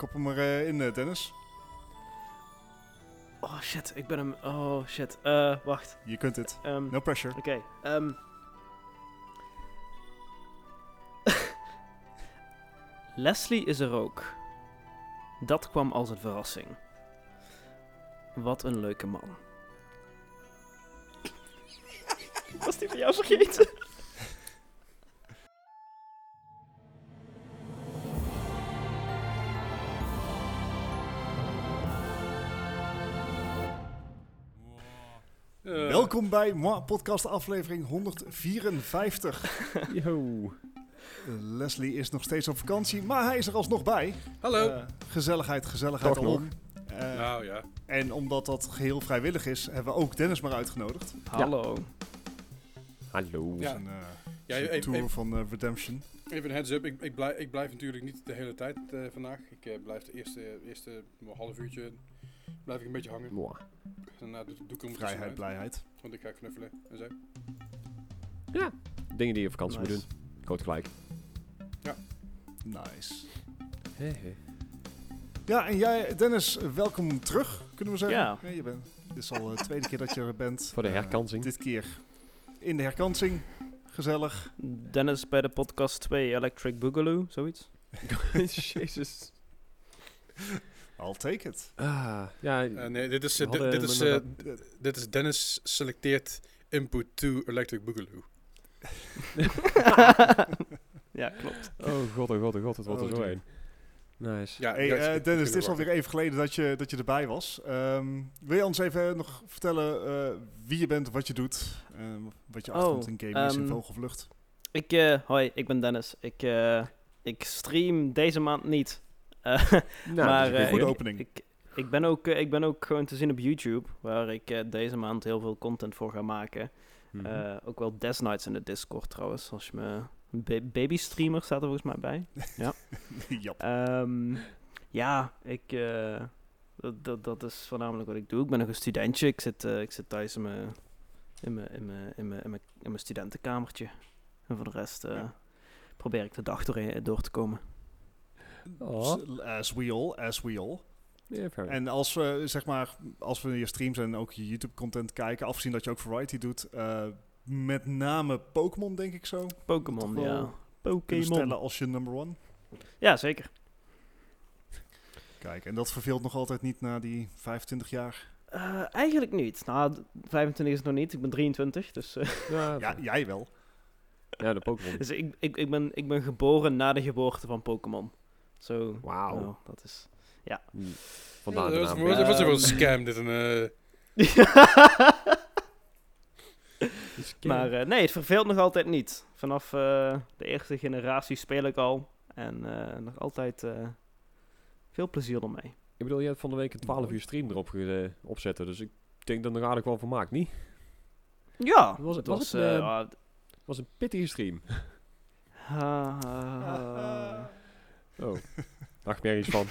kop hem maar in, Dennis. Oh shit, ik ben hem... Oh shit, wacht. Je kunt het. No pressure. Oké, Leslie is er ook. Dat kwam als een verrassing. Wat een leuke man. Was die van jou vergeten? Welkom bij Moi Podcast aflevering 154. Yo. Leslie is nog steeds op vakantie, maar hij is er alsnog bij. Hallo. Gezelligheid Toch alom. Nou ja. En omdat dat geheel vrijwillig is, hebben we ook Dennis maar uitgenodigd. Hallo. Hallo. Ja. Zijn even- tour van Redemption. Even een heads up. Ik blijf natuurlijk niet de hele tijd vandaag. Ik blijf de eerste half uurtje blijf ik een beetje hangen. Mwah. Daarna doe ik hem Vrijheid, blijheid. Want ik ga knuffelen en zo. Dingen die je op vakantie Nice. moet doen. Groot gelijk. Nice. Hey. Ja, en jij, Dennis, welkom terug, kunnen we zeggen. Ja. Je bent, dit is al de tweede keer dat je er bent. Voor de herkansing. Dit keer in de herkansing. Gezellig. Dennis bij de podcast 2 Electric Boogaloo, zoiets. Jezus. I'll take it. Ja. Nee, dit is, we hadden dit, is, hem dit is Dennis selecteert input to Electric Boogaloo. Ja, klopt. Oh god, het wordt er zo dear. heen. Nice. Ja, Hey, ja, Dennis, ik het is alweer even geleden dat je erbij was. Wil je ons even nog vertellen wie je bent, wat je doet, wat je achtergrond in gaming is in vogelvlucht? Hoi, ik ben Dennis. Ik stream deze maand niet. Nou, maar dat is een goede ik- opening. Ik ben ook gewoon te zien op YouTube, waar ik deze maand heel veel content voor ga maken. Mhm. Ook wel Death Nights in de Discord trouwens, als je me... Baby streamer staat er volgens mij bij. Ja. Jap. Ja, dat is voornamelijk wat ik doe. Ik ben nog een studentje. Ik zit thuis in mijn studentenkamertje. En voor de rest probeer ik de dag door te komen. Oh. As we all. Ja, fair. En als we, zeg maar, als we je streams en ook je YouTube-content kijken, afgezien dat je ook variety doet, met name Pokémon, denk ik zo. Pokémon, Toch wel ja. Kunnen stellen Pokémon. als je number one. Ja, zeker. Kijk, en dat verveelt nog altijd niet na die 25 jaar. Eigenlijk niet. Nou, 25 is het nog niet. Ik ben 23, dus... Ja, jij wel. Ja, de Pokémon. Dus ik ben geboren na de geboorte van Pokémon. Zo. Wauw. nou, dat is... Vandaar de dat naam. was even een scam dit. Maar nee, het verveelt nog altijd niet. Vanaf de eerste generatie speel ik al. En nog altijd veel plezier ermee. Ik bedoel, je hebt van de week een 12 uur stream erop opzetten. Dus ik denk dat er aardig wel van maakt, niet? Ja, Was het- het was was... het, Het was een pittige stream. Oh. Nachtmerries van.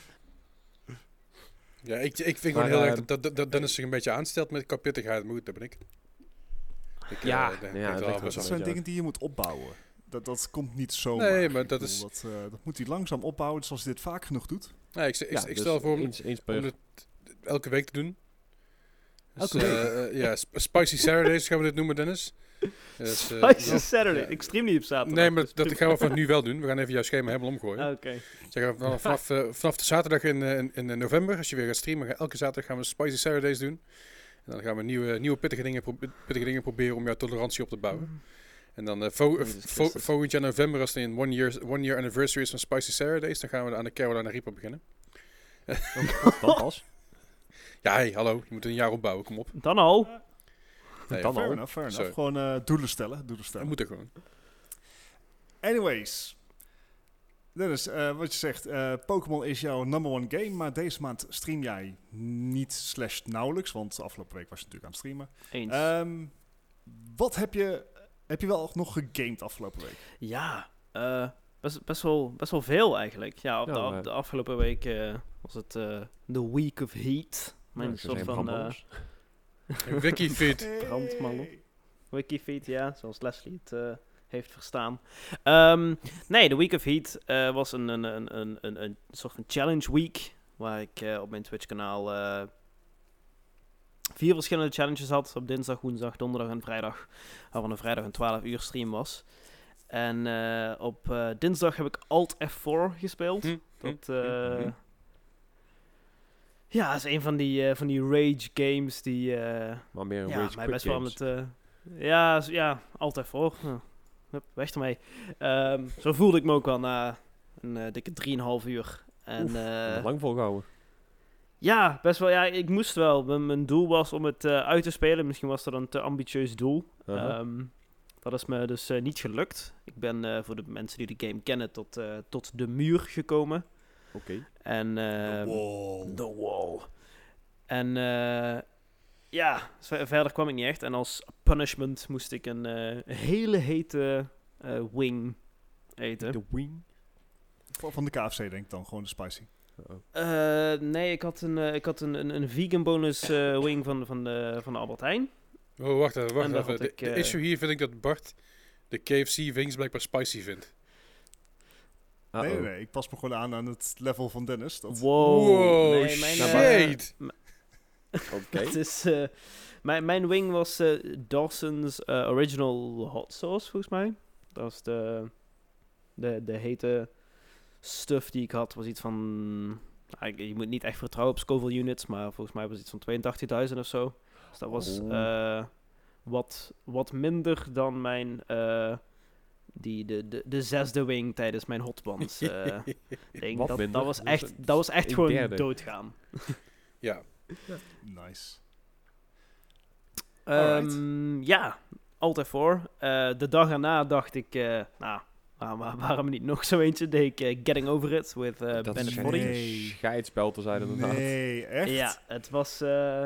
Ja, ik vind gewoon Maar, heel erg dat Dennis zich een beetje aanstelt met kapittigheid. Maar goed, dat ben ik. Ja, denk ja, wel dat ligt best Dat wel. zijn Ja. dingen die je moet opbouwen. Dat komt niet zomaar. Nee, maar Ik dat bedoel, is- dat moet hij langzaam opbouwen, zoals hij dit vaak genoeg doet. Nee, ik Ja, stel dus voor eens om per... het elke week te doen. Dus, Elke ja, Spicy Saturdays gaan we dit noemen, Dennis. Dus, Spicy Saturday. Ik stream niet op zaterdag. nee, maar dus dat prima. gaan we vanaf nu wel doen. We gaan even jouw schema helemaal omgooien. Oké. Zeggen we vanaf de zaterdag in november, als je weer gaat streamen, elke zaterdag gaan we Spicy Saturdays doen. En dan gaan we nieuwe pittige dingen proberen om jouw tolerantie op te bouwen. En dan volgend jaar november, als het een one year anniversary is van Spicy Saturdays, dan gaan we aan de Carolina Reaper beginnen. Dan pas. Ja, hey, hallo, je moet een jaar opbouwen, kom op. Dan al. Nee, Dan Fair al. enough. Sorry. Gewoon doelen stellen. dat moet er gewoon. Anyways. Dennis, wat je zegt, Pokémon is jouw number one game, maar deze maand stream jij niet / nauwelijks, want afgelopen week was je natuurlijk aan het streamen. Eens. Wat heb je wel nog gegamed afgelopen week? Ja, best wel veel eigenlijk. Ja, Ja, de afgelopen week was het de Week of Heat. Mijn Ja, soort zijn van brandballers. Wikifeed. brandmannen. Wikifeed, ja, zoals Leslie het heeft verstaan. Nee, de Week of Heat was een soort van challenge week. Waar ik op mijn Twitch kanaal 4 verschillende challenges had. Op dinsdag, woensdag, donderdag en vrijdag. Waarvan een vrijdag een 12 uur stream was. En op dinsdag heb ik Alt F4 gespeeld. Dat ja, is een van die rage games die Maar meer een ja, rage mij quit best wel games. met ja, Alt F4. Hup, weg ermee. Zo voelde ik me ook wel na een dikke 3,5 uur. En Lang volgehouden. ja, best wel. Ja, ik moest wel. Mijn doel was om het uit te spelen. Misschien was dat een te ambitieus doel. Dat is me dus niet gelukt. Ik ben voor de mensen die de game kennen tot de muur gekomen. Oké. En The Wall. En ja, verder kwam ik niet echt. En als punishment moest ik een hele hete wing eten. De wing. Van de KFC denk ik dan, gewoon de spicy. Nee, ik had een vegan bonus wing van de Albert Heijn. Oh, wacht En even. daar had De ik, issue hier vind ik dat Bart de KFC wings blijkbaar spicy vindt. Nee, ik pas me gewoon aan het level van Dennis. Dat... Wow. Nee, mijn, shade! Oké. het is, mijn wing was Dawson's Original Hot Sauce, volgens mij. Dat was de hete stuff die ik had. Was iets van... je moet niet echt vertrouwen op Scoville units, maar volgens mij was het iets van 82.000 of zo. Dus dat was wat minder dan mijn... de zesde wing tijdens mijn hotbuns ding. Wat Dat minder? was echt Een gewoon derde. doodgaan. Ja. Nice. Ja, altijd voor. De dag erna dacht ik, waarom niet nog zo eentje? Deed ik Getting Over It with Dat Bennett is Foddy. een Nee. scheidspel te zijn inderdaad. Nee, echt? Ja, het was...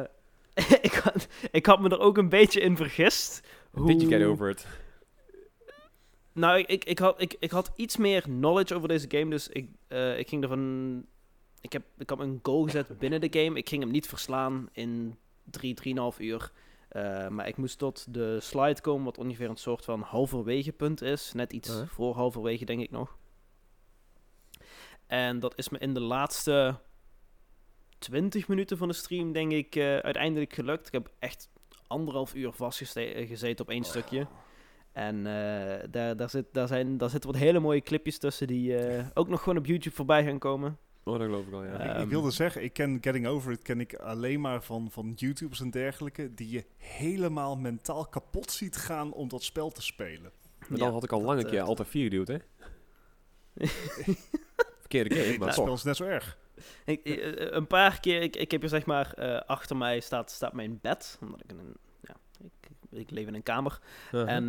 ik had me er ook een beetje in vergist. Did you get over it? Nou, ik had iets meer knowledge over deze game, dus ik ging ervan... Ik had me een goal gezet binnen de game. Ik ging hem niet verslaan in 3,5 uur. Maar ik moest tot de slide komen, wat ongeveer een soort van halverwege punt is. Net iets voor halverwege, denk ik nog. En dat is me in de laatste 20 minuten van de stream, denk ik, uiteindelijk gelukt. Ik heb echt 1,5 uur vastgezeten op één stukje. En daar zitten wat hele mooie clipjes tussen die ook nog gewoon op YouTube voorbij gaan komen. Oh, dat geloof ik al, ja. Ik wilde zeggen, ik ken Getting Over It ken ik alleen maar van YouTubers en dergelijke, die je helemaal mentaal kapot ziet gaan om dat spel te spelen. Maar dan had ik al lang een keer altijd 4 geduwd, hè? Verkeerde game, maar Dat toch. spel is net zo erg. Een paar keer, ik heb hier zeg maar, achter mij staat mijn bed, omdat ik leef in een kamer. En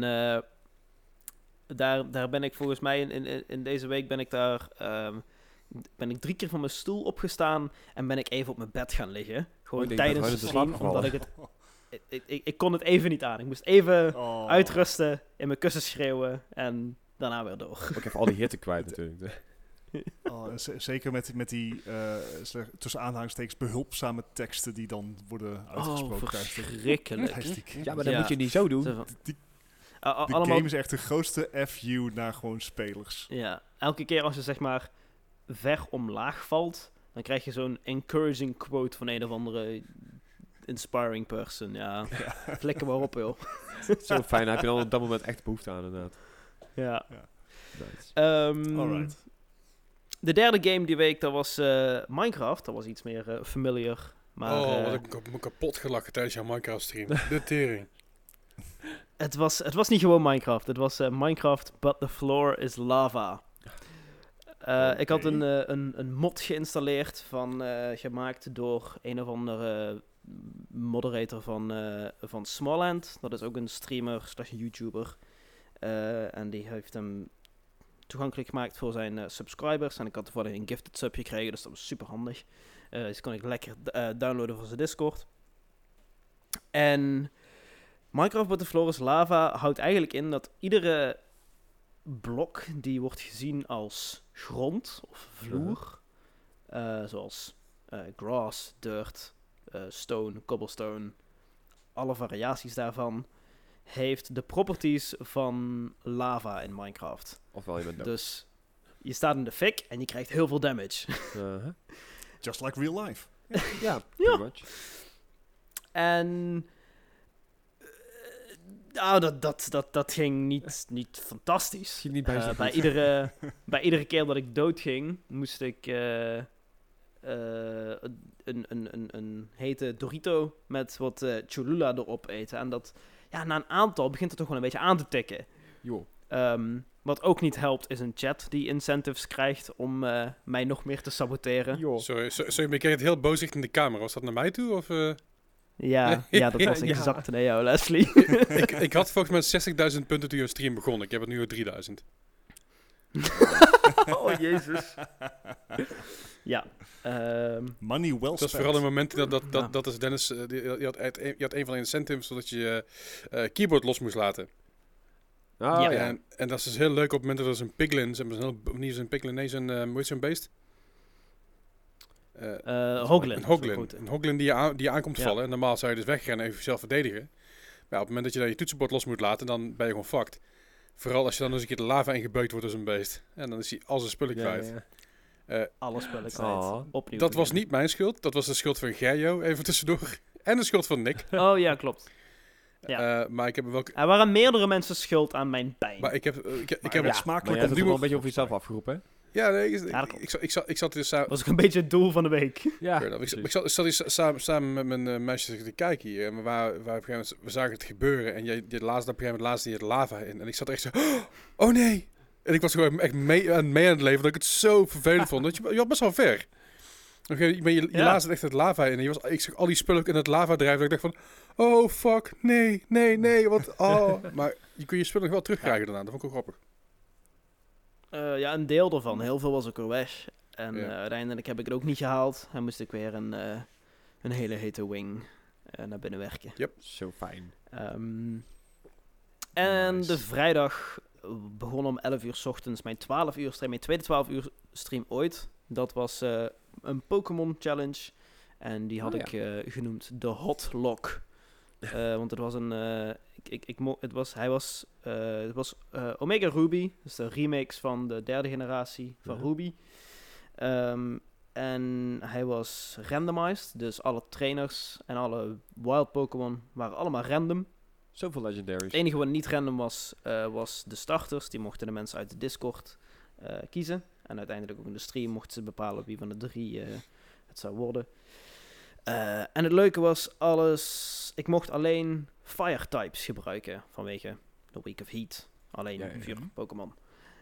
daar ben ik volgens mij, in deze week ben ik daar... ben ik 3 keer van mijn stoel opgestaan en ben ik even op mijn bed gaan liggen. Gewoon tijdens de stream, omdat ik het... Ik kon het even niet aan. Ik moest even uitrusten, in mijn kussen schreeuwen en daarna weer door. Ook even al die hitte kwijt natuurlijk. Zeker met die tussen aanhalingstekens behulpzame teksten die dan worden uitgesproken. Verschrikkelijk. Ja, maar dat moet je niet zo doen. De allemaal... game is echt de grootste FU naar gewoon spelers. Ja, elke keer als je zeg maar ver omlaag valt, dan krijg je zo'n encouraging quote van een of andere inspiring person. Ja, flikker maar op, joh. Zo fijn, daar heb je dan op dat moment echt behoefte aan, inderdaad. Ja. Nice. Alright. De derde game die week, dat was Minecraft. Dat was iets meer familiar. Maar, wat ik heb me kapot gelachen tijdens jouw Minecraft stream. De tering. Het was niet gewoon Minecraft. Het was Minecraft, but the floor is lava. Ik had een mod geïnstalleerd gemaakt door een of andere moderator van Smallland. Dat is ook een streamer / YouTuber. En die heeft hem toegankelijk gemaakt voor zijn subscribers. En ik had toevallig een gifted sub gekregen, dus dat was super handig. Dus kon ik lekker downloaden van zijn Discord. En Minecraft But The Floor is Lava houdt eigenlijk in dat iedere blok die wordt gezien als grond of vloer, zoals grass, dirt, stone, cobblestone, alle variaties daarvan, heeft de properties van lava in Minecraft. Ofwel je bent dood. Dus je staat in de fik en je krijgt heel veel damage. Uh-huh. Just like real life. Ja, pretty much. En nou, dat ging niet fantastisch. Ging niet bij zo Bij goed. bij iedere keer dat ik doodging, moest ik een hete Dorito met wat Cholula erop eten. En dat, ja, na een aantal begint het toch wel een beetje aan te tikken. Joh. Wat ook niet helpt, is een chat die incentives krijgt om mij nog meer te saboteren. Joh. Sorry, maar je kreeg het heel boos richting de camera. Was dat naar mij toe? Of, Ja, dat was Ja. exact naar jou, Leslie. ik had volgens mij 60.000 punten toen je stream begon. Ik heb het nu op 3.000. Oh, jezus. Ja. Money well Dat is spent. vooral een moment dat Ja. is Dennis. Je had een van de incentives zodat je keyboard los moest laten. Ah, Ja. ja. En dat is dus heel leuk op het moment dat er zo'n piglin, niet zo'n piglin, nee, hoe heet zo'n beest? Hoglin. Een zo hoglin. goed. Een hoglin die je aankomt Ja. vallen. En normaal zou je dus wegrennen en even jezelf verdedigen. Maar op het moment dat je dan je toetsenbord los moet laten, dan ben je gewoon fucked. Vooral als je dan eens een keer de lava ingebeukt wordt als een beest. En dan is hij al zijn spullen kwijt. Alles spel ik Oh. kwijt. Opnieuw. Dat was beginnen. niet mijn schuld. Dat was de schuld van Gerjo, even tussendoor. En de schuld van Nick. Oh ja, klopt. Ja. Maar ik heb er wel... Er waren meerdere mensen schuld aan mijn pijn. Maar ik heb Maar het het Maar smakelijk jij hebt het nu ook wel ook- een beetje over jezelf afgeroepen, hè? Ja, nee, Ja, dat klopt. ik zat dus samen... was ook een beetje het doel van de week. Ja, Ik precies. zat hier samen met mijn meisjes te kijken hier. En we zagen het gebeuren. En je laatste op een gegeven moment laatste je de lava in. En ik zat echt zo... Oh nee! En ik was gewoon echt mee aan het leven. Dat ik het zo vervelend vond. Dat je was best wel ver. Op een gegeven moment, je Ja. laatste echt het lava in. En ik zag al die spullen in het lava drijven. Dat ik dacht van... Oh fuck, nee. Wat, oh. Maar je kon je spullen nog wel terugkrijgen daarna. Dat vond ik ook grappig. Ja, een deel ervan. Heel veel was ook al weg. En Ja. uiteindelijk heb ik het ook niet gehaald. En moest ik weer een hele hete wing naar binnen werken. Zo fijn. En Nice. de vrijdag begon om 11 uur 's ochtends mijn 12 uur stream. Mijn tweede 12 uur stream ooit. Dat was een Pokémon challenge. En die had Oh, ik genoemd de Hot Lock. Want het was een... het was Omega Ruby. Dus de remix van de derde generatie van Mhm. Ruby. En hij was randomized. Dus alle trainers en alle wild Pokémon waren allemaal random. Zoveel legendaries. Het enige wat niet random was, was de starters. Die mochten de mensen uit de Discord kiezen. En uiteindelijk ook in de stream mochten ze bepalen wie van de 3 het zou worden. En het leuke was ik mocht alleen fire types gebruiken vanwege de Week of Heat. Alleen Ja, ja, ja. 4 Pokémon.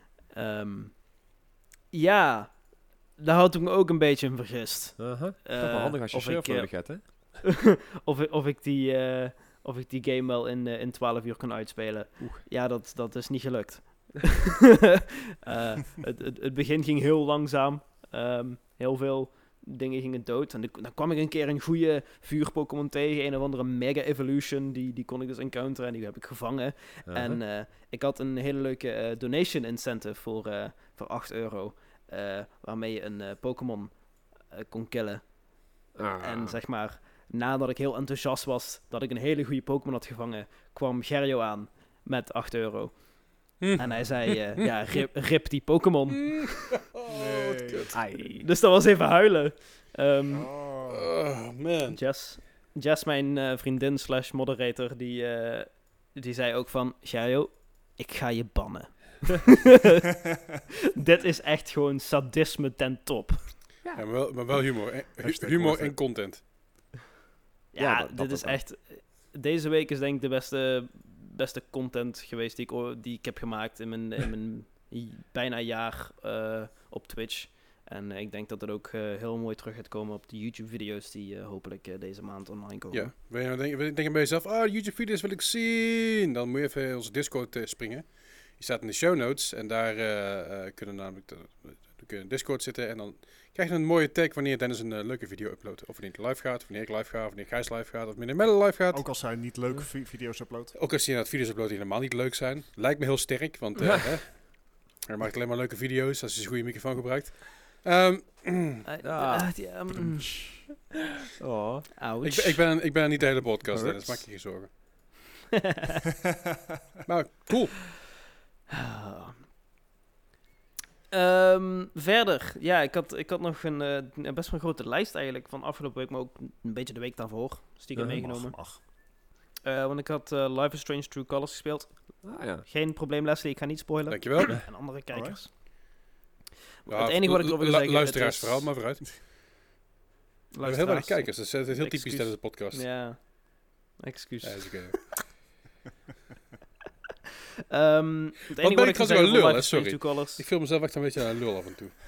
Ja, daar had ik me ook een beetje in vergist. Uh-huh. Toch wel handig als je of surf ik, nodig hebt, hè? of ik die game wel in 12 uur kan uitspelen. Ja, dat is niet gelukt. Het begin ging heel langzaam. Heel veel dingen gingen dood. En dan kwam ik een keer een goede vuur-Pokémon tegen. Een of andere Mega Evolution. Die kon ik dus encounteren en die heb ik gevangen. Uh-huh. En ik had een hele leuke donation incentive voor €8. Waarmee je een Pokémon kon killen. En zeg maar, nadat ik heel enthousiast was dat ik een hele goede Pokémon had gevangen, kwam Gerjo aan met €8. En hij zei, ja, rip die Pokémon. Oh, wat kut. Ai. Dus dat was even huilen. Oh, man. Jess, mijn vriendin / moderator, die zei ook van, Gerjo, ik ga je bannen. Dit is echt gewoon sadisme ten top. Ja, maar wel humor. Hashtag Humor worth en it. content. Ja, dat dit ook is wel. echt... Deze week is denk ik de beste content geweest die ik heb gemaakt in mijn bijna jaar op Twitch. En ik denk dat het ook heel mooi terug gaat komen op de YouTube-video's die hopelijk deze maand online komen. Ja. Denk je bij jezelf, YouTube-video's wil ik zien. Dan moet je even in onze Discord springen. Je staat in de show notes en daar kunnen namelijk in Discord zitten. En dan krijg je een mooie tag wanneer Dennis een leuke video uploadt. Of wanneer ik live gaat, of wanneer ik live ga, of wanneer Gijs live gaat, of wanneer Melle live gaat. Ook als hij niet leuke video's uploadt. Ook als je inderdaad video's uploadt die helemaal niet leuk zijn. Lijkt me heel sterk, want hij maakt alleen maar leuke video's als hij zijn goede microfoon gebruikt. Oh. Ouch. Ik ben niet de hele podcast, Hurts. Dennis. Maak je geen zorgen. Maar cool. Verder, ja, ik had nog een best wel grote lijst eigenlijk van afgelopen week, maar ook een beetje de week daarvoor stiekem meegenomen. Mag. Want ik had Life is Strange True Colors gespeeld. Ah, ja. Geen probleem, Leslie, ik ga niet spoilen. Dankjewel. En andere kijkers. Ja, Het enige wat ik erover wil zeggen... luisteraarsverhaal, maar vooruit. We hebben heel weinig kijkers, dus het is heel typisch Excuus. tijdens de podcast. Ja, excuus. Ja, is oké. Het ben enige wat ik ik wil trouwens zeggen wel over lul, Life hè, is Strange sorry. True Colors... Ik film mezelf echt een beetje aan een lul af en toe.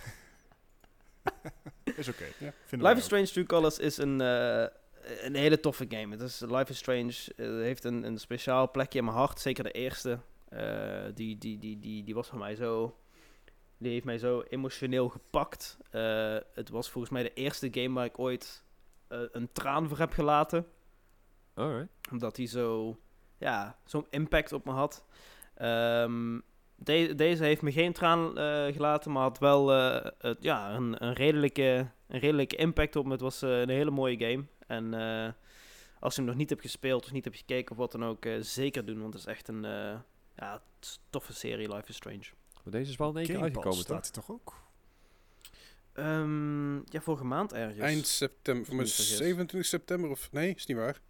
Is oké. Ja. Life is Strange True Colors is een hele toffe game. Het is, Life is Strange heeft een speciaal plekje in mijn hart. Zeker de eerste. Die was voor mij zo... Die heeft mij zo emotioneel gepakt. Het was volgens mij de eerste game waar ik ooit een traan voor heb gelaten. Alright. Omdat hij zo'n impact op me had. Deze heeft me geen traan gelaten, maar had wel een redelijke impact op me. Het was een hele mooie game. En als je hem nog niet hebt gespeeld of niet hebt gekeken of wat dan ook, zeker doen. Want het is echt een toffe serie, Life is Strange. Maar deze is wel in één keer Game Pass uitgekomen, toch? staat hij toch ook? Vorige maand ergens. Eind september, voor mij Niet vergis. 27 september of... Nee, is niet waar.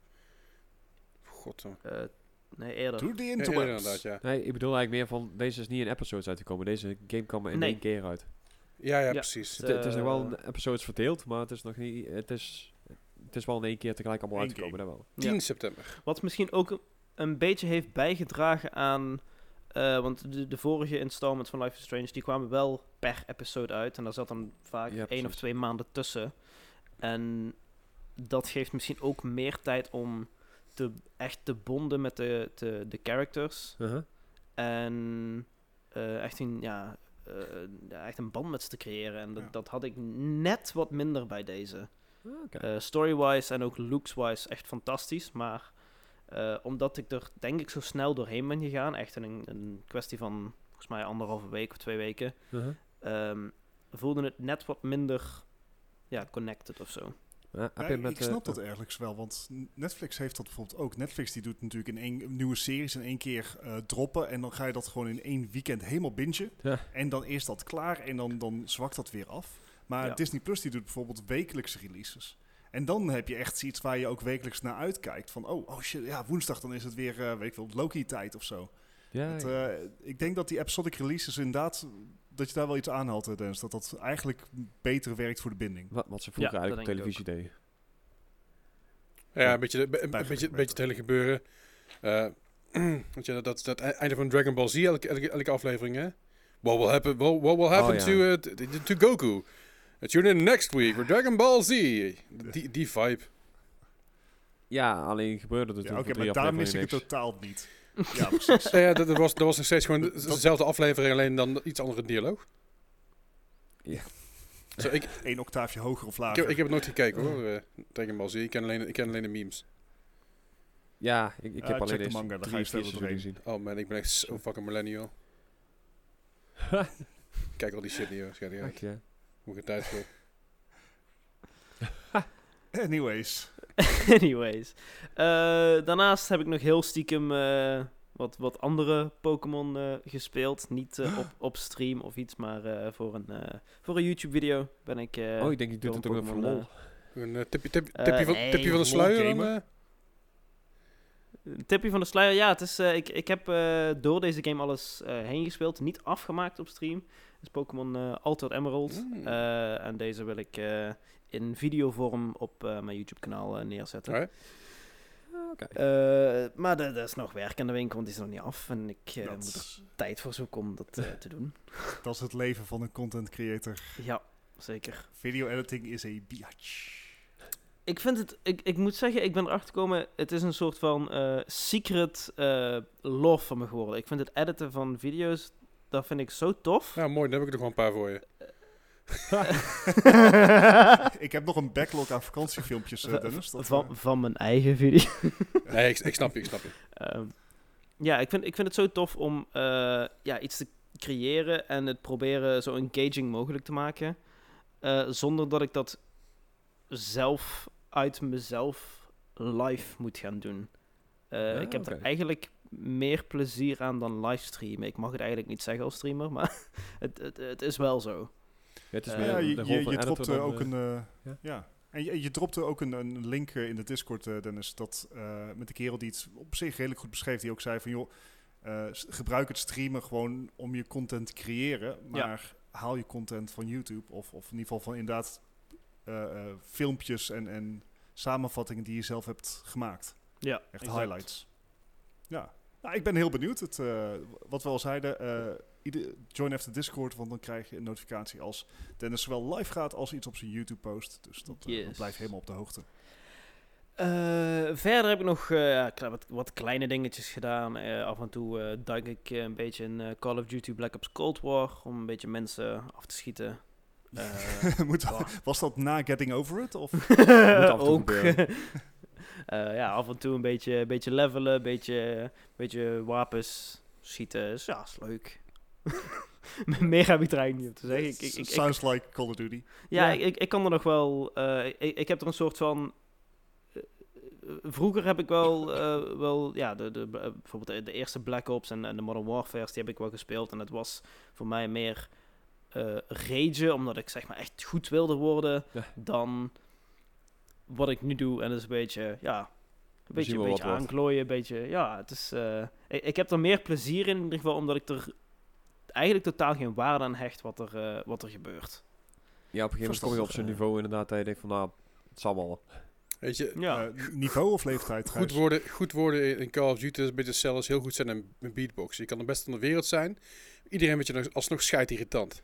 God. Nee, eerder. Doe die Ja, interwebs. inderdaad, ja. Nee, ik bedoel eigenlijk meer van, deze is niet in episodes uitgekomen. Deze game kwam er in Nee. één keer uit. Ja, precies. Het is nog wel in episodes verdeeld, maar het is nog niet... Het is wel in één keer tegelijk allemaal Eén uitgekomen, dat wel. 10 september. Wat misschien ook een beetje heeft bijgedragen aan... want de vorige installments van Life is Strange, die kwamen wel per episode uit. En daar zat dan vaak Ja, 1 precies. of 2 maanden tussen. En dat geeft misschien ook meer tijd om echt te bonden met de characters. Uh-huh. En echt een band met ze te creëren. En Ja. dat had ik net wat minder bij deze. Oké. Story-wise en ook looks-wise echt fantastisch. Maar omdat ik er denk ik zo snel doorheen ben gegaan, echt in een kwestie van volgens mij 1,5 week of 2 weken, Uh-huh. voelde het net wat minder connected of zo. Ja, heb Ja, je met, ik snap dat ergens wel, want Netflix heeft dat bijvoorbeeld ook. Netflix die doet natuurlijk in één nieuwe series in één keer droppen en dan ga je dat gewoon in 1 weekend helemaal bingen. Ja. En dan is dat klaar en dan zwakt dat weer af. Maar Ja. Disney Plus die doet bijvoorbeeld wekelijkse releases. En dan heb je echt iets waar je ook wekelijks naar uitkijkt. Van oh shit, ja, woensdag dan is het weer, weet ik veel, Loki-tijd of zo. Ja, Ik denk dat die episodic releases inderdaad, dat je daar wel iets aanhaalt, Dennis. Dat eigenlijk beter werkt voor de binding. wat ze vroeger Ja, eigenlijk op dat denk ik televisie deden. Ja, een beetje het hele gebeuren. Want ja, dat einde van Dragon Ball Z, elke aflevering, hè? What will happen ja. to Goku? Tune in next week for Dragon Ball Z. Die vibe. Ja, alleen gebeurde het Ja, toen oké, voor 3 maar daar mis ik afleveringen het niks. totaal niet. Ja, precies. Ja, dat was nog steeds gewoon dezelfde aflevering, alleen dan iets andere dialoog. Ja. Zo, ik 1 octaafje hoger of lager. heb het nooit gekeken, hoor. Dragon Ball Z. Ik ken alleen de memes. Ja, ik heb check alleen de eens manga, dan ga 3 je of 4 sneller seizoenen gezien. Oh man, ik ben echt zo fucking millennial. Kijk al die shit niet, hoor. Schijt niet uit. Ach, ja. Moet ik tijd voor. Anyways. Anyways. Daarnaast heb ik nog heel stiekem wat andere Pokémon gespeeld. Niet op stream of iets, maar voor een YouTube-video ben ik... Oh, ik denk, ik doe het ook nog voor lol. Een nee, tipje van de sluier dan? gamen. Een tipje van de sluier, ja. Het is, ik heb door deze game alles heen gespeeld. Niet afgemaakt op stream. Het is Pokémon Altered Emerald. Mm. En deze wil ik in videovorm op mijn YouTube-kanaal neerzetten. Alright. Oké. Maar er is nog werk aan de winkel, want die is nog niet af. En ik moet er Dat, tijd voor zoeken om dat te doen. dat is het leven van een content creator. Ja, zeker. Video editing is een biatch. Ik vind het... Ik moet zeggen, ik ben erachter gekomen... Het is een soort van secret love van me geworden. Ik vind het editen van video's... Dat vind ik zo tof. Ja, mooi. Dan heb ik er gewoon een paar voor je. Ik heb nog een backlog aan vakantiefilmpjes, Dennis. Dat, Van mijn eigen video. Nee, ik snap je. Ja, ik vind het zo tof om iets te creëren... en het proberen zo engaging mogelijk te maken... zonder dat ik dat zelf uit mezelf live moet gaan doen. Ik heb oké. er eigenlijk meer plezier aan dan livestreamen. Ik mag het eigenlijk niet zeggen als streamer, maar het is wel zo. Het is Ja, meer je de rol van je dropt editor dan, ook een... ja. ja. En je dropte ook een link in de Discord, Dennis, dat met de kerel die het op zich redelijk goed beschreef, die ook zei van, joh, gebruik het streamen gewoon om je content te creëren, maar haal je content van YouTube of in ieder geval van inderdaad filmpjes en samenvattingen die je zelf hebt gemaakt. Ja, Echt exact. highlights. Ja. Nou, ik ben heel benieuwd. Wat we al zeiden, join even de Discord, want dan krijg je een notificatie als Dennis zowel live gaat als iets op zijn YouTube post. Dus dat Yes. blijft helemaal op de hoogte. Verder heb ik nog wat kleine dingetjes gedaan. Af en toe duik ik een beetje in Call of Duty Black Ops Cold War om een beetje mensen af te schieten. Was dat na Getting Over It? Of? af en toe ook. gebeuren. Af en toe een beetje levelen, een beetje wapens schieten. Dus ja, is leuk. Meer heb ik er eigenlijk niet op te zeggen. Sounds like Call of Duty. Ja, ik kan er nog wel... ik heb er een soort van... vroeger heb ik wel bijvoorbeeld de eerste Black Ops en de Modern Warfare's, die heb ik wel gespeeld. En het was voor mij meer rage, omdat ik zeg maar echt goed wilde worden, dan wat ik nu doe. En dat is een beetje, een beetje aanklooien, een beetje, het is... ik heb er meer plezier in ieder geval, omdat ik er eigenlijk totaal geen waarde aan hecht wat er gebeurt. Ja, op een gegeven moment kom je op zo'n niveau inderdaad dat je denkt van, nou, het zal wel. Weet je, Niveau of leeftijd? goed worden in Call of Duty is een beetje hetzelfde als heel goed zijn in beatboxen. Je kan de beste van de wereld zijn. Iedereen weet je alsnog scheidirritant.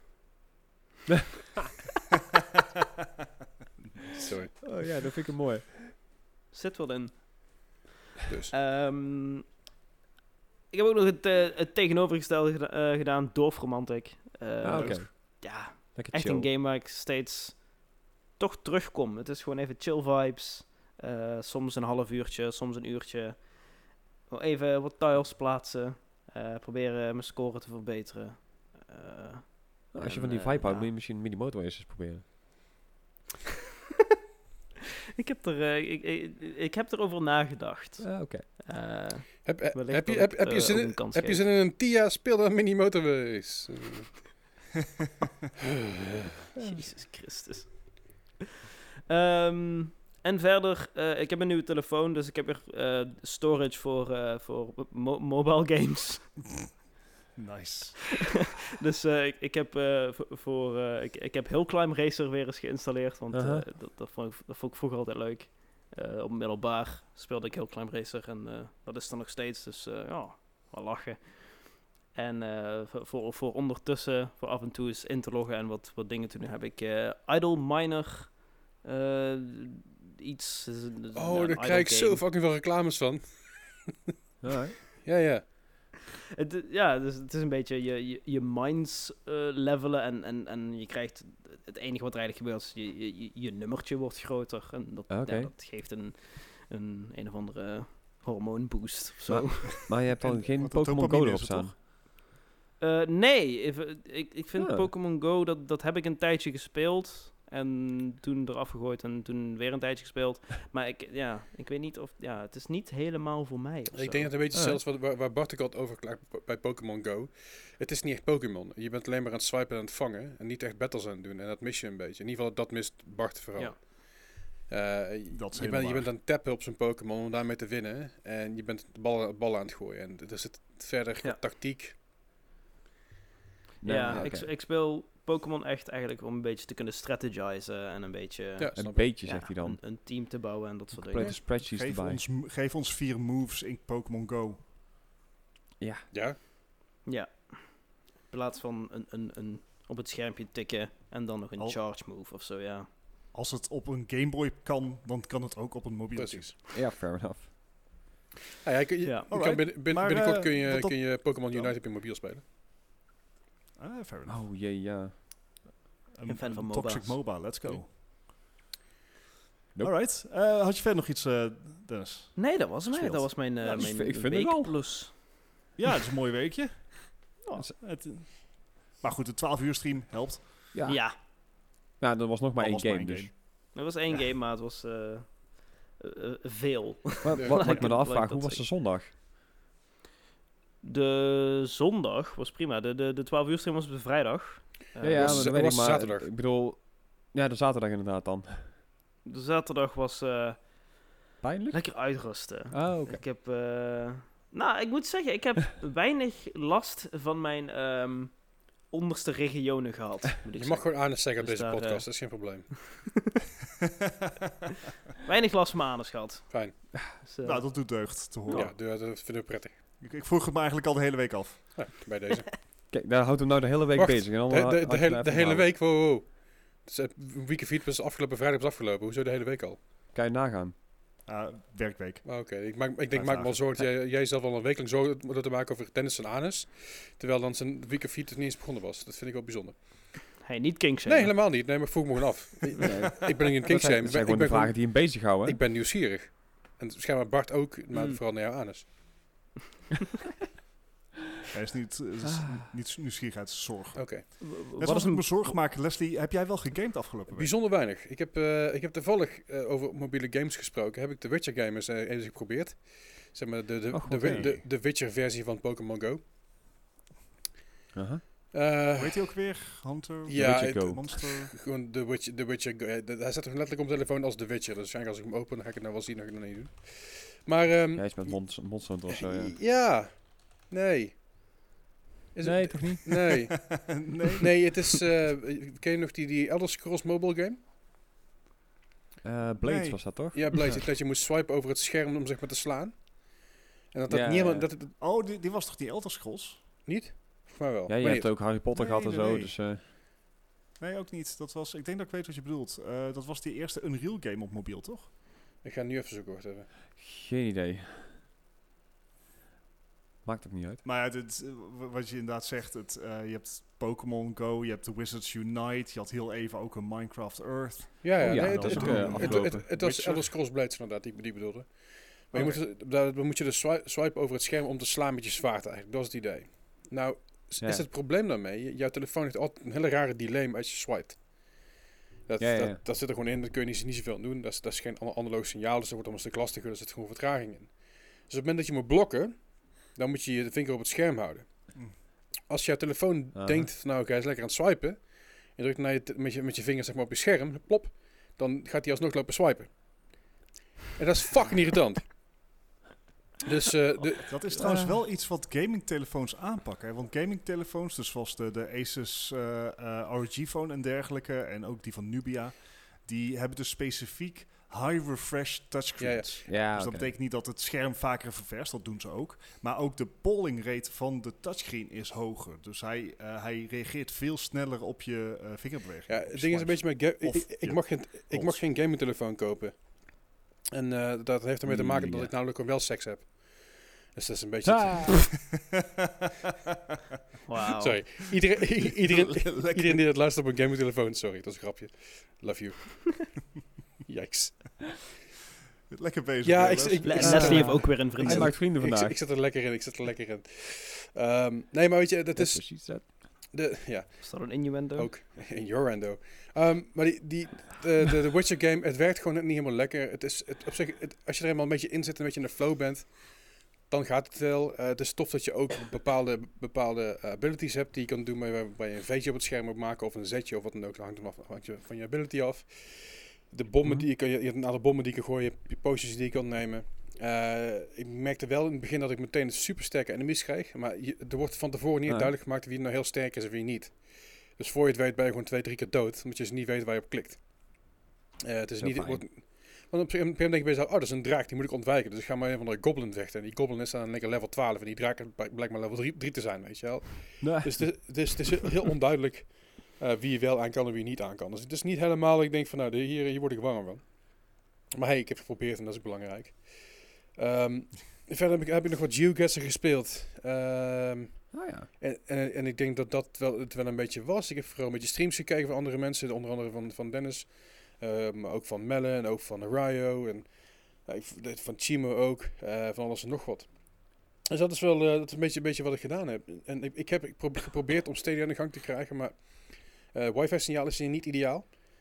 Sorry. Oh ja, dat vind ik mooi. Zit wel in. Dus. Ik heb ook nog het tegenovergestelde gedaan, Dorfromantic. Oké. Ja, Lekker echt chill. een game waar ik steeds toch terugkom. Het is gewoon even chill vibes. Soms een half uurtje, soms een uurtje. Wel even wat tiles plaatsen. Proberen mijn score te verbeteren. Als je van die vibe houdt, moet je misschien Mini Motorway eens proberen. Ik heb erover nagedacht. Oké. Heb je zin in een TIA? Speel dan Mini Motorways. Jezus Christus. En verder, ik heb een nieuwe telefoon, dus ik heb weer storage voor mobile games. Nice. Dus ik heb Hill Climb Racer weer eens geïnstalleerd, want dat vond ik vroeger altijd leuk. Op middelbaar speelde ik Hill Climb Racer en dat is er nog steeds, dus wel lachen. En voor ondertussen, voor af en toe eens in te loggen en wat dingen te doen, heb ik Idle Miner iets. Daar krijg ik zo fucking veel reclames van. Ja. Dus het is een beetje je minds levelen en je krijgt... Het enige wat er eigenlijk gebeurt is je nummertje wordt groter. En dat geeft een of andere hormoonboost of zo. Maar je hebt dan geen Pokémon Go erop staan? Nee, ik vind Pokémon Go, dat heb ik een tijdje gespeeld. En toen eraf gegooid en toen weer een tijdje gespeeld. Maar ik weet niet of... Ja, het is niet helemaal voor mij. Ik denk dat het een beetje zelfs waar Bart ook altijd over klaagt bij Pokémon Go. Het is niet echt Pokémon. Je bent alleen maar aan het swipen en aan het vangen. En niet echt battles aan het doen. En dat mis je een beetje. In ieder geval, dat mist Bart vooral. Ja. Je bent aan het tappen op zijn Pokémon om daarmee te winnen. En je bent de ballen aan het gooien. En er zit verder tactiek. Ik speel Pokémon echt eigenlijk om een beetje te kunnen strategizen en een beetje... een beetje, zegt hij dan. Een team te bouwen en dat soort dingen. Complete spreadsheets erbij. Geef ons 4 moves in Pokémon Go. Ja. Ja. In plaats van een op het schermpje tikken en dan nog een charge move of zo, ja. Als het op een Game Boy kan, dan kan het ook op een mobieltje. Precies. Ja, fair enough. Binnenkort kun je Pokémon Unite op je mobiel spelen. Fair enough. Oh jee, ja. Een fan van Toxic MOBA's. MOBA, let's go. Nope. Alright. Had je verder nog iets, Dennis? Nee, dat was hem. Speelt. Dat was mijn, ik mijn vind het week wel. plus. Ja, het is een mooi weekje. Maar goed, de 12 uur stream helpt. Ja. Nou, dat was nog maar één game, dus. Het was één game, maar het was veel. Wat ik me Laat dan afvraag, ik hoe dat was de zondag? De zondag was prima. De 12 uur stream was op de vrijdag. Maar dat weet was ik, maar zaterdag. ik bedoel... Ja, de zaterdag inderdaad dan. De zaterdag was Pijnlijk? lekker uitrusten. Ah, oké. Ik heb... nou, ik moet zeggen, ik heb weinig last van mijn onderste regionen gehad. Moet ik Je mag zeggen. gewoon anus zeggen op Dus deze daar, podcast, dat is geen probleem. Weinig last van mijn anus gehad. Fijn. Dus, Nou, dat doet deugd te horen. Ja, dat vind ik prettig. Ik vroeg het me eigenlijk al de hele week af. Ja, bij deze. Kijk, daar houdt hem nou de hele week Wacht, bezig. En dan De hele week? Wow. Dus Week of Feet was afgelopen vrijdag was afgelopen. Hoezo de hele week al? Kan je nagaan. Werkweek. Oké, ik denk, maak me dagen. wel zorgen dat jij zelf al een week lang zorgen te maken over tennis en anus. Terwijl dan zijn Week of Feet niet eens begonnen was. Dat vind ik wel bijzonder. hey, niet king Nee, shaming. helemaal niet. Nee, maar vroeg me gewoon af. Ik ben niet een Dat kinkshame. zijn gewoon de vragen die hem bezighouden. Ik ben nieuwsgierig. En schijnbaar Bart ook, maar Hmm. vooral naar jouw anus. Hij is niet nieuwsgierigheidszorg. Oké. Net zoals ik me zorgen maken, Leslie, heb jij wel gegamed afgelopen week? Bijzonder weinig. Ik heb toevallig over mobiele games gesproken. Heb ik de Witcher game eens geprobeerd. Zeg maar de Witcher versie van Pokémon Go. Uh-huh. Hoe heet hij ook weer? Hunter? Ja, Witcher Go. Monster? Gewoon de Witcher Go. Hij zet er letterlijk op de telefoon als de Witcher. Dus waarschijnlijk als ik hem open, dan ga ik het nou wel zien. Dan ga ik het nog niet doen. Maar Hij is met Monster Hunter of zo, ja. ja. Nee. Nee, toch niet? Nee. Nee. Nee, het is... ken je nog die Elder Scrolls mobile game? Blades Nee. was dat toch? Ja, Blaze. Dat je moest swipen over het scherm om zeg maar te slaan. En dat Ja, niet helemaal... ja. Dat het Oh, die was toch die Elder Scrolls? niet? Volgens mij wel. Ja, je Maar hebt ook Harry Potter Nee, gehad en nee, zo, nee. dus... Nee, ook niet. Ik denk dat ik weet wat je bedoelt. Dat was die eerste Unreal game op mobiel, toch? Ik ga nu even zoeken. Wacht even. geen idee. Maakt ook niet uit. Maar ja, wat je inderdaad zegt, je hebt Pokémon Go, je hebt de Wizards Unite, je had heel even ook een Minecraft Earth. Ja, Oh ja, nee, dat is ook, afgelopen. het was Witcher. Elder Scrolls Blades inderdaad, die bedoelde. Maar Oké. dan moet je dus swipen over het scherm om te slaan met je zwaard eigenlijk. Dat is het idee. Nou, Ja. is het probleem daarmee, jouw telefoon heeft altijd een hele rare delay als je swipet. Ja. Dat zit er gewoon in, daar kun je niet zoveel aan doen. Dat is geen analoog signaal, dus dat wordt allemaal een stuk lastiger, er zit gewoon vertraging in. Dus op het moment dat je moet blokken, dan moet je de vinger op het scherm houden. Mm. Als jouw telefoon denkt, van, nou, hij is lekker aan het swipen, en je drukt naar met je vinger zeg maar, op je scherm, plop, dan gaat hij alsnog lopen swipen. En dat is fucking irritant. Dus Dat is trouwens wel iets wat gamingtelefoons aanpakken. Hè? Want gamingtelefoons, dus zoals de Asus ROG Phone en dergelijke, en ook die van Nubia, die hebben dus specifiek high refresh touchscreens. Ja, Dus dat betekent niet dat het scherm vaker ververst, dat doen ze ook. Maar ook de polling rate van de touchscreen is hoger. Dus hij reageert veel sneller op je vingerbeweging. ja, op je het ding is een swipes. beetje met Of ik mag geen gamingtelefoon kopen. En dat heeft ermee te maken dat Ja. ik namelijk wel seks heb. Dus dat is een beetje... Wauw. Sorry. Iedereen die dat luistert op een gamingtelefoon, sorry, dat is een grapje. Love you. Yikes. Lekker bezig. Ja, hè, ik- Les? ik- Leslie heeft ook weer een vriend. Hij maakt vrienden Ik vandaag. zit er lekker in. Nee, maar weet je, dat is... precies dat. Ja, Is dat een innuendo? ook. In your endo. Maar de Witcher game, het werkt gewoon net niet helemaal lekker. Op zich, als je er eenmaal een beetje in zit en een beetje in de flow bent, dan gaat het wel. Het is tof dat je ook bepaalde abilities hebt die je kan doen, waar je een V'tje op het scherm moet maken of een Z'tje of wat dan ook. Dat hangt van je ability af. De bommen die je kan, je hebt een aantal bommen die je kan gooien, je hebt je potions die je kan nemen. Ik merkte wel in het begin dat ik meteen super sterke enemies kreeg, maar er wordt van tevoren niet duidelijk gemaakt wie nou heel sterk is en wie niet. Dus voor je het weet ben je gewoon 2-3 keer dood, omdat je dus niet weet waar je op klikt. Het is Zo niet... fijn. Want op een gegeven moment denk ik bij jezelf, oh, dat is een draak, die moet ik ontwijken. Dus ik ga maar een van de goblin vechten. En die goblin is dan lekker level 12 en die draak blijkt maar level 3 te zijn, weet je wel. Nee. Dus het is heel onduidelijk wie je wel aan kan en wie je niet aan kan. Dus het is niet helemaal, ik denk van nou, hier word ik warm van. Maar hey, ik heb het geprobeerd en dat is ook belangrijk. Verder heb ik nog wat Geoguessr gespeeld. Ja. En ik denk dat het wel een beetje was. Ik heb vooral een beetje streams gekeken van andere mensen. Onder andere van Dennis. Maar ook van Melle en ook van Ryo. En van Chimo ook. Van alles en nog wat. Dus dat is wel dat is een beetje wat ik gedaan heb. En ik heb geprobeerd om Stadia aan de gang te krijgen. Maar wifi-signaal is hier niet ideaal.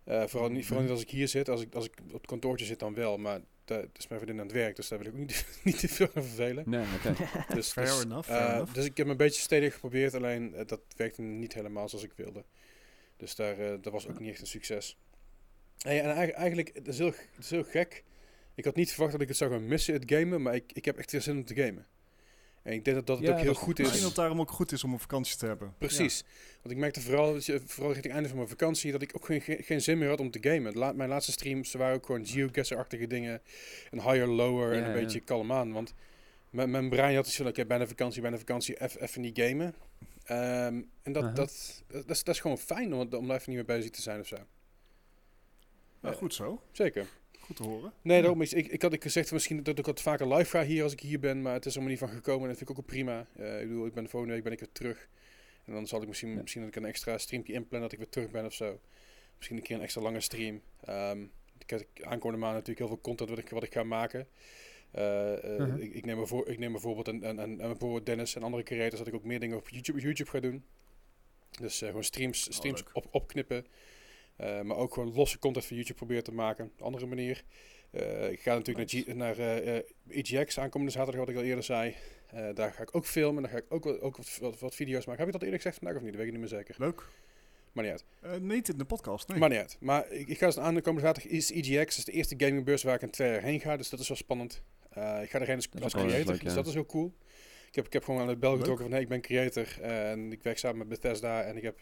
Vooral niet als ik hier zit. Als ik op het kantoortje zit dan wel. Maar dat is mijn vriendin aan het werk. Dus daar wil ik ook niet te veel aan vervelen. Nee, oké. Fair enough. Dus ik heb een beetje stedig geprobeerd. Alleen dat werkte niet helemaal zoals ik wilde. Dus dat was ook niet echt een succes. Hey, en eigenlijk, het is heel gek. Ik had niet verwacht dat ik het zou gaan missen, het gamen. Maar ik heb echt weer zin om te gamen. En ik denk dat het ook heel goed is. Misschien dat het daarom ook goed is om een vakantie te hebben. Precies. Ja. Want ik merkte vooral richting het einde van mijn vakantie dat ik ook geen zin meer had om te gamen. Mijn laatste streams waren ook gewoon geoguessr-achtige dingen. En higher, lower en een beetje kalm aan. Want mijn brein had iets van, oké, bijna vakantie, even niet gamen. En dat is gewoon fijn om daar even niet meer bezig te zijn of zo. Goed zo. Zeker. Goed te horen. Nee, daarom is, ik had gezegd misschien dat ik wat vaker live ga hier als ik hier ben, maar het is er maar niet van gekomen en dat vind ik ook prima. Ik bedoel, de volgende week ben ik weer terug. En dan zal ik misschien dat ik een extra streampje inplannen dat ik weer terug ben of zo. Misschien een keer een extra lange stream. Ik heb aankomende maand natuurlijk heel veel content wat ik ga maken. Ik neem bijvoorbeeld en bijvoorbeeld Dennis en andere creators dat ik ook meer dingen op YouTube ga doen. Dus gewoon streams opknippen. Maar ook gewoon losse content voor YouTube proberen te maken. Op een andere manier. Ik ga natuurlijk naar EGX aankomende zaterdag, wat ik al eerder zei. Daar ga ik ook filmen. Daar ga ik ook wat video's maken. Heb ik dat eerder gezegd vandaag of niet? Dat weet ik niet meer zeker. Leuk. Maar niet uit. Niet in de podcast, nee. Maar niet uit. Maar ik ga dus aankomende zaterdag is EGX. Dat is de eerste gamingbeurs waar ik in 2 jaar heen ga. Dus dat is wel spannend. Ik ga erheen als creator. Leuk, ja. Dus dat is heel cool. Ik heb gewoon aan de bel getrokken van hey, ik ben creator. En ik werk samen met Bethesda. En ik heb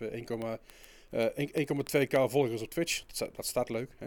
1,2k volgers op Twitch. Dat staat leuk. Hè?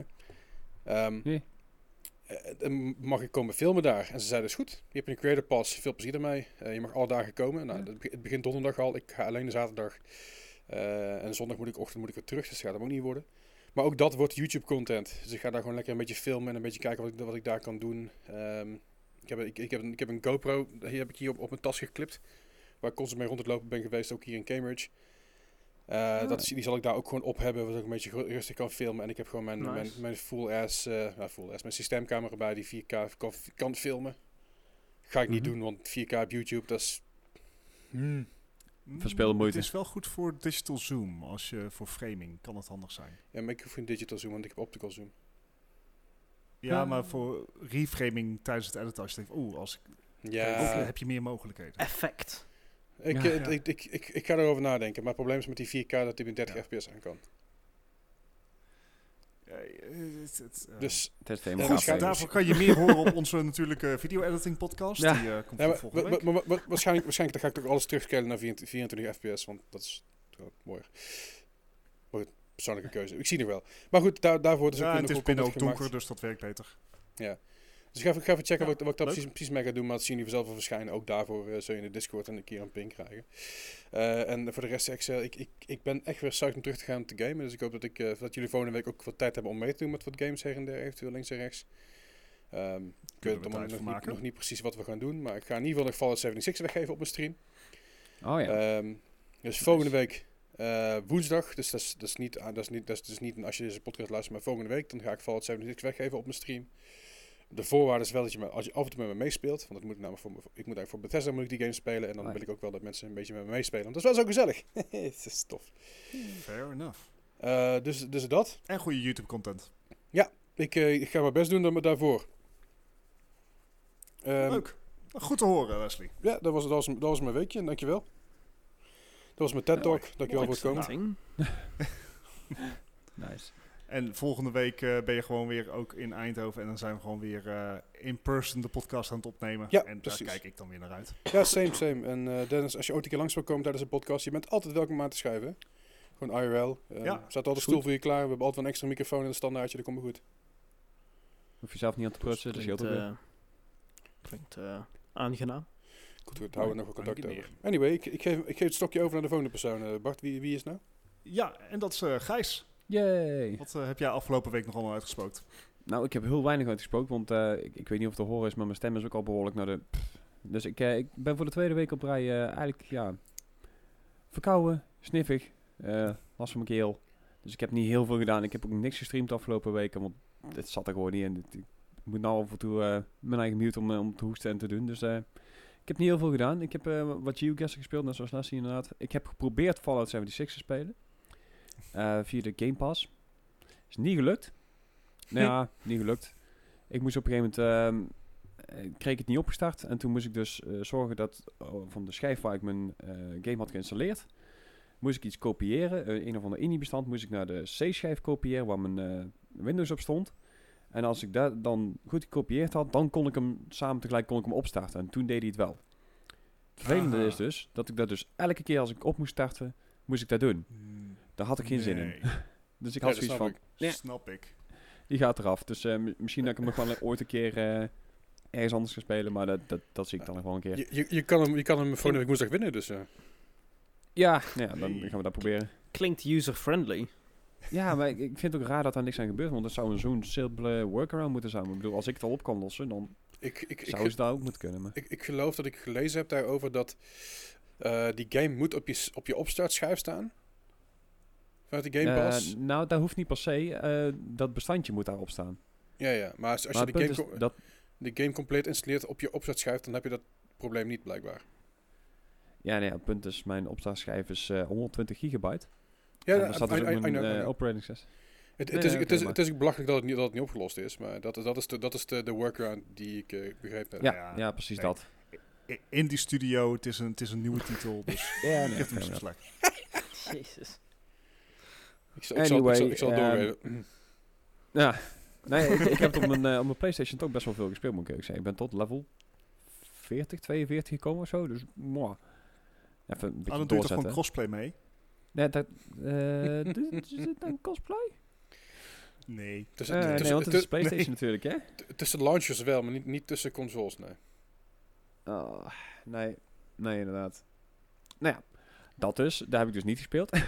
Mag ik komen filmen daar? En ze zeiden, is goed. Je hebt een creator pass. Veel plezier ermee. Je mag alle dagen komen. Nou, het begint donderdag al. Ik ga alleen de zaterdag. En zondag moet ik weer terug. Dus dat gaat hem ook niet worden. Maar ook dat wordt YouTube content. Dus ik ga daar gewoon lekker een beetje filmen. En een beetje kijken wat ik daar kan doen. Ik heb een GoPro. Die heb ik hier op mijn tas geklipt. Waar ik constant mee rond het lopen ben geweest. Ook hier in Cambridge. Die zal ik daar ook gewoon op hebben, zodat ik een beetje rustig kan filmen. En ik heb gewoon mijn full-ass, mijn systeemcamera bij die 4K kan filmen. Ga ik niet doen, want 4K op YouTube, dat is... Verspilde moeite. Het is wel goed voor digital zoom. Als je voor framing kan het handig zijn. Ja, maar ik hoef geen digital zoom, want ik heb optical zoom. Ja, maar voor reframing tijdens het editen, als je denkt, heb je meer mogelijkheden. Effect. Ik ga erover nadenken. Maar het probleem is met die 4K dat hij met 30 fps aan kan. Dus daarvoor kan je meer horen op onze natuurlijke video-editing podcast. Ja. Die komt volgende week. Maar waarschijnlijk dan ga ik toch alles terugscalen naar 24 fps. Want dat is mooi. Persoonlijke keuze. Ik zie het wel. Maar goed, daarvoor is ook het is binnen ook donker, dus dat werkt beter. Ja. Dus ik ga even checken wat ik daar precies mee ga doen. Maar dat zien jullie vanzelf wel verschijnen. Ook daarvoor zul je in de Discord een keer een ping krijgen. En voor de rest, ik ben echt weer psyched om terug te gaan te gamen. Dus ik hoop dat jullie volgende week ook wat tijd hebben om mee te doen met wat games her en der, eventueel links en rechts. Ik weet nog niet precies wat we gaan doen. Maar ik ga in ieder geval nog Fallout 76 weggeven op mijn stream. Oh ja. Dus volgende week woensdag. Dus dat is niet als je deze podcast luistert, maar volgende week. Dan ga ik Fallout 76 weggeven op mijn stream. De voorwaarde is wel dat als je af en toe met me meespeelt, want ik moet eigenlijk voor Bethesda die game spelen en dan wil ik ook wel dat mensen een beetje met me meespelen. Want dat is wel zo gezellig. Het is tof. Fair enough. Dus dat. En goede YouTube content. Ja, ik ga mijn best doen daarvoor. Leuk. Goed te horen, Wesley. Ja, dat was mijn weekje. Dankjewel. Dat was mijn TED Talk. Dankjewel voor het komen. Nice. En volgende week ben je gewoon weer ook in Eindhoven. En dan zijn we gewoon weer in person de podcast aan het opnemen. Ja, en precies. Daar kijk ik dan weer naar uit. Ja, same. En Dennis, als je ooit een keer langs wil komen tijdens een podcast, je bent altijd welkom aan te schuiven. Gewoon IRL. Er staat altijd een stoel voor je klaar. We hebben altijd een extra microfoon en een standaardje. Dat komt goed. Hoef je zelf niet aan te prutsen. Dat scheelt ook weer. Klinkt aangenaam. Goed, houden we nog wel contact over. Anyway, ik geef het stokje over naar de volgende persoon. Bart, wie is het nou? Ja, en dat is Gijs. Yay! Wat heb jij afgelopen week nog allemaal uitgespookt? Nou, ik heb heel weinig uitgesproken, want ik weet niet of het te horen is, maar mijn stem is ook al behoorlijk naar de... Dus ik ben voor de tweede week op rij eigenlijk, verkouden, sniffig, last van mijn keel. Dus ik heb niet heel veel gedaan. Ik heb ook niks gestreamd de afgelopen weken, want het zat er gewoon niet in. Ik moet nou af en toe mijn eigen mute om te hoesten en te doen. Dus ik heb niet heel veel gedaan. Ik heb wat geoguessr gespeeld, net zoals Lassie inderdaad. Ik heb geprobeerd Fallout 76 te spelen. Via de Game Pass. Is niet gelukt. Nou ja, niet gelukt. Ik moest op een gegeven moment... kreeg ik het niet opgestart. En toen moest ik dus zorgen dat... van de schijf waar ik mijn game had geïnstalleerd... moest ik iets kopiëren. Een of ander INI-bestand moest ik naar de C-schijf kopiëren... waar mijn Windows op stond. En als ik dat dan goed gekopieerd had... dan kon ik hem samen tegelijk opstarten. En toen deed hij het wel. Het vervelende is dus... dat ik dat dus elke keer als ik op moest starten... moest ik dat doen. Daar had ik geen zin in. Dus ik had zoiets van... Snap ik. Die gaat eraf. Dus misschien dat ik hem nog wel ooit een keer ergens anders ga spelen. Maar dat zie ik dan nog wel een keer. Je kan hem volgende week woensdag winnen, dus... Ja, dan gaan we dat proberen. Klinkt user-friendly. Ja, maar ik vind het ook raar dat daar niks aan gebeurt. Want er zou zo'n simpele workaround moeten zijn. Ik bedoel, als ik het al op kan lossen, dan zou het daar ook moeten kunnen. Maar. Ik geloof dat ik gelezen heb daarover dat die game moet op je opstartschijf staan. Vanuit de Game Pass. Nou, dat hoeft niet per se. Dat bestandje moet daarop staan. Ja. Maar als je de game compleet installeert op je opstartschijf, dan heb je dat probleem niet, blijkbaar. Ja, nee, het punt is, mijn opstartschijf is 120 gigabyte. Ja, en daar staat dus ook mijn operating system. Het is ook belachelijk dat het niet opgelost is, maar dat is de workaround die ik begrepen heb. Ja, precies dat. Indie Studio, het is een nieuwe titel, dus ja, geef hem zo slecht. Jezus. Ik zal doorgeven. Ja, nee, ik heb het op mijn PlayStation toch best wel veel gespeeld, moet ik zeggen. Ik ben tot level 40, 42 gekomen of zo, dus even een beetje dan doe je toch gewoon crossplay mee? Nee, is het een cosplay? Nee. Nee, want het is PlayStation natuurlijk, hè? Tussen launchers wel, maar niet tussen consoles, nee. Oh, nee, inderdaad. Nou ja, dat dus. Daar heb ik dus niet gespeeld.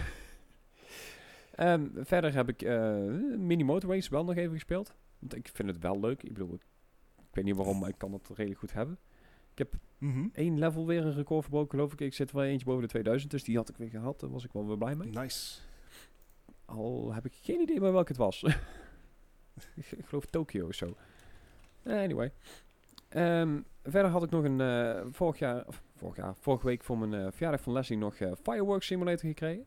Verder heb ik Mini Motor Race wel nog even gespeeld. Want ik vind het wel leuk. Ik bedoel, ik weet niet waarom, maar ik kan het redelijk goed hebben. Ik heb 1 level weer een record verbroken, geloof ik. Ik zit wel eentje boven de 2000, dus die had ik weer gehad. Daar was ik wel weer blij mee. Nice. Al heb ik geen idee meer welke het was. Ik geloof Tokyo of zo. Anyway. Verder had ik nog een vorige week voor mijn verjaardag van Leslie nog Fireworks Simulator gekregen.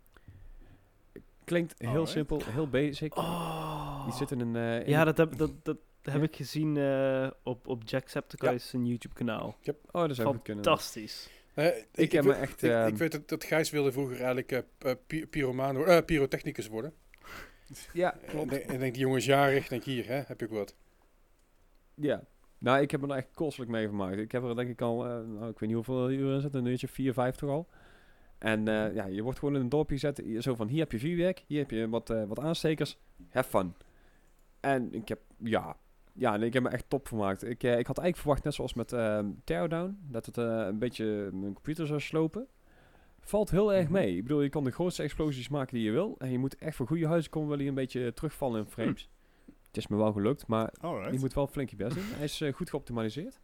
Klinkt heel simpel, heel basic. Die zit in een... ja, dat heb ik gezien op Jacksepticeye's YouTube kanaal. Yep. Oh, dat zou goed kunnen. Fantastisch. Ik weet dat Gijs wilde vroeger eigenlijk pyrotechnicus worden. Ja, klopt. En denk die jongen is jarig, denk hier, heb je ook wat. Ja. Nou, ik heb er echt kostelijk mee vermaakt. Ik heb er denk ik al, ik weet niet hoeveel uren in zitten, een uurtje 4, 5 toch al. En je wordt gewoon in een dorpje gezet, zo van, hier heb je vuurwerk, hier heb je wat aanstekers, have fun. En ik heb, ik heb me echt top vermaakt. Ik had eigenlijk verwacht, net zoals met Teardown, dat het een beetje mijn computer zou slopen. Valt heel erg mee. Ik bedoel, je kan de grootste explosies maken die je wil. En je moet echt voor goede huizen komen, wil je een beetje terugvallen in frames. Het is me wel gelukt, maar je moet wel flink je best doen. Hij is goed geoptimaliseerd.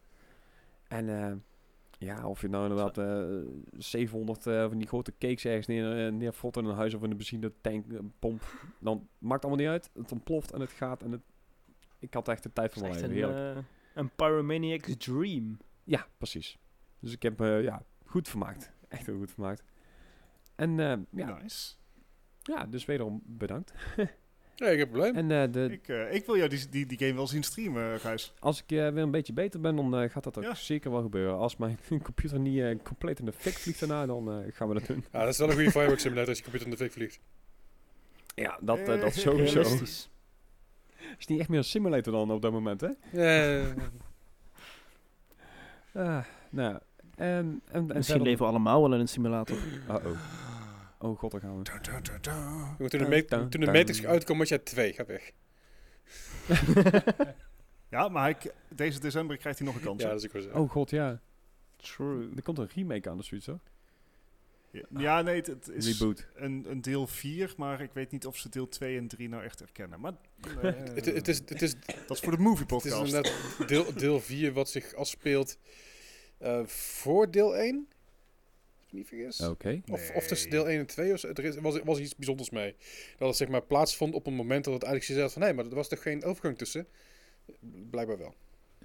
En of je nou inderdaad 700 van die grote cakes ergens neerfot in een huis of in een benzinetank, pomp, dan maakt allemaal niet uit. Het ontploft en het gaat en ik had echt de tijd van mijn leven. Een Pyromaniac's dream. Ja, precies. Dus ik heb goed vermaakt. Echt heel goed vermaakt. En nice. Ja, dus wederom bedankt. Ja, ik heb een probleem. En ik wil jou die game wel zien streamen, Gijs. Als ik weer een beetje beter ben, dan gaat dat ook zeker wel gebeuren. Als mijn computer niet compleet in de fik vliegt daarna, dan gaan we dat doen. Ja, dat is wel een goede Fireworks Simulator als je computer in de fik vliegt. Ja, dat sowieso. Is niet echt meer een simulator dan op dat moment, hè? En misschien leven we allemaal wel in een simulator. Oh god, daar gaan we. Toen de Matrix uitkwam, was jij 2. Ga weg. Ja, maar deze december krijgt hij nog een kans. Ja, dat is ook wel zo. Oh god, ja. True. Er komt een remake aan de zoiets, hoor. Ja, nee, het is Reboot. Een deel 4, maar ik weet niet of ze deel 2 en 3 nou echt herkennen. Maar het is dat is voor de movie podcast. Het is inderdaad deel 4 wat zich afspeelt voor deel 1. Niet vergis. Oké. Of tussen deel 1 en 2. Was iets bijzonders mee. Dat het zeg maar plaatsvond op een moment dat het eigenlijk gezegd van... Nee, maar er was toch geen overgang tussen? Blijkbaar wel.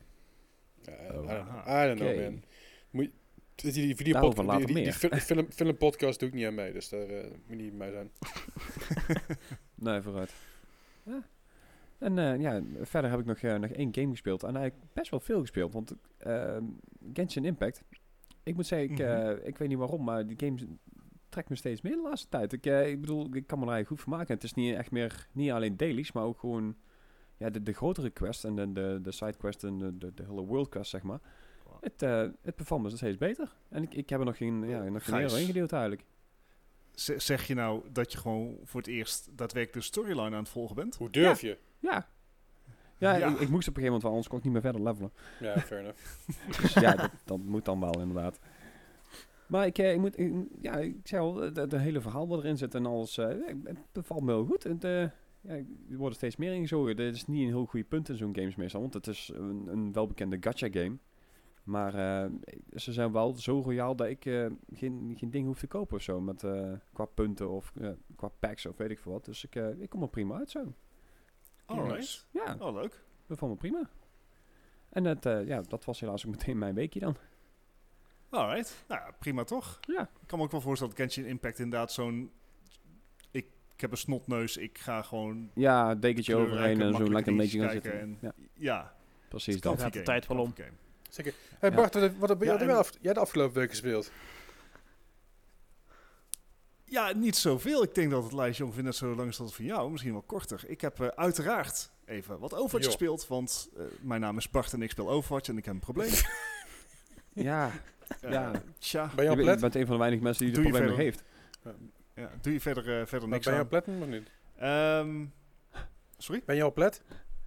I don't know, man. Die videopodcast, die filmpodcast doe ik niet aan mee. Dus daar moet je niet bij mij zijn. Nee, vooruit. En verder heb ik nog 1 game gespeeld. En eigenlijk best wel veel gespeeld. Want Genshin Impact, ik moet zeggen, ik weet niet waarom, maar die game trekt me steeds meer de laatste tijd. Ik bedoel, ik kan me er eigenlijk goed van maken. Het is niet echt meer, niet alleen dailies, maar ook gewoon de grotere quests en de side quests en de hele world quest, zeg maar. Wow. Het performance is steeds beter. En ik heb er nog geen euro ingedeeld eigenlijk. Zeg je nou dat je gewoon voor het eerst daadwerkelijk de storyline aan het volgen bent? Hoe durf je? Ja. Ja. Ik moest op een gegeven moment wel, anders kon ik niet meer verder levelen. Ja, fair enough. Dus ja, dat moet dan wel inderdaad. Maar ik zei al, het hele verhaal wat erin zit en alles, het bevalt me heel goed. Er worden steeds meer ingezogen. Dit is niet een heel goed punt in zo'n games meestal, want het is een welbekende gacha game. Maar ze zijn wel zo royaal dat ik geen ding hoef te kopen of zo, met, qua punten of qua packs of weet ik veel wat. Dus ik kom er prima uit zo. Alright. Ja, Oh, leuk. bevalt me prima. En dat was helaas ook meteen mijn weekje dan. Alright. Nou, ja, prima toch? Ja. Ik kan me ook wel voorstellen dat Genshin Impact inderdaad zo'n... Ik heb een snotneus, ik ga gewoon... Ja, dekentje overheen en zo makkelijke lekker een beetje dingetjes gaan kijken zitten. en- Ja, Ja, precies het dat. kan gaat de tijd wel om. Zeker. Hey Bart, wat heb Ja, jij de afgelopen week gespeeld? Ja, niet zoveel. Ik denk dat het lijstje ongeveer net zo lang is als van jou. Misschien wel korter. Ik heb uiteraard even wat Overwatch Joh. gespeeld. Want mijn naam is Bart en ik speel Overwatch en ik heb een probleem. Ja, ja. Tja, Ben je al je plat? bent een van de weinige mensen die Doe het je probleem nog verder. heeft. ja, doe je verder Ben niks je al aan. platinum of niet? Sorry? Ben je al plat?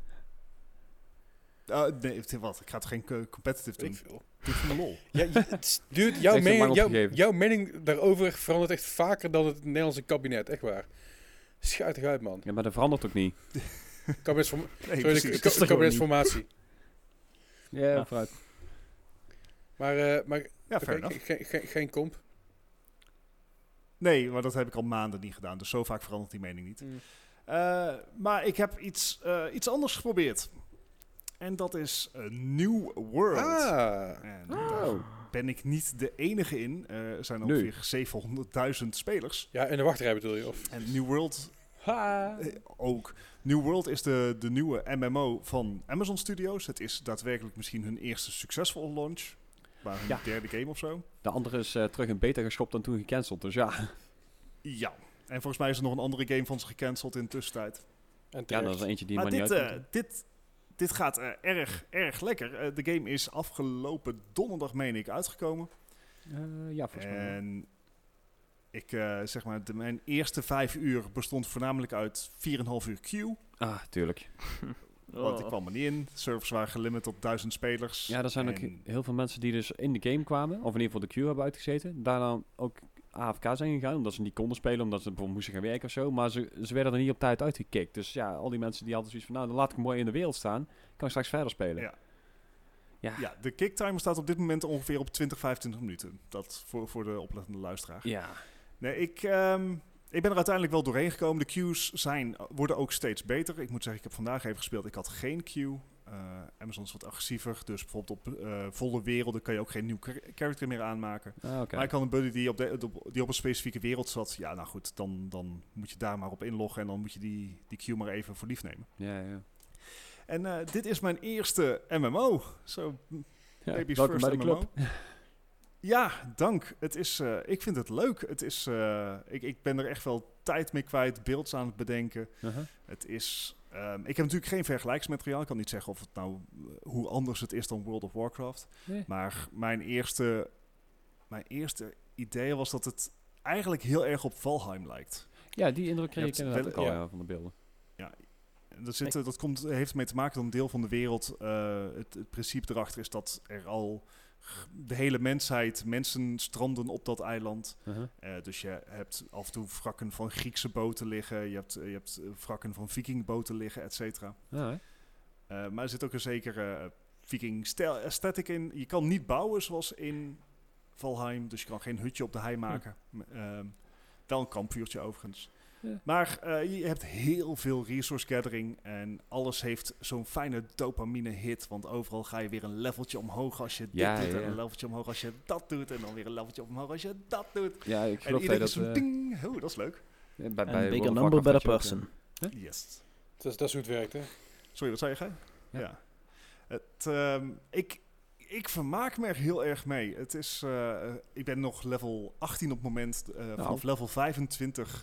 Nee, wat? Ik ga het geen competitive doen. Ik veel. Doe het voor mijn lol. Ja, dude, Ik heb lang opgegeven. jouw mening daarover verandert echt vaker dan het Nederlandse kabinet. Echt waar. Schuitig uit, man. Ja, maar dat verandert ook niet. Nee, precies. is toch gewoon Kabinetsformatie. Ja, Ja. vooruit. Maar Ja, fair oké, enough. geen comp. Nee, maar dat heb ik al maanden niet gedaan. Dus zo vaak verandert die mening niet. Maar ik heb iets anders geprobeerd. En dat is een New World. En daar ben ik niet de enige in. Er zijn Nee. ongeveer 700.000 spelers. Ja, in de wachtrij bedoel je? Of? En New World Ha. ook. New World is de nieuwe MMO van Amazon Studios. Het is daadwerkelijk misschien hun eerste succesvolle launch. Maar hun Ja. derde game of zo. De andere is terug in beta geschopt en toen gecanceld. Dus ja. Ja. En volgens mij is er nog een andere game van ze gecanceld in de tussentijd. En Ja, terecht. dat is er eentje die Maar maar niet uitkomt. dit gaat erg lekker. De game is afgelopen donderdag, meen ik, uitgekomen. Ja, volgens mij. wel. En ik zeg maar, mijn eerste 5 uur bestond voornamelijk uit 4,5 uur queue. Ah, tuurlijk. Want ik kwam er niet in. Servers waren gelimit tot 1000 spelers. Ja, er zijn ook En- heel veel mensen die dus in de game kwamen, of in ieder geval de queue hebben uitgezeten, daarna ook AFK zijn gegaan, omdat ze niet konden spelen, omdat ze bijvoorbeeld moesten gaan werken of zo, maar ze werden er niet op tijd uitgekikt. Dus ja, al die mensen die hadden zoiets van, nou, dan laat ik hem mooi in de wereld staan, kan ik straks verder spelen. Ja. Ja. Ja, de kicktimer staat op dit moment ongeveer op 20-25 minuten. Dat voor de oplettende luisteraar. Ja. Nee, ik ben er uiteindelijk wel doorheen gekomen. De queues worden ook steeds beter. Ik moet zeggen, ik heb vandaag even gespeeld. Ik had geen queue. Amazon is wat agressiever. Dus bijvoorbeeld op volle werelden kan je ook geen nieuw character meer aanmaken. Ah, oké. Maar ik had een buddy die op een specifieke wereld zat. Ja, nou goed, dan moet je daar maar op inloggen. En dan moet je die queue maar even voor lief nemen. Ja, ja. En dit is mijn eerste MMO. Zo, Ja, baby's welkom first bij de MMO. club. Ja, dank. Het is, ik vind het leuk. Het is, ik ben er echt wel tijd mee kwijt, beelds aan het bedenken. Uh-huh. Het is, ik heb natuurlijk geen vergelijksmateriaal. Ik kan niet zeggen of het nou hoe anders het is dan World of Warcraft. Nee. Maar mijn eerste idee was dat het eigenlijk heel erg op Valheim lijkt. Ja, die indruk kreeg Je ik hebt inderdaad wel- ook al ja. van de beelden. En heeft ermee te maken dat een deel van de wereld, het principe erachter is dat er al de hele mensen stranden op dat eiland. Uh-huh. Dus je hebt af en toe wrakken van Griekse boten liggen, je hebt wrakken van vikingboten liggen, et cetera. Ah, Maar er zit ook een zekere viking-stijl aesthetic in. Je kan niet bouwen zoals in Valheim, dus je kan geen hutje op de hei maken. Wel een kampvuurtje overigens. Ja. Maar je hebt heel veel resource gathering en alles heeft zo'n fijne dopamine hit, want overal ga je weer een leveltje omhoog als je dit Ja, doet ja, en ja. een leveltje omhoog als je dat doet en dan weer een leveltje omhoog als je dat doet. Ja, ik En geloof dat iedereen dat... is zo'n ding. Oh, dat is leuk. bij And World bigger of number, Warcraft better had je ook, person. Yes. Dat is hoe het werkt, hè? Sorry, wat zei je? Ja. Ik vermaak me er heel erg mee. Het is, ik ben nog level 18 op het moment. Vanaf level 25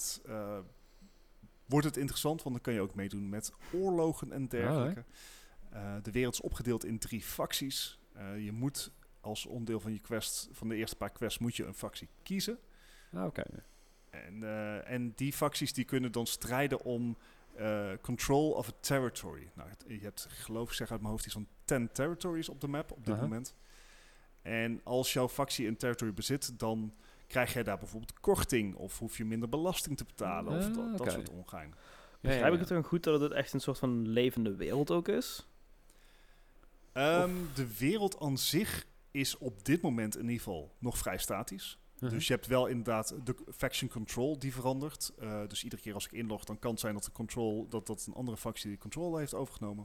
wordt het interessant, want dan kan je ook meedoen met oorlogen en dergelijke. De wereld is opgedeeld in 3 facties. Je moet als onderdeel van je quest, van de eerste paar quests, moet je een factie kiezen. Oké. En die facties die kunnen dan strijden om control of a territory. Nou, je hebt, geloof ik, zeg uit mijn hoofd, iets van 10 territories op de map op dit moment. En als jouw factie een territory bezit, dan krijg jij daar bijvoorbeeld korting of hoef je minder belasting te betalen of dat soort ongein. Begrijp ik het dan goed dat het echt een soort van levende wereld ook is? De wereld aan zich is op dit moment in ieder geval nog vrij statisch. Dus je hebt wel inderdaad de faction control die verandert. Dus iedere keer als ik inlog, dan kan het zijn dat een andere factie die control heeft overgenomen.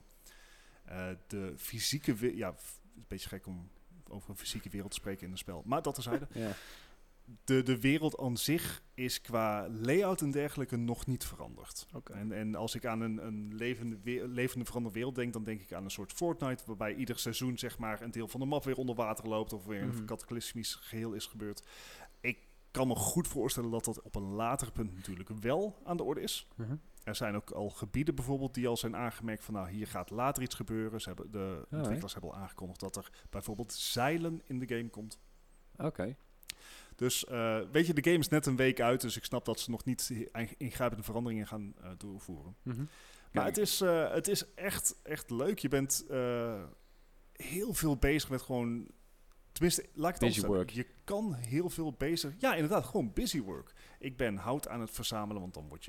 De fysieke het is een beetje gek om over een fysieke wereld te spreken in een spel. Maar dat terzijde. Ja. De wereld aan zich is qua layout en dergelijke nog niet veranderd. Okay. En als ik aan een levende veranderde wereld denk, dan denk ik aan een soort Fortnite, waarbij ieder seizoen zeg maar een deel van de map weer onder water loopt of weer een cataclysmisch geheel is gebeurd. Ik kan me goed voorstellen dat dat op een later punt natuurlijk wel aan de orde is. Er zijn ook al gebieden bijvoorbeeld die al zijn aangemerkt van nou, hier gaat later iets gebeuren. De ontwikkelaars hebben al aangekondigd dat er bijvoorbeeld zeilen in de game komt. Oké. Dus weet je, de game is net een week uit, dus ik snap dat ze nog niet ingrijpende veranderingen gaan doorvoeren. Maar het is echt leuk. Je bent heel veel bezig met gewoon, tenminste, laat ik het busy work. Je kan heel veel bezig. Ja, inderdaad, gewoon busy work. Ik ben hout aan het verzamelen, want dan wordt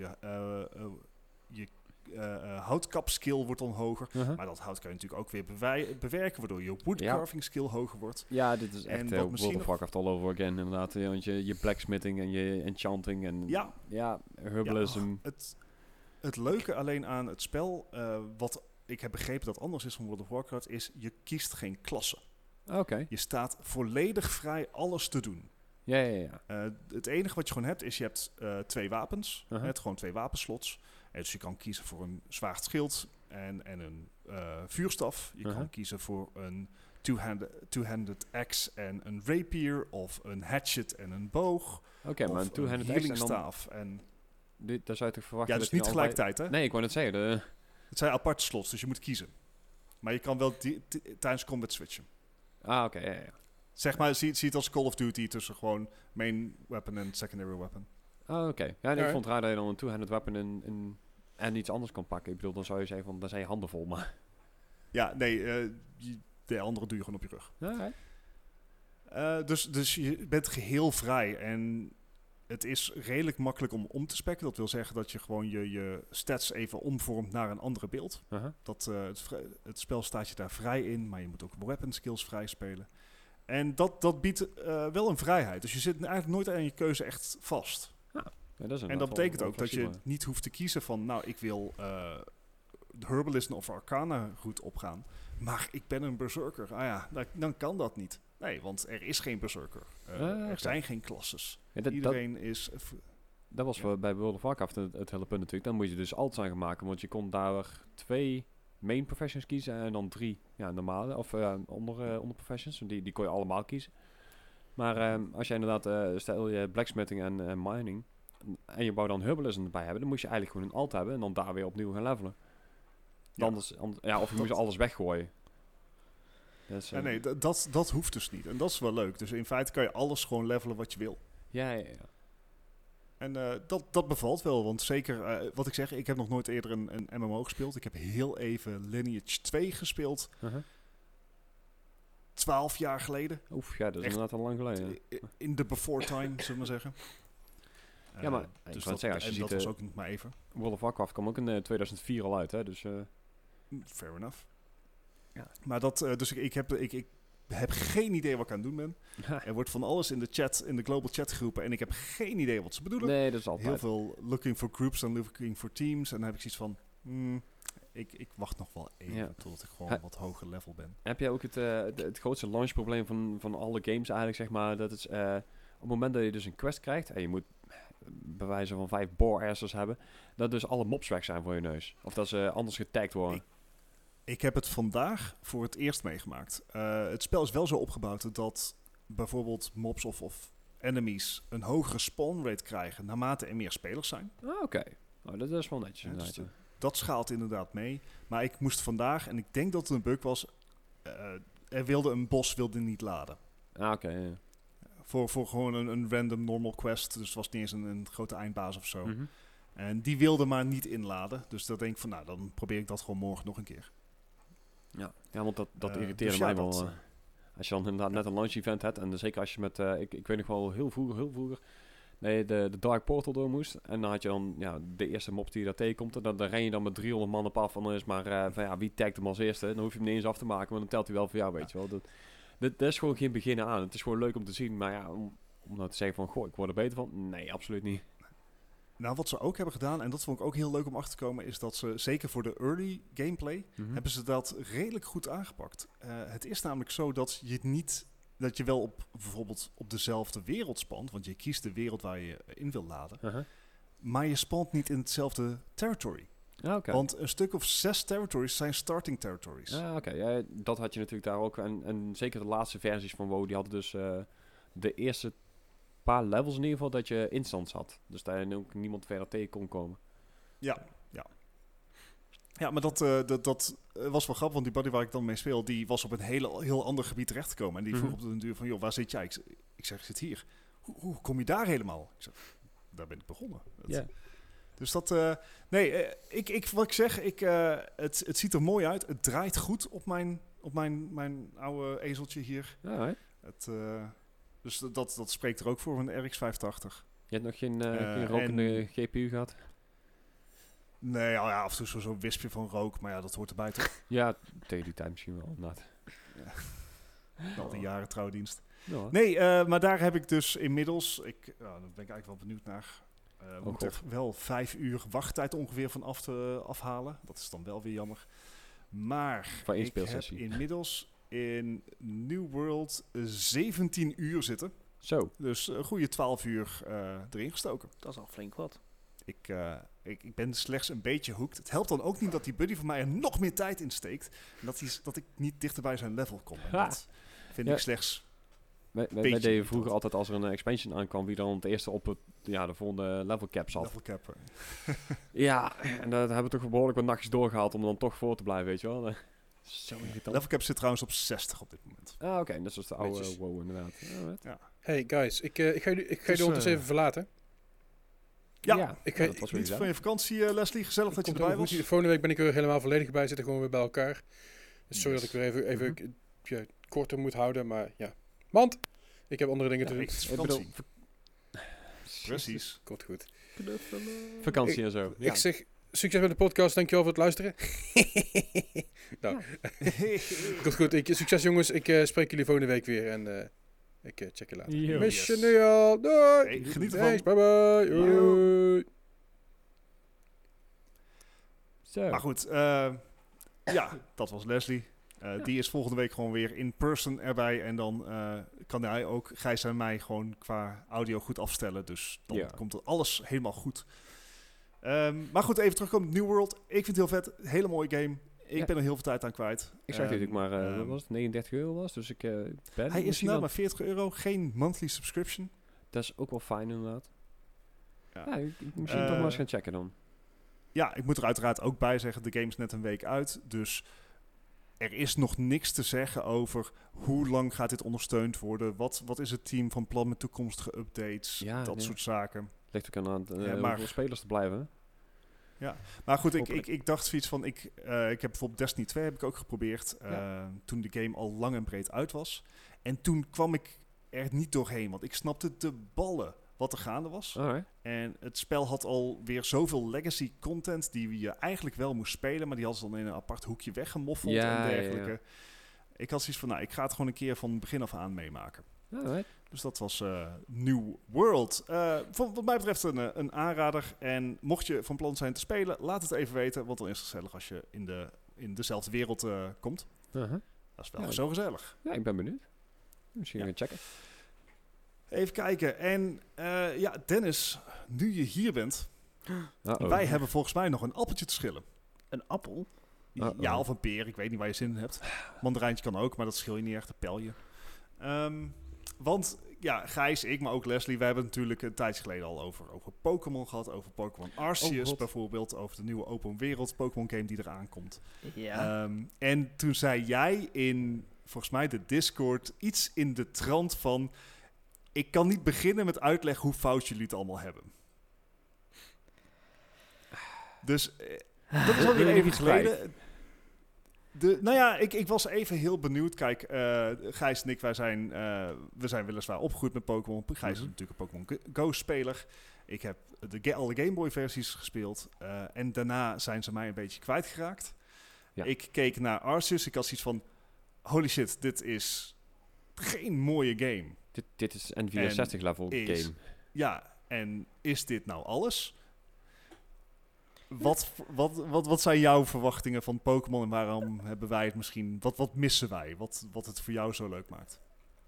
je houtkap-skill wordt dan hoger. Maar dat hout kan je natuurlijk ook weer bewerken, waardoor je woodcarving skill hoger wordt. Ja, dit is echt World of Warcraft all over again, inderdaad. Want je blacksmithing en je enchanting en herbalism. Ja, het leuke alleen aan het spel, wat ik heb begrepen dat anders is van World of Warcraft, is je kiest geen klasse. Oké. Je staat volledig vrij alles te doen. Ja. Het enige wat je gewoon hebt, is je hebt 2 wapens. Gewoon 2 wapenslots. Dus je kan kiezen voor een zwaard schild en een vuurstaf. Je kan kiezen voor een two-handed axe en een rapier. Of een hatchet en een boog. Oké, maar een two-handed axe en dan... Daar zou je toch verwachten ja, dus niet tegelijkertijd, hè? Nee, ik wou net zeggen. Het zijn aparte slots, dus je moet kiezen. Maar je kan wel tijdens combat switchen. Oké, ja. Zeg maar, zie het als Call of Duty tussen gewoon main weapon en secondary weapon. Oké. Ja, ik vond het raar dat je dan een two-handed weapon en iets anders kan pakken. Ik bedoel, dan zou je zeggen van, dan zijn je handen vol, maar... Ja, nee, de andere doe je gewoon op je rug. Dus je bent geheel vrij en het is redelijk makkelijk om te spekken. Dat wil zeggen dat je gewoon je stats even omvormt naar een andere beeld. Het spel staat je daar vrij in, maar je moet ook weapon skills vrij spelen. En dat biedt wel een vrijheid. Dus je zit eigenlijk nooit aan je keuze echt vast. En dat betekent ook dat je niet hoeft te kiezen van, nou, ik wil de Herbalist of Arcana route opgaan. Maar ik ben een berserker. Dan kan dat niet. Nee, want er is geen berserker. Er zijn geen klasses. Ja, iedereen is... Dat was bij World of Warcraft het hele punt natuurlijk. Dan moet je dus alt zijn gaan maken. Want je kon daar 2 main professions kiezen en dan 3 normale of onder professions. Die kon je allemaal kiezen. Maar als je inderdaad, stel je blacksmithing en mining en je wou dan herbalism erbij hebben, dan moest je eigenlijk gewoon een alt hebben en dan daar weer opnieuw gaan levelen. Of je moest alles weggooien. Dus, nee, dat hoeft dus niet. En dat is wel leuk. Dus in feite kan je alles gewoon levelen wat je wil. Ja. En dat bevalt wel, want zeker, wat ik zeg, ik heb nog nooit eerder een MMO gespeeld. Ik heb heel even Lineage 2 gespeeld. 12 jaar geleden. Oef, ja, dat is inderdaad al lang geleden. In de before time, zullen we maar zeggen. Ja, maar dus dat was ook nog maar even. World of Warcraft kwam ook in 2004 al uit, hè? Dus, fair enough. Ja. Maar dus ik heb geen idee wat ik aan het doen ben. Er wordt van alles in de chat, in de global chat geroepen en ik heb geen idee wat ze bedoelen. Nee, dat is altijd. Heel veel looking for groups en looking for teams. En dan heb ik zoiets van, ik wacht nog wel even totdat ik gewoon wat hoger level ben. Heb jij ook het grootste launchprobleem van alle games eigenlijk, zeg maar, dat is op het moment dat je dus een quest krijgt en je moet bij wijze van 5 boorersters hebben, dat dus alle mobs weg zijn voor je neus. Of dat ze anders getagd worden. Ik heb het vandaag voor het eerst meegemaakt. Het spel is wel zo opgebouwd dat bijvoorbeeld mobs of enemies een hogere spawn rate krijgen naarmate er meer spelers zijn. Oké. Oh, dat is wel netjes Ja, inderdaad. dus dat schaalt inderdaad mee. Maar ik moest vandaag, en ik denk dat het een bug was, een bos wilde niet laden. Oké. Ja. Voor gewoon een random normal quest. Dus het was niet eens een grote eindbaas of zo. Mhm. En die wilde maar niet inladen. Dus dan denk ik van, nou, dan probeer ik dat gewoon morgen nog een keer. Ja, want dat irriteerde dus mij ja, wel. dat, Als je dan inderdaad net een launch event hebt. En zeker als je met, ik weet nog wel heel vroeger. Nee, de Dark Portal door moest. En dan had je dan de eerste mop die je daar tegenkomt. En dan ren je dan met 300 man op af. En dan is maar wie tagt hem als eerste. Dan hoef je hem niet eens af te maken. Maar dan telt hij wel voor jou, weet je wel. Dat is gewoon geen beginnen aan. Het is gewoon leuk om te zien. Maar ja, om nou te zeggen van, goh, ik word er beter van. Nee, absoluut niet. Nou, wat ze ook hebben gedaan, en dat vond ik ook heel leuk om achter te komen, is dat ze, zeker voor de early gameplay, hebben ze dat redelijk goed aangepakt. Het is namelijk zo dat je wel bijvoorbeeld op dezelfde wereld spant, want je kiest de wereld waar je in wil laden, maar je spant niet in hetzelfde territory. Oké. Want een stuk of 6 territories zijn starting territories. Oké. Ja, dat had je natuurlijk daar ook. En zeker de laatste versies van WoW, die hadden dus de eerste paar levels in ieder geval dat je instants had. Dus daar ook niemand verder tegen kon komen. Ja, maar dat was wel grappig, want die buddy waar ik dan mee speel, die was op een heel ander gebied terechtgekomen. En die vroeg op de duur van, joh, waar zit jij? Ik zeg, ik zit hier. Hoe kom je daar helemaal? Ik zeg, daar ben ik begonnen. Dus dat, wat ik zeg, het ziet er mooi uit. Het draait goed op mijn oude ezeltje hier. Alright. Dus dat spreekt er ook voor een RX 580. Je hebt nog geen rokende GPU gehad? Nee, ja, af en toe zo'n wispje van rook, maar ja, dat hoort erbij toch? Ja, tegen die tijd misschien wel, inderdaad. Al die jaren trouwdienst. Ja. Nee, maar daar heb ik dus inmiddels, daar ben ik eigenlijk wel benieuwd naar. Moet er wel 5 uur wachttijd ongeveer van afhalen. Dat is dan wel weer jammer. Maar ik heb inmiddels in New World 17 uur zitten. Zo. Dus een goede 12 uur erin gestoken. Dat is al flink wat. Ik ben slechts een beetje hooked. Het helpt dan ook niet dat die buddy van mij er nog meer tijd in steekt. En dat ik niet dichter bij zijn level kom. En dat vind ik slechts... Wij deden vroeger altijd als er een expansion aankwam, wie dan het eerste op de volgende level cap zat. Level cap. Ja, en dat hebben we toch behoorlijk wat nachtjes doorgehaald om dan toch voor te blijven, weet je wel. Zo irritant. Level cap zit trouwens op 60 op dit moment. Oké, dat is de oude WoW inderdaad. Ja. Hey guys, ik ga jullie ondertussen even verlaten. Ja, dat was niet van je vakantie, Leslie. Gezellig dat je erbij was. Volgende week ben ik er helemaal volledig bij. Zitten gewoon weer bij elkaar. Dus sorry dat ik weer even korter moet houden. Maar ja. Want ik heb andere dingen te doen. Vakantie. Precies. Komt goed. Vakantie en zo. Ik zeg succes met de podcast. Dankjewel voor het luisteren. Nou. Komt goed. Succes jongens. Ik spreek jullie volgende week weer. En ik check je later. Mission nu al. Doei. Hey, geniet ervan. Bye bye. Zo. Maar goed, dat was Leslie. Die is volgende week gewoon weer in person erbij. En dan kan hij ook Gijs en mij gewoon qua audio goed afstellen. Dus dan komt er alles helemaal goed. Maar goed, even terugkomen op New World. Ik vind het heel vet. Hele mooie game. Ik ben er heel veel tijd aan kwijt. Ik zag natuurlijk maar, wat was het, 39 euro was. Dus ik ben... Hij is nou maar 40 euro. Geen monthly subscription. Dat is ook wel fijn inderdaad. Ja. Ik misschien toch maar eens gaan checken dan. Ja, ik moet er uiteraard ook bij zeggen, de game is net een week uit. Dus er is nog niks te zeggen over hoe lang gaat dit ondersteund worden. Wat is het team van plan met toekomstige updates? Dat soort zaken. Ligt ook aan hoeveel spelers te blijven. Hè? Ja, maar goed, ik dacht zoiets van, ik heb bijvoorbeeld Destiny 2 heb ik ook geprobeerd. Toen de game al lang en breed uit was. En toen kwam ik er niet doorheen, want ik snapte de ballen wat er gaande was. Alright. En het spel had alweer zoveel legacy content die je eigenlijk wel moest spelen, maar die had ze dan in een apart hoekje weggemoffeld en dergelijke. Ja. Ik had zoiets van, ik ga het gewoon een keer van begin af aan meemaken. Alright. Dus dat was New World. Wat mij betreft een aanrader. En mocht je van plan zijn te spelen, laat het even weten, want dan is het gezellig als je in dezelfde wereld komt. Dat is wel zo gezellig. Ja, ik ben benieuwd. Misschien gaan checken. Even kijken. En Dennis, nu je hier bent, Uh-oh. wij hebben volgens mij nog een appeltje te schillen. Een appel? Uh-oh. Ja, of een peer. Ik weet niet waar je zin in hebt. Mandarijntje kan ook, maar dat schil je niet echt, dat pel je. Want ja, Gijs, ik, maar ook Leslie, wij hebben het natuurlijk een tijdje geleden al over Pokémon gehad. Over Pokémon Arceus God. bijvoorbeeld. Over de nieuwe open wereld Pokémon game die eraan komt. Ja. En toen zei jij in, volgens mij, de Discord iets in de trant van... Ik kan niet beginnen met uitleggen hoe fout jullie het allemaal hebben. Dus dat is alweer Wil je even iets kwijt? geleden. Ik was even heel benieuwd. Kijk, Gijs en ik, we zijn weliswaar opgegroeid met Pokémon. Gijs is natuurlijk een Pokémon Go-speler. Ik heb alle Game Boy-versies gespeeld. En daarna zijn ze mij een beetje kwijtgeraakt. Ja. Ik keek naar Arceus. Ik had zoiets van... Holy shit, dit is geen mooie game. Dit is N64 level is- game. Ja, en is dit nou alles? Wat zijn jouw verwachtingen van Pokémon en waarom hebben wij het misschien... Wat missen wij? Wat het voor jou zo leuk maakt?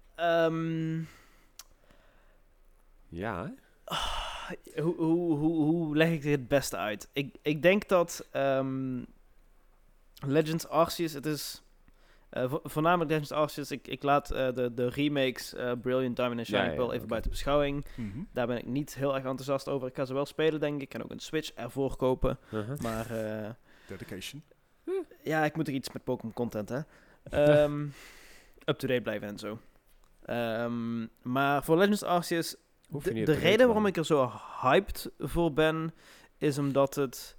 Ja, hè? Hoe leg ik dit het beste uit? Ik denk dat Legends Arceus, het is voornamelijk Legends Arceus. Ik laat de remakes Brilliant Diamond en Shining Ja, Pearl even oké. buiten beschouwing. Daar ben ik niet heel erg enthousiast over. Ik ga ze wel spelen, denk ik. Ik kan ook een Switch ervoor kopen. Uh-huh. Maar Dedication. ja, ik moet er iets met Pokémon content, hè. Up-to-date blijven en zo. Maar voor Legends Arceus... Hoef je niet De up-to-date reden te waarom ik blijven. er zo hyped voor ben, is omdat het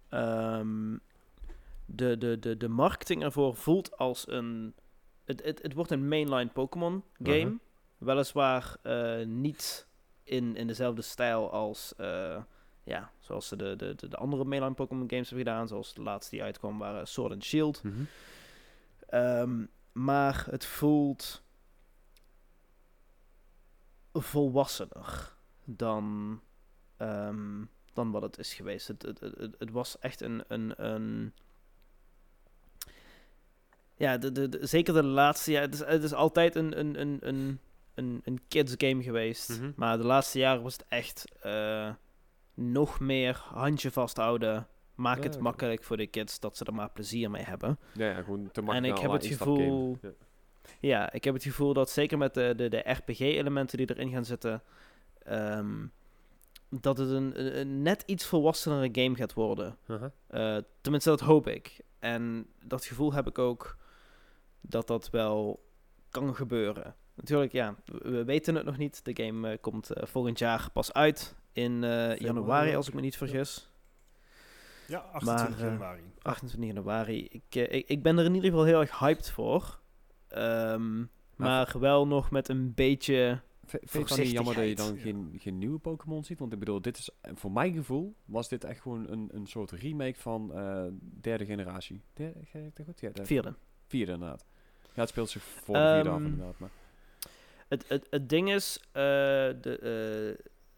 de marketing ervoor voelt als een... Het wordt een mainline Pokémon game. Uh-huh. Weliswaar niet in dezelfde stijl als... zoals ze de andere mainline Pokémon games hebben gedaan. Zoals de laatste die uitkwam waren Sword and Shield. Mhm. Maar het voelt volwassener dan wat het is geweest. Het was echt een ja, zeker de laatste jaar. Het is altijd een kids game geweest. Mhm. Maar de laatste jaren was het echt nog meer handje vasthouden. Maak het oké. makkelijk voor de kids dat ze er maar plezier mee hebben. Ja, gewoon te En makkelijk. ik heb het gevoel... Ja. Ja, ik heb het gevoel dat zeker met de RPG-elementen die erin gaan zitten, dat het een net iets volwassenere game gaat worden. Uh-huh. Tenminste, dat hoop ik. En dat gevoel heb ik ook dat wel kan gebeuren. Natuurlijk, ja, we weten het nog niet. De game komt volgend jaar pas uit in januari, als ik me niet vergis. Ja, 28 Maar, januari. 28 januari. Ik ben er in ieder geval heel erg hyped voor. Maar wel nog met een beetje... Vind je het dan niet jammer dat je dan Voorzichtigheid. geen nieuwe Pokémon ziet? Want ik bedoel, dit is, voor mijn gevoel, was dit echt gewoon een soort remake van derde generatie. Derde, ga ik dat goed? Ja, Vierde. vierde inderdaad. Ja, het speelt zich voor de vierde af inderdaad. Maar. Het ding is, de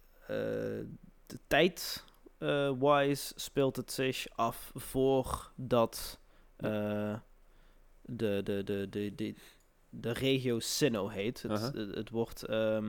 tijd-wise speelt het zich af voordat de regio Sinnoh heet. Het wordt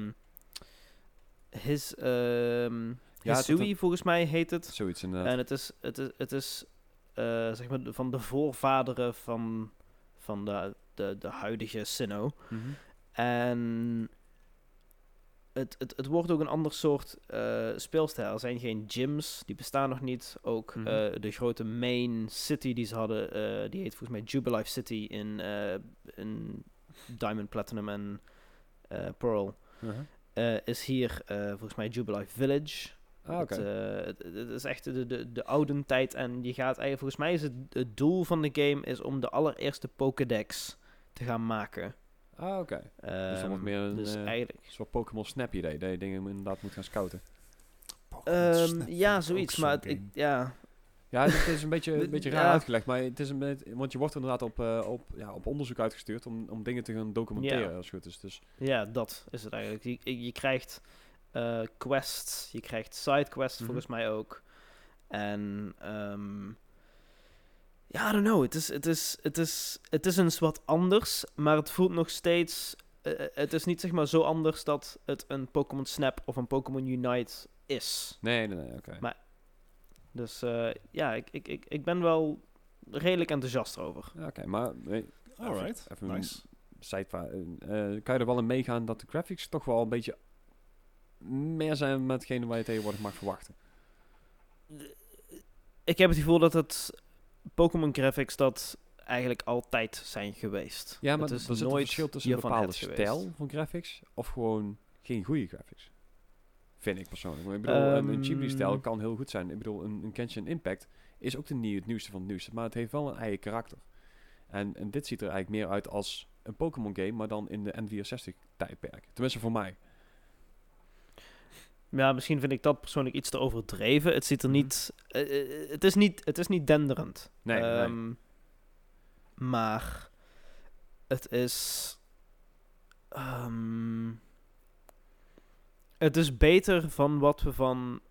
Hisui, volgens mij heet het. Zoiets inderdaad. En het is zeg maar van de voorvaderen van de huidige Sinnoh. Mhm. En het wordt ook een ander soort speelstijl. Er zijn geen gyms, die bestaan nog niet. Ook de grote main city die ze hadden, die heet volgens mij Jubilife City in Diamond, Platinum en Pearl. Is hier volgens mij Jubilife Village. Oké. Het is echt de oude tijd. En je gaat eigenlijk, volgens mij is het doel van de game is om de allereerste Pokédex te gaan maken. Oké. Dus dan wordt meer een dus eigenlijk... soort Pokémon Snap idee, dat je dingen inderdaad moet gaan scouten. Pokémon Snap vind ja, ik zoiets. ook Maar zo'n game. ja, Ja, het is een beetje raar Ja. uitgelegd, maar het is want je wordt inderdaad op onderzoek uitgestuurd om dingen te gaan documenteren Ja. als het goed is. Dus, ja, dat is het eigenlijk. Je krijgt quests, je krijgt sidequests Mhm. volgens mij ook. En ja, I don't know. Het is eens wat anders, maar het voelt nog steeds het is niet zeg maar zo anders dat het een Pokémon Snap of een Pokémon Unite is. Nee, oké. Maar- Dus ik ben wel redelijk enthousiast erover. Oké, maar Alright, even nice. kan je er wel in meegaan dat de graphics toch wel een beetje meer zijn met hetgene waar je tegenwoordig mag verwachten? Ik heb het gevoel dat het Pokémon graphics dat eigenlijk altijd zijn geweest. Ja, maar het er is zit een nooit verschil tussen een hiervan bepaalde het geweest. stijl van graphics of gewoon geen goede graphics. Vind ik persoonlijk. Maar ik bedoel, een Ghibli-stijl kan heel goed zijn. Ik bedoel, een Genshin Impact is ook het nieuwste van het nieuwste, maar het heeft wel een eigen karakter. En dit ziet er eigenlijk meer uit als een Pokémon game, maar dan in de N64-tijdperk. Tenminste voor mij. Ja, misschien vind ik dat persoonlijk iets te overdreven. Het ziet er Mhm. niet... het is niet denderend. Nee. Maar het is... het is beter van wat we van...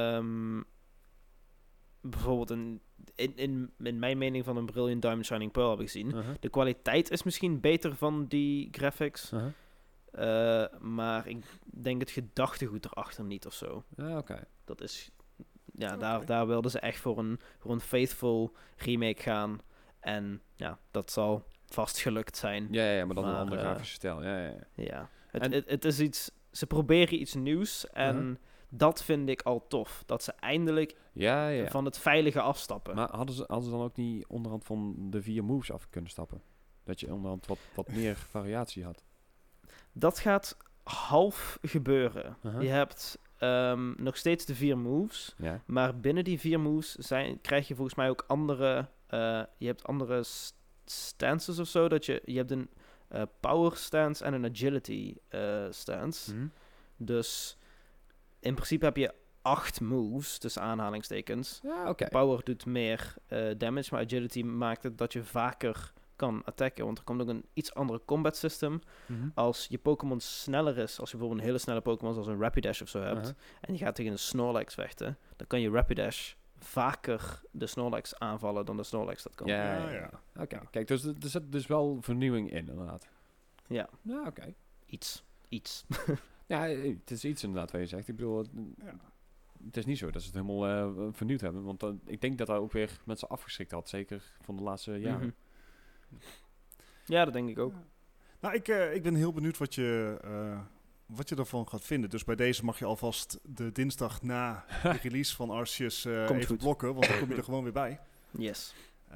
bijvoorbeeld in mijn mening van een Brilliant Diamond Shining Pearl hebben gezien. Uh-huh. De kwaliteit is misschien beter van die graphics. Uh-huh. Maar ik denk het gedachtegoed erachter niet of zo. Ja, oké. Dat is... Ja, Oké. daar wilden ze echt voor een faithful remake gaan. En ja, dat zal vast gelukt zijn. Ja, maar dan een Maar, andere grafische stijl. Ja. Ja. En- Het is iets... Ze proberen iets nieuws en Uh-huh. dat vind ik al tof. Dat ze eindelijk Ja. van het veilige afstappen. Maar hadden ze dan ook niet onderhand van de 4 moves af kunnen stappen? Dat je onderhand wat meer variatie had. Dat gaat half gebeuren. Uh-huh. Je hebt nog steeds de 4 moves. Ja. Maar binnen die 4 moves krijg je volgens mij ook andere... je hebt andere stances of zo. Dat je hebt een power stance en een agility stance. Mhm. Dus in principe heb je 8 moves, tussen aanhalingstekens. Ja, oké. Power doet meer damage, maar agility maakt het dat je vaker kan attacken. Want er komt ook een iets andere combat system. Mhm. Als je Pokémon sneller is, als je bijvoorbeeld een hele snelle Pokémon zoals een Rapidash of zo hebt, Uh-huh. en je gaat tegen een Snorlax vechten, dan kan je Rapidash vaker de Snorlax aanvallen dan de Snorlax dat kan. Ja. Oké, kijk, dus er zit dus wel vernieuwing in, inderdaad. Ja. Ja, oké. Iets. Ja, het is iets inderdaad wat je zegt. Ik bedoel, Ja. het is niet zo dat ze het helemaal vernieuwd hebben. Want ik denk dat daar ook weer mensen afgeschrikt had. Zeker van de laatste jaren. Mhm. Ja, dat denk ik ook. Nou, ik ben heel benieuwd wat je ervan gaat vinden. Dus bij deze mag je alvast de dinsdag na de release van Arceus Komt even goed. blokken, want dan kom je er gewoon weer bij. Yes.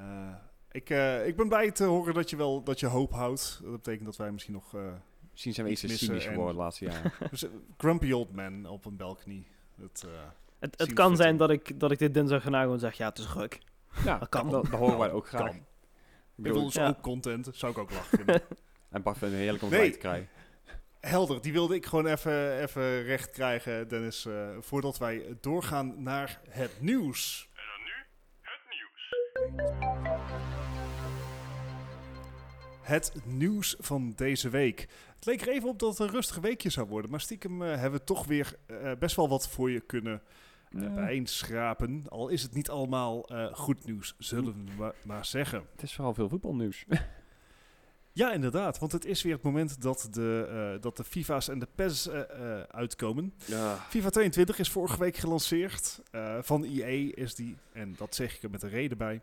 Ik ben blij te horen dat je hoop houdt. Dat betekent dat wij misschien nog Misschien zijn we iets te iets cynisch missen geworden de laatste jaren. dus, grumpy old man op een balknie. Het Seems kan zijn fitting. dat ik dit dinsdag erna gewoon zeg, ja, het is ruk. Ja, Dat kan. dat horen wij ook graag. Kan. Ik Ik bedoel, wil dus Ja. ook content, zou ik ook lachen vinden. en Bart vindt het heerlijk om Nee. bij te krijgen. Helder, die wilde ik gewoon even recht krijgen, Dennis, voordat wij doorgaan naar het nieuws. En dan nu het nieuws. Het nieuws van deze week. Het leek er even op dat het een rustig weekje zou worden, maar stiekem hebben we toch weer best wel wat voor je kunnen Ja. bijeenschrapen. Al is het niet allemaal goed nieuws, zullen we maar zeggen. Het is vooral veel voetbalnieuws. Ja, inderdaad, want het is weer het moment dat de FIFA's en de PES uitkomen. Ja. FIFA 22 is vorige week gelanceerd. Van EA is die, en dat zeg ik er met een reden bij.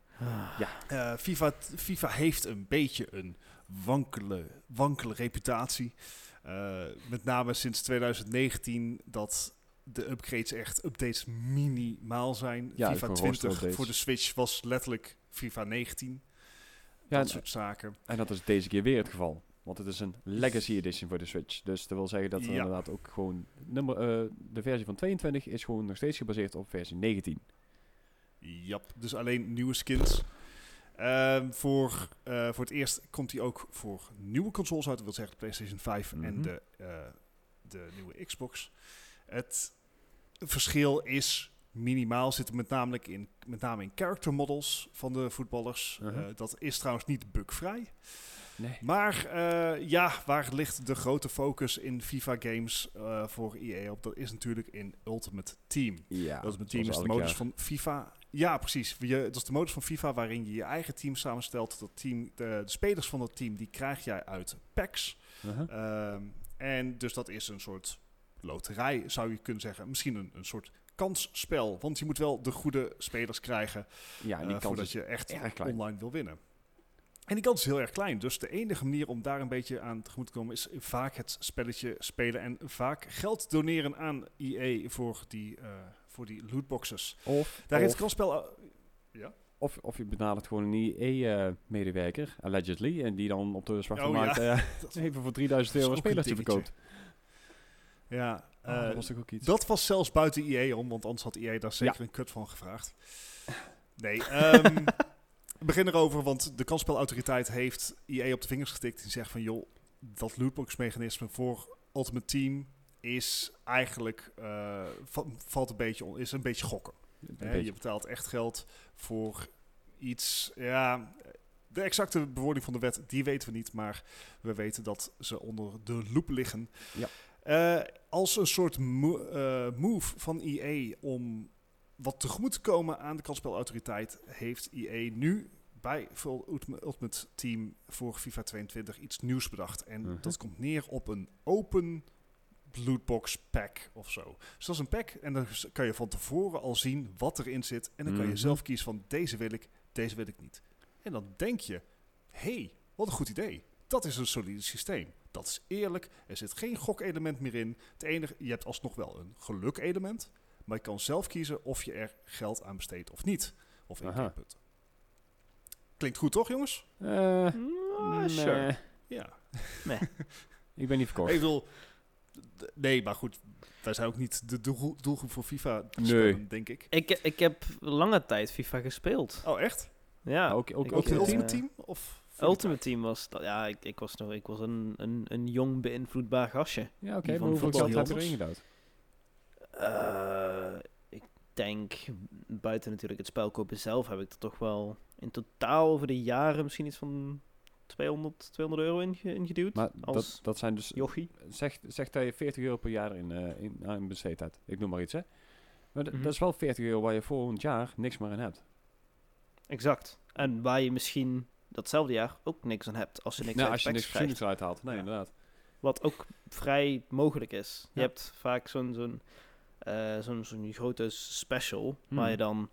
FIFA heeft een beetje een wankele reputatie. Met name sinds 2019 dat de upgrades echt updates minimaal zijn. Ja, FIFA voor 20 roster-updates. voor de Switch was letterlijk FIFA 19. Ja, Dat soort zaken. en dat is deze keer weer het geval. Want het is een Legacy Edition voor de Switch. Dus dat wil zeggen dat er Ja. inderdaad ook gewoon... de versie van 22 is gewoon nog steeds gebaseerd op versie 19. Ja, dus alleen nieuwe skins. Voor het eerst komt hij ook voor nieuwe consoles uit. Dat wil zeggen de PlayStation 5 en Mhm. de nieuwe Xbox. Het verschil is minimaal. Zit er met name in character models van de voetballers. Uh-huh. Dat is trouwens niet bugvrij. Nee. Maar waar ligt de grote focus in FIFA games voor EA op? Dat is natuurlijk in Ultimate Team. Ja, Ultimate Team is de modus van FIFA. Ja, precies. Dat is de modus van FIFA waarin je je eigen team samenstelt. Dat team, de spelers van dat team, die krijg jij uit packs. En dus dat is een soort loterij, zou je kunnen zeggen. Misschien een soort kansspel. Want je moet wel de goede spelers krijgen Ja, en die kans voordat is je echt erg klein. online wil winnen. En die kans is heel erg klein. Dus de enige manier om daar een beetje aan tegemoet te komen is vaak het spelletje spelen en vaak geld doneren aan EA voor die lootboxes. Daar heeft het kansspel... Of je benadert gewoon een EA-medewerker, allegedly, en die dan op de zwarte Oh, markt ja. even voor €3.000 is ook een spelertje dingetje. verkoopt. Ja, Dat was toch ook iets. dat was zelfs buiten EA om, want anders had EA daar zeker Ja. een kut van gevraagd. Nee, we beginnen erover, want de kansspelautoriteit heeft EA op de vingers getikt en zegt van, joh, dat lootbox-mechanisme voor Ultimate Team is eigenlijk, valt is een beetje gokken. Je betaalt echt geld voor iets, de exacte bewoording van de wet, die weten we niet, maar we weten dat ze onder de loep liggen. Ja. Als een soort move van EA om wat tegemoet te komen aan de kansspelautoriteit, heeft EA nu bij Ultimate Team voor FIFA 22 iets nieuws bedacht. En dat komt neer op een open lootbox pack of zo. Dus dat is een pack en dan kan je van tevoren al zien wat erin zit. En dan kan je zelf kiezen van deze wil ik niet. En dan denk je, hey, wat een goed idee. Dat is een solide systeem. Dat is eerlijk. Er zit geen gokelement meer in. Het enige, je hebt alsnog wel een gelukelement. Maar je kan zelf kiezen of je er geld aan besteedt of niet. Of inkeerpunten. Klinkt goed toch, jongens? Sure. Ja. Nee. Ik ben niet verkocht. Ik bedoel, nee, maar goed. Wij zijn ook niet de doelgroep voor FIFA Nee. spelen, denk ik. Ik heb lange tijd FIFA gespeeld. Oh, echt? Ja. Ook Ook in in het Ultimate Team? Of Ultimate Team was... Ik was een jong beïnvloedbaar gastje. Ja, oké. Die Maar van hoeveel voetbal geld heb je hield. erin gedouwd? Ik denk, buiten natuurlijk het spel kopen zelf, heb ik er toch wel in totaal over de jaren misschien iets van €200 ingeduwd. Maar als dat zijn dus... jochie. Zeg dat je €40 per jaar in besteed hebt. Ik noem maar iets, hè. Maar Mhm. dat is wel €40 waar je volgend jaar niks meer aan hebt. Exact. En waar je misschien datzelfde jaar ook niks aan hebt als je niks Nou, uit als je packs niks krijgt. fatsoenlijks eruit haalt. Nee, Ja. inderdaad. Wat ook vrij mogelijk is. Je Ja. hebt vaak zo'n grote special waar je dan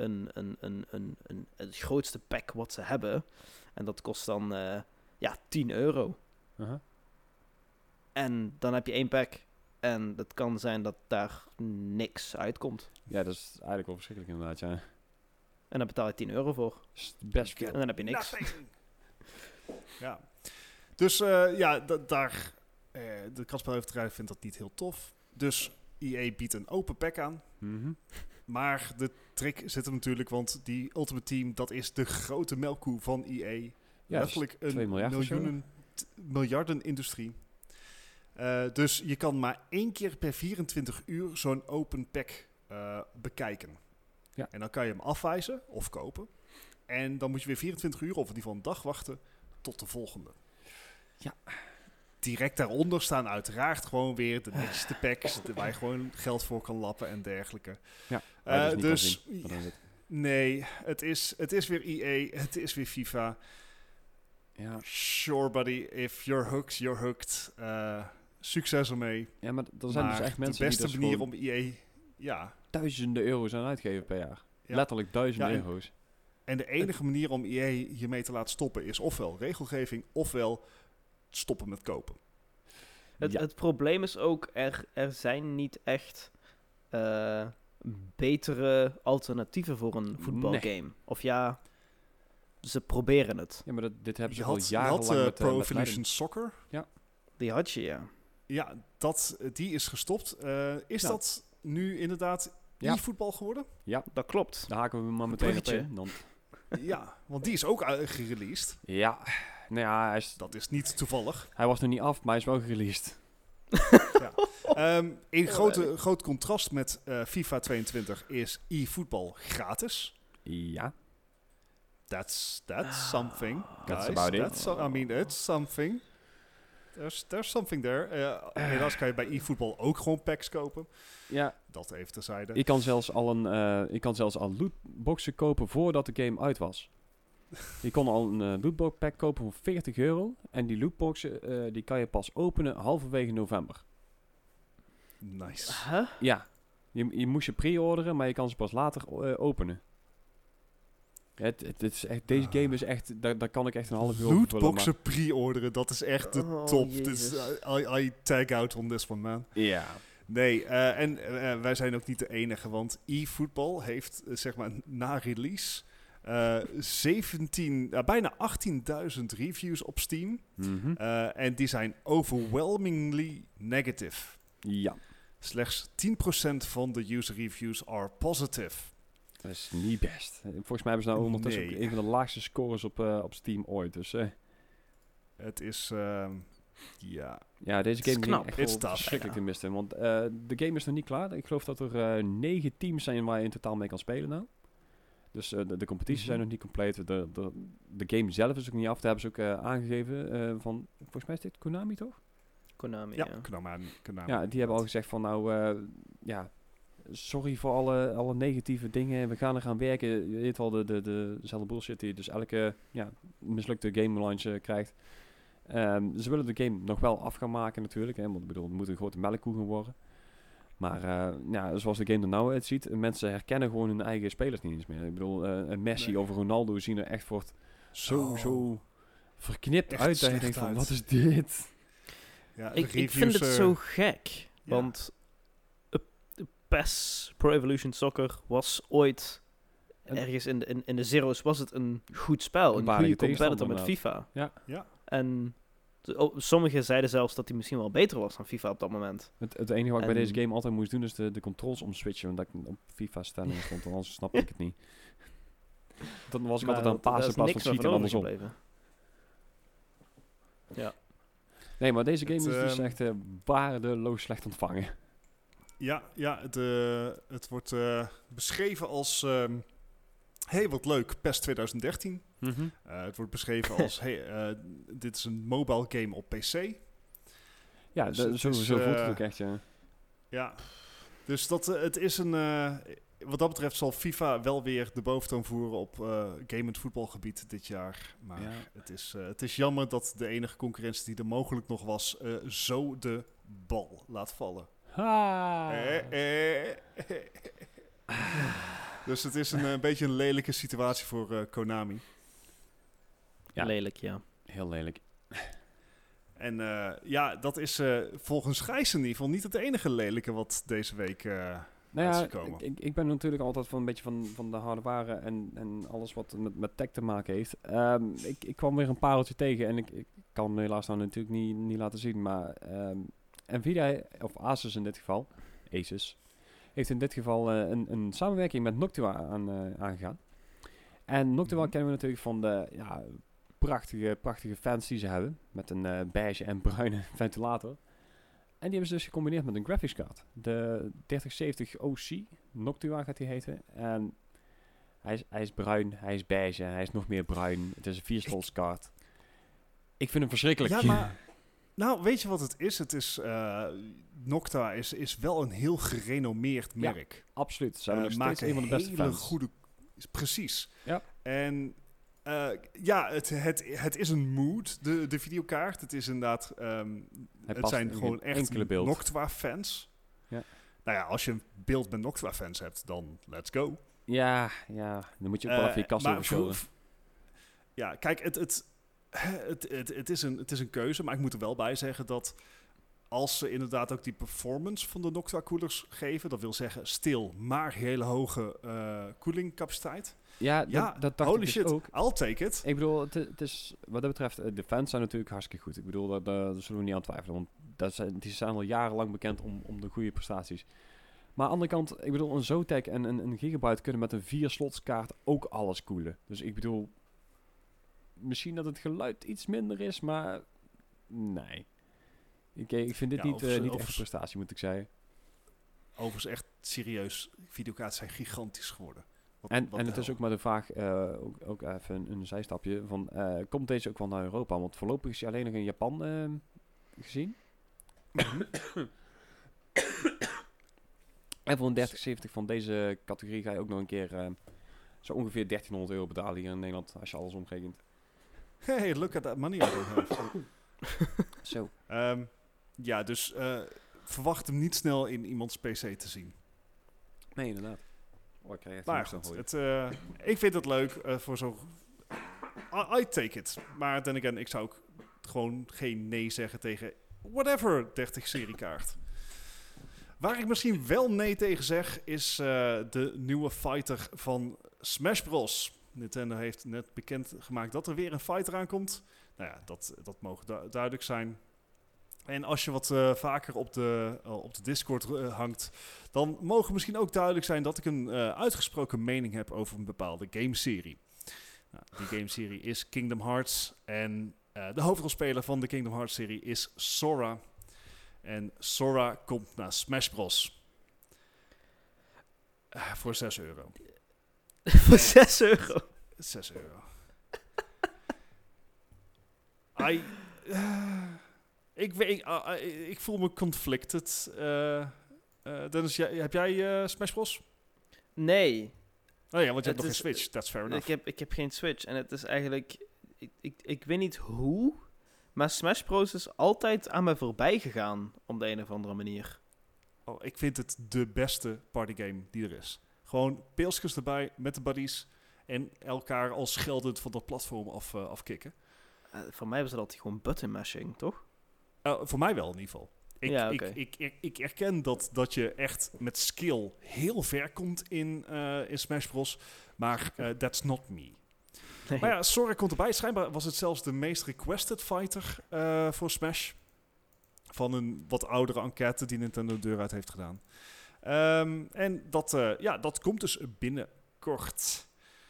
het grootste pack wat ze hebben. En dat kost dan €10. Uh-huh. En dan heb je 1 pack. En het kan zijn dat daar niks uitkomt. Ja, dat is eigenlijk wel verschrikkelijk inderdaad, ja. En dan betaal je €10 voor. Is best veel. En dan heb je niks. Nothing. Ja. Dus daar... de kansspelautoriteit vindt dat niet heel tof. Dus EA biedt een open pack aan. Mhm. Maar de trick zit er natuurlijk, want die Ultimate Team, dat is de grote melkkoe van EA. Ja, Letterlijk dus 2 een miljard of zo. miljarden industrie. Dus je kan maar 1 keer per 24 uur zo'n open pack bekijken. Ja. En dan kan je hem afwijzen of kopen. En dan moet je weer 24 uur of in ieder geval een dag wachten tot de volgende. Ja. Direct daaronder staan uiteraard gewoon weer de netjeste packs waar je gewoon geld voor kan lappen en dergelijke. Ja, waar je dus niet kan dus zien wat erin zit. nee, het is weer EA, het is weer FIFA. Ja. Sure buddy, if you're hooked, you're hooked. Succes ermee. Ja, maar er zijn dus echt mensen de beste die manier gewoon om EA... Ja. duizenden euro's aan uitgeven per jaar. Ja. Letterlijk duizenden Ja, en- euro's. En de enige manier om EA hiermee te laten stoppen is ofwel regelgeving, ofwel stoppen met kopen. Ja. Het probleem is ook, er zijn niet echt betere alternatieven voor een voetbalgame. Of ja, ze proberen het. Ja, maar dit hebben Je ze al had jarenlang met Pro met Evolution Leiden. Soccer. Die had je, ja. Ja, die is gestopt. Is Ja. dat nu inderdaad Ja. e-voetbal geworden? Dat klopt. Daar haken we maar meteen op bruggetje. in. Dan, Ja, want die is ook gereleased. ja, nou ja, Dat is niet toevallig. hij was nog niet af, maar hij is wel gereleased. In groot contrast met FIFA 22 is e-voetbal gratis. Ja. That's something, That's guys. about it. I mean, it's something. There's something there. Helaas kan je bij eFootball ook gewoon packs kopen. Ja, Dat even terzijde. je kan zelfs al lootboxen kopen voordat de game uit was. Je kon al een lootbox pack kopen voor €40. En die lootboxen die kan je pas openen halverwege november. Nice. Huh? Ja, je moest je pre-orderen, maar je kan ze pas later openen. Het is echt, deze game is echt, daar kan ik echt een half uur over vullen. Lootboxen pre-orderen, dat is echt de Oh, top. Jezus. I tag out on this one, man. Ja. Nee, wij zijn ook niet de enige, want eFootball heeft, zeg maar, na release bijna 18.000 reviews op Steam. Mhm. En die zijn overwhelmingly negative. Ja, Slechts 10% van de user reviews are positive. dat is niet best. Volgens mij hebben ze nou ondertussen Nee. ook een van de laagste scores op Steam ooit. Dus Het is, ja... ja, deze Het is game knap. is It's echt wel tough. verschrikkelijk te missen. Want de game is nog niet klaar. Ik geloof dat er 9 teams zijn waar je in totaal mee kan spelen nou. Dus de competities zijn nog niet compleet. De game zelf is ook niet af. Daar hebben ze ook aangegeven van... Volgens mij is dit Konami, toch? Konami, Ja, ja. Konami. Ja, die hebben al gezegd van nou... ja, sorry voor alle negatieve dingen. We gaan er gaan werken. Je weet wel, dezelfde bullshit die dus elke mislukte game launch krijgt. Ze willen de game nog wel af gaan maken natuurlijk. Hè, want ik bedoel, het moet een grote melkkoe gaan worden. Maar ja, zoals de game er nou uitziet, mensen herkennen gewoon hun eigen spelers niet eens meer. Ik bedoel, een Messi of een Ronaldo zien er echt voor het zo verknipt Echt uit. Dat je slecht denkt van, uit. wat is dit? Ja, Ik reviews, vind het zo gek, ja. want PES, Pro Evolution Soccer, was ooit ergens in de zero's was het een goed spel. Een Een waardige goede competitor met tegenstander, FIFA. Ja. En sommigen zeiden zelfs dat hij misschien wel beter was dan FIFA op dat moment. Het enige wat ik bij En- deze game altijd moest doen is de controls omswitchen. Want dat ik op FIFA stellingen stond, want anders snapte ik het niet. Dan was ik Maar altijd aan het daar pasen is in plaats van niks meer schieten van en andersom. overgebleven. Ja. Nee, maar deze game Het, is dus echt waardeloos slecht ontvangen. Ja, het wordt beschreven als... hey, wat leuk, PES 2013. Het wordt beschreven als... hey, dit is een mobile game op PC. Ja, Dus het zo is, voelt het ook echt, ja. Ja, dus het is een... wat dat betreft zal FIFA wel weer de boventoon voeren op game- en voetbalgebied dit jaar. Maar Ja. het is jammer dat de enige concurrentie die er mogelijk nog was... zo de bal laat vallen. Ha! Dus het is een beetje een lelijke situatie voor Konami. Ja. Lelijk, ja. Heel lelijk. En ja, dat is volgens Gijs in ieder geval niet het enige lelijke wat deze week uit Nou is ja, gekomen. ik ben natuurlijk altijd van een beetje van de harde ware en alles wat met tech te maken heeft. Ik kwam weer een pareltje tegen en ik kan hem helaas nou natuurlijk niet laten zien, maar Nvidia, of Asus in dit geval, Asus, heeft in dit geval een samenwerking met Noctua aangegaan. En Noctua kennen we natuurlijk van de prachtige fans die ze hebben, met een beige en bruine ventilator. En die hebben ze dus gecombineerd met een graphics card. De 3070 OC, Noctua gaat die heten. En hij is bruin, hij is beige, hij is nog meer bruin. Het is een 4-slots kaart. Ik vind hem verschrikkelijk. Ja, maar... Nou, weet je wat het is? Het is... Noctua is wel een heel gerenommeerd Ja, merk. Absoluut. Ze hebben nog steeds maken een van de beste hele fans. goede... Precies. Ja. En... ja, het is een mood, de videokaart. Het is inderdaad... het past zijn in gewoon geen echt enkele beeld. Noctua-fans. Ja. Nou ja, als je een beeld met Noctua-fans hebt, dan let's go. Ja, dan moet je ook wel even je kast maar overschilderen. ja, kijk, het is een keuze, maar ik moet er wel bij zeggen dat als ze inderdaad ook die performance van de Noctua coolers geven, dat wil zeggen stil, maar hele hoge koelingcapaciteit. Ja, Ja, dat dacht holy ik dus shit, ook. I'll take it. Ik bedoel, het is, wat dat betreft, de fans zijn natuurlijk hartstikke goed. Ik bedoel, daar zullen we niet aan twijfelen. Want die zijn al jarenlang bekend om de goede prestaties. Maar aan de andere kant, ik bedoel, een Zotac en een Gigabyte kunnen met een 4-slots kaart ook alles koelen. Dus ik bedoel, misschien dat het geluid iets minder is, maar nee. Ik vind dit niet echt een prestatie, moet ik zeggen. Overigens echt serieus, videokaarten zijn gigantisch geworden. En het is ook maar de vraag, ook even een zijstapje, van komt deze ook wel naar Europa? Want voorlopig is hij alleen nog in Japan gezien. En voor een 3070 van deze categorie ga je ook nog een keer zo ongeveer €1300 betalen hier in Nederland, als je alles omrekent. Hey, look at that money I don't have. Zo. Ja, dus verwacht hem niet snel in iemands PC te zien. Nee, inderdaad. Oh, ik krijg echt Maar niks dan goed, gooien. ik vind het leuk voor zo... I take it. Maar then again, ik zou ook gewoon geen nee zeggen tegen whatever 30 seriekaart. Waar ik misschien wel nee tegen zeg, is de nieuwe fighter van Smash Bros. Nintendo heeft net bekendgemaakt dat er weer een fighter aankomt. Nou ja, dat mogen duidelijk zijn. En als je wat vaker op de Discord hangt, dan mogen misschien ook duidelijk zijn dat ik een uitgesproken mening heb over een bepaalde gameserie. Nou, die gameserie is Kingdom Hearts en de hoofdrolspeler van de Kingdom Hearts serie is Sora. En Sora komt naar Smash Bros. Voor €6. Voor €6. €6. Ik voel me conflicted. Dennis, heb jij Smash Bros? Nee. Oh ja, want je hebt Het nog geen is- Switch. That's fair enough. Ik heb geen Switch. En het is eigenlijk... Ik weet niet hoe, maar Smash Bros. Is altijd aan me voorbij gegaan. Op de een of andere manier. Oh, ik vind het de beste partygame die er is. Gewoon pilsjes erbij met de buddies. En elkaar al scheldend van dat platform afkicken. Voor mij was het altijd gewoon button mashing, toch? Voor mij wel in ieder geval. Ja, oké. Ik erken dat je echt met skill heel ver komt in Smash Bros. Maar that's not me. Nee. Maar ja, Sora komt erbij. Schijnbaar was het zelfs de meest requested fighter voor Smash. Van een wat oudere enquête die Nintendo de deur uit heeft gedaan. En dat komt dus binnenkort.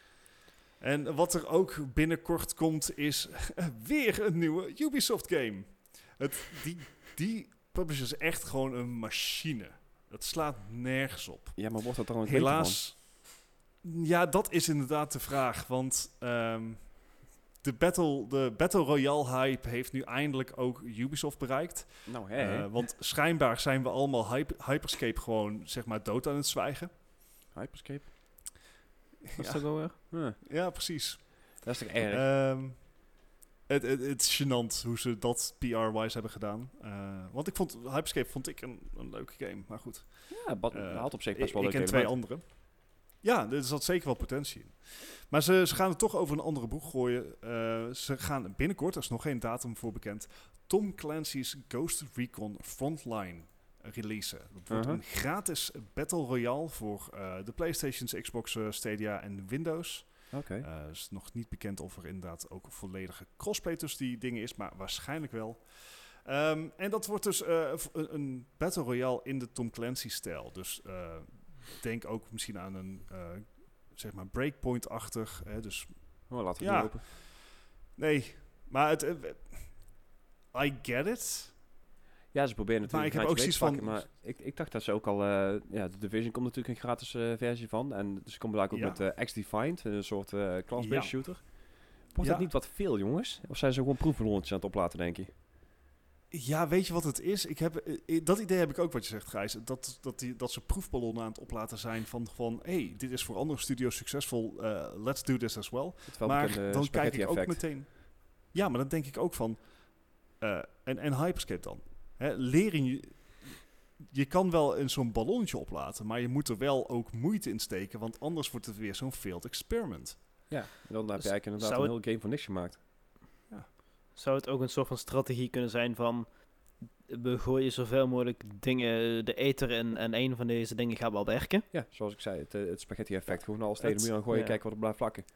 En wat er ook binnenkort komt is weer een nieuwe Ubisoft game. Die publisher is echt gewoon een machine. Dat slaat nergens op. Ja, maar wordt dat dan ook Helaas. Ja, dat is inderdaad de vraag. Want de Battle Royale hype heeft nu eindelijk ook Ubisoft bereikt. beter van? Nou, Want schijnbaar zijn we allemaal Hyperscape gewoon, zeg maar, dood aan het zwijgen. Hyperscape? Was dat wel weer? Ja, precies. Dat is toch erg? Het is gênant hoe ze dat PR-wise hebben gedaan. Want Hyperscape vond ik een leuke game, maar goed. Ja, haalt op zich best wel Ik leuk ken twee andere. Ja, er zat zeker wel potentie in. Maar ze gaan het toch over een andere boeg gooien. Ze gaan binnenkort, er is nog geen datum voor bekend, Tom Clancy's Ghost Recon Frontline releasen. Dat wordt een gratis Battle Royale voor de PlayStation's, Xbox, Stadia en Windows. Oké. Het is nog niet bekend of er inderdaad ook volledige crossplay tussen die dingen is, maar waarschijnlijk wel. En dat wordt dus een Battle Royale in de Tom Clancy-stijl. Dus denk ook misschien aan een, zeg maar, Breakpoint-achtig. Dus Laten we Ja. die open. nee, maar I get it. Ja, ze proberen natuurlijk Maar ik heb een ook gratis week te zoiets pakken, maar ik dacht dat ze ook al... de Division komt natuurlijk een gratis versie van. En ze komen daar ook Ja. met X-Defined, een soort class-based Ja. shooter. Wordt Ja. dat niet wat veel, jongens? Of zijn ze gewoon proefballonnetjes aan het oplaten, denk je? Ja, weet je wat het is? Dat idee heb ik ook, wat je zegt, Gijs. Dat ze proefballonnen aan het oplaten zijn van hey, dit is voor andere studio's succesvol. Let's do this as well. Het wel Maar bekende dan kijk ik ook spaghetti-effect. meteen... Ja, maar dan denk ik ook van... en Hyperscape dan? Leren je kan wel in zo'n ballonnetje oplaten, maar je moet er wel ook moeite in steken, want anders wordt het weer zo'n failed experiment. Ja, en dan heb je Dus eigenlijk inderdaad zou een hele game voor niks gemaakt. Zou het ook een soort van strategie kunnen zijn van... We gooien zoveel mogelijk dingen de ether in en een van deze dingen gaat wel werken. Ja, zoals ik zei, het spaghetti-effect. Gewoon alles tegen de muur aan gooien, ja. kijken wat er blijft vlakken.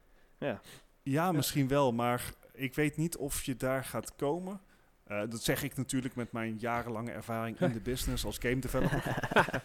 Ja, misschien wel, maar ik weet niet of je daar gaat komen. Dat zeg ik natuurlijk met mijn jarenlange ervaring in de business als game developer.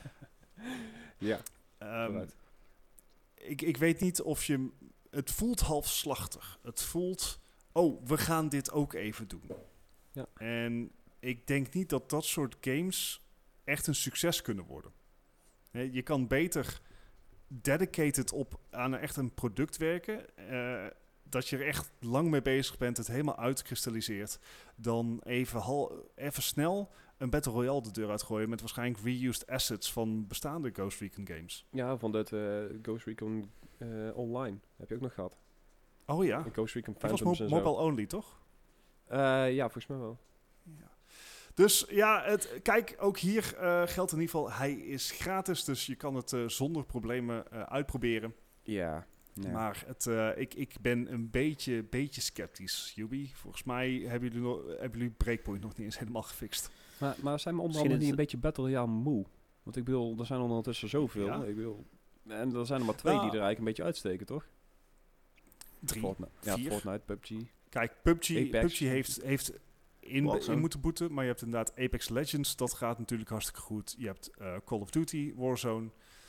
Ja, Ehm, ik weet niet of je... Het voelt halfslachtig. Het voelt... Oh, we gaan dit ook even doen. Ja. En ik denk niet dat dat soort games echt een succes kunnen worden. Je kan beter dedicated op aan echt een product werken, dat je er echt lang mee bezig bent, het helemaal uitkristalliseert, dan even snel een Battle Royale de deur uitgooien met waarschijnlijk reused assets van bestaande Ghost Recon games. Ja, van dat Ghost Recon Online heb je ook nog gehad. Oh ja, En Ghost Recon dat was Phantoms en zo. mobile only, toch? Ja, volgens mij wel. Ja. Dus ja, kijk, ook hier geldt in ieder geval, hij is gratis, dus je kan het zonder problemen uitproberen. Ja. Ja. Maar ik ben een beetje sceptisch, Yubi. Volgens mij hebben jullie Breakpoint nog niet eens helemaal gefixt. Maar zijn we onder Misschien andere is niet een het- beetje Battle Royale moe? Want ik bedoel, er zijn ondertussen zoveel. Ja. Ik bedoel, en er zijn er maar 2 Nou, die er eigenlijk een beetje uitsteken, toch? 3, Fortnite, ja, 4. Fortnite, PUBG. Kijk, PUBG Apex. heeft in Warzone. moeten boeten, maar je hebt inderdaad Apex Legends, dat gaat natuurlijk hartstikke goed. Je hebt Call of Duty, Warzone,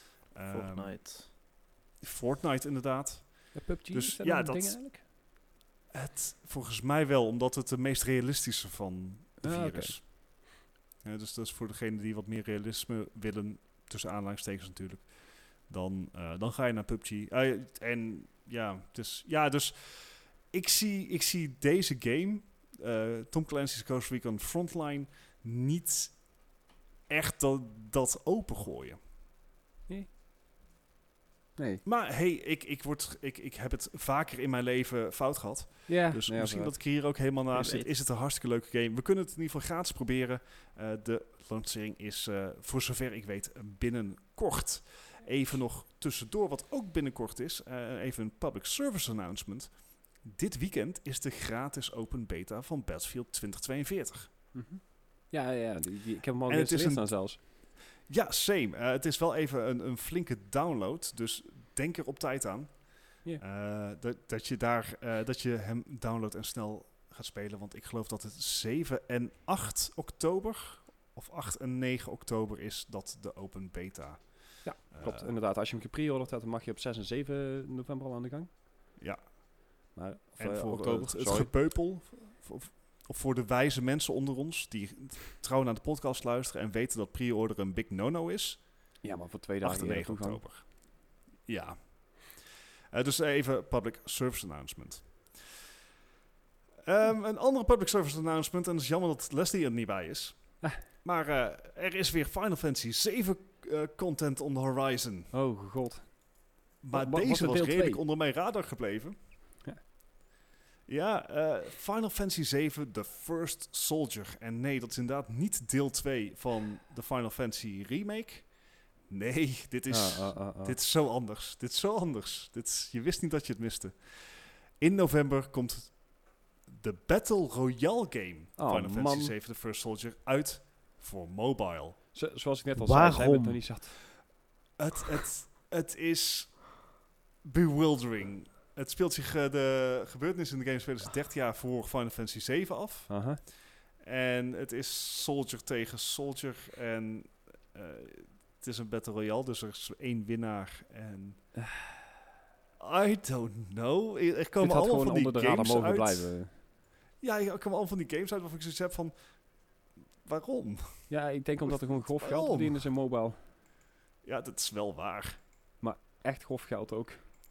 Fortnite inderdaad. Ja, PUBG, Dus is dat ja, nog een dat- ding eigenlijk? Volgens mij wel, omdat het de meest realistische van de Ah, vier oké. is. Ja, dus dat is voor degenen die wat meer realisme willen, tussen aanhalingstekens natuurlijk. Dan ga je naar PUBG. En ja, dus ik zie deze game, Tom Clancy's Ghost Recon Frontline, niet echt dat opengooien. Nee. Maar hey, ik heb het vaker in mijn leven fout gehad. Ja, Dus nee, misschien dat dat ik hier ook helemaal naast Wie zit. weet. Is het een hartstikke leuke game. We kunnen het in ieder geval gratis proberen. De lancering is, voor zover ik weet, binnenkort. Even nog tussendoor, wat ook binnenkort is. Even een public service announcement. Dit weekend is de gratis open beta van Battlefield 2042. Ja, ik heb hem al En het is geïnstalleerd staan zelfs. Ja, same. Het is wel even een flinke download. Dus denk er op tijd aan. Dat je hem downloadt en snel gaat spelen. Want ik geloof dat het 7 en 8 oktober... of 8 en 9 oktober is dat de open beta. Ja, klopt. Inderdaad, als je hem gepreorderd hebt, dan mag je op 6 en 7 november al aan de gang. Ja. Maar, En voor het gepeupel... Of voor de wijze mensen onder ons... die trouw naar de podcast luisteren... en weten dat pre-order een big no-no is... Ja, maar voor 2 dagen 8 en 9 eerder toegang. oktober. Ja. Dus even public service announcement. Een andere public service announcement... en het is jammer dat Leslie er niet bij is... maar er is weer Final Fantasy 7 content on the horizon. Oh, god. Maar Wat deze een was deel redelijk 2? onder mijn radar gebleven. Ja, Final Fantasy 7 The First Soldier. En nee, dat is inderdaad niet deel 2 van de Final Fantasy remake. Nee, dit is zo anders. Dit is zo anders. Je wist niet dat je het miste. In november komt de Battle Royale game Final Fantasy man. 7 The First Soldier uit voor mobile. Zoals ik net al zei, zijn we het nog niet zat. Het is bewildering. Het speelt zich, de gebeurtenissen in de game spelen zich 30 jaar voor Final Fantasy 7 af. Aha. En het is soldier tegen soldier. En het is een Battle Royale, dus er is 1 winnaar. En I don't know. Er komen Het had allemaal gewoon van die onder de radar games mogen uit. blijven. Ja, er komen allemaal van die games uit waarvan ik zoiets heb van... Waarom? Ja, ik denk omdat er gewoon grof geld Waarom? verdienen is in mobile. Ja, dat is wel waar. Echt grof geld ook.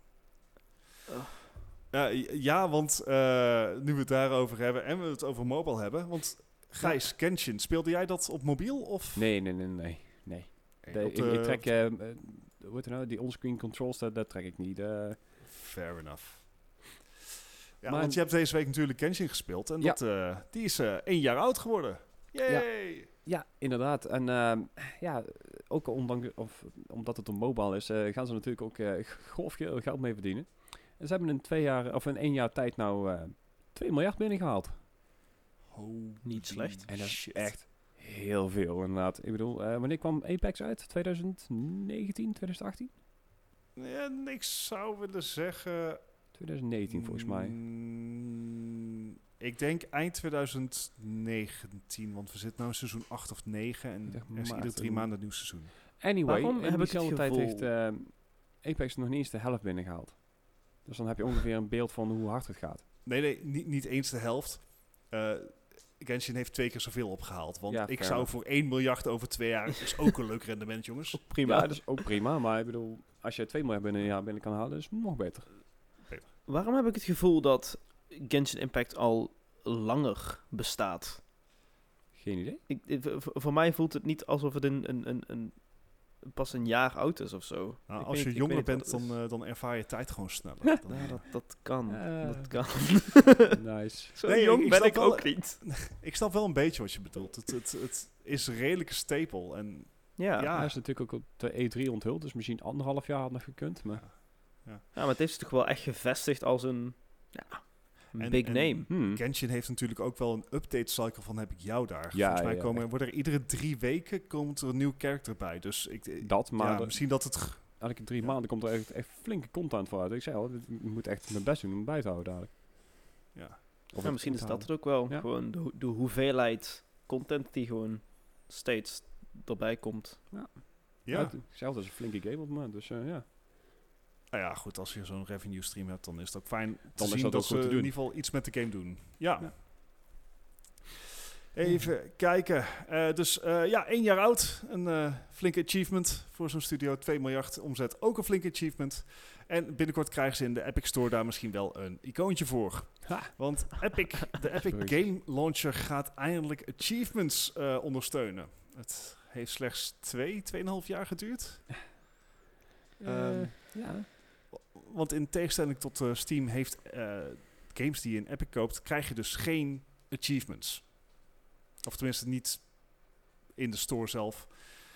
Ja, want nu we het daarover hebben en we het over mobile hebben... Want Gijs, Genshin, speelde jij dat op mobiel? Of? Nee. Op Ik trek, hoe heet het nou, die onscreen controls, dat trek ik niet. Fair enough. Ja, Maar- want je hebt deze week natuurlijk Genshin gespeeld. En Ja. die is 1 jaar oud geworden. Yay! Ja, inderdaad. En ook omdat het een mobile is, gaan ze natuurlijk ook grof geld mee verdienen. En ze hebben in 1 jaar tijd nou 2 miljard binnengehaald. Niet slecht. En dat is Shit. echt heel veel inderdaad. Ik bedoel, wanneer kwam Apex uit? 2019, 2018? Ja, ik zou willen zeggen... 2019 volgens mij. Ik denk eind 2019, want we zitten nu in seizoen 8 of 9 en Ik dacht er is iedere maart 3 en- maanden een nieuw seizoen. Anyway, Waarom in heb ik het diezelfde tijd gevoel- heeft Apex nog niet eens de helft binnengehaald. Dus dan heb je ongeveer een beeld van hoe hard het gaat. Nee, niet eens de helft. Genshin heeft 2 keer zoveel opgehaald. Want Ja, ik fair zou enough. voor 1 miljard over 2 jaar... is ook een leuk rendement, jongens. Prima. Ja, dat is ook prima, maar ik bedoel, als je 2 miljard binnen een jaar binnen kan halen, is het nog beter. Waarom heb ik het gevoel dat Genshin Impact al langer bestaat? Geen idee. Voor mij voelt het niet alsof het pas een jaar oud is of zo. Nou, Ik als weet je niet jonger wat bent, het is. dan ervaar je tijd gewoon sneller. Dan, Ja, dat kan. Dat kan. Nice. Zo Nee, jong ik ben snap ik wel- ook niet. ik snap wel een beetje wat je bedoelt. Het is een redelijke stapel. En Ja. Ja. Hij is natuurlijk ook op de E3 onthuld, dus misschien 1,5 jaar had nog gekund. Maar Ja, maar het heeft zich toch wel echt gevestigd als een big En- name. Genshin heeft natuurlijk ook wel een update cycle van heb ik jou daar. Ja, Volgens mij ja. worden er iedere 3 weken komt er een nieuw character bij. Dus dat, maar misschien dat het... elke 3 maanden komt er echt flinke content voor uit. Ik zei al, ik moet echt mijn best doen om bij te houden dadelijk. Ja. Of Ja, misschien is dat het ook wel. Ja. Gewoon de hoeveelheid content die gewoon steeds erbij komt. Ja. Ik zei al, dat is een flinke game op het moment, dus ja. Nou ja, goed, als je zo'n revenue stream hebt, dan is het ook fijn te Dan is zien dat dat ook ze goed te in doen. ieder geval iets met de game doen. Ja. Ja. Even kijken. Dus 1 jaar oud. Een flinke achievement voor zo'n studio. 2 miljard omzet, ook een flinke achievement. En binnenkort krijgen ze in de Epic Store daar misschien wel een icoontje voor. Ha. Want de Epic Sorry. Game Launcher gaat eindelijk achievements ondersteunen. Het heeft slechts 2,5 jaar geduurd. Ja. Want in tegenstelling tot Steam heeft games die je in Epic koopt, krijg je dus geen achievements. Of tenminste niet in de store zelf.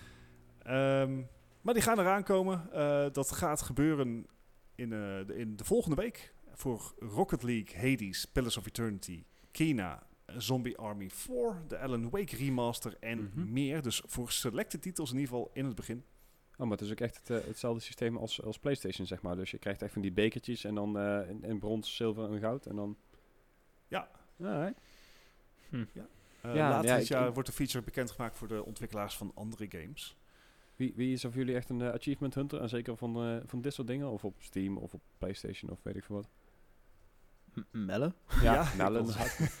Maar die gaan eraan komen. Dat gaat gebeuren in de volgende week. Voor Rocket League, Hades, Pillars of Eternity, Kena, Zombie Army 4, de Alan Wake remaster en Mhm. meer. Dus voor selecte titels in ieder geval in het begin. Oh, maar het is ook echt hetzelfde systeem als PlayStation, zeg maar. Dus je krijgt echt van die bekertjes en dan in brons, zilver en goud. En dan... Ja. Alright. Later ja, dit ik- jaar wordt de feature bekendgemaakt voor de ontwikkelaars van andere games. Wie is of jullie echt een achievement hunter? En zeker van dit soort dingen? Of op Steam of op PlayStation of weet ik veel wat? Melle? Ja, nou, ik dan was- had ik-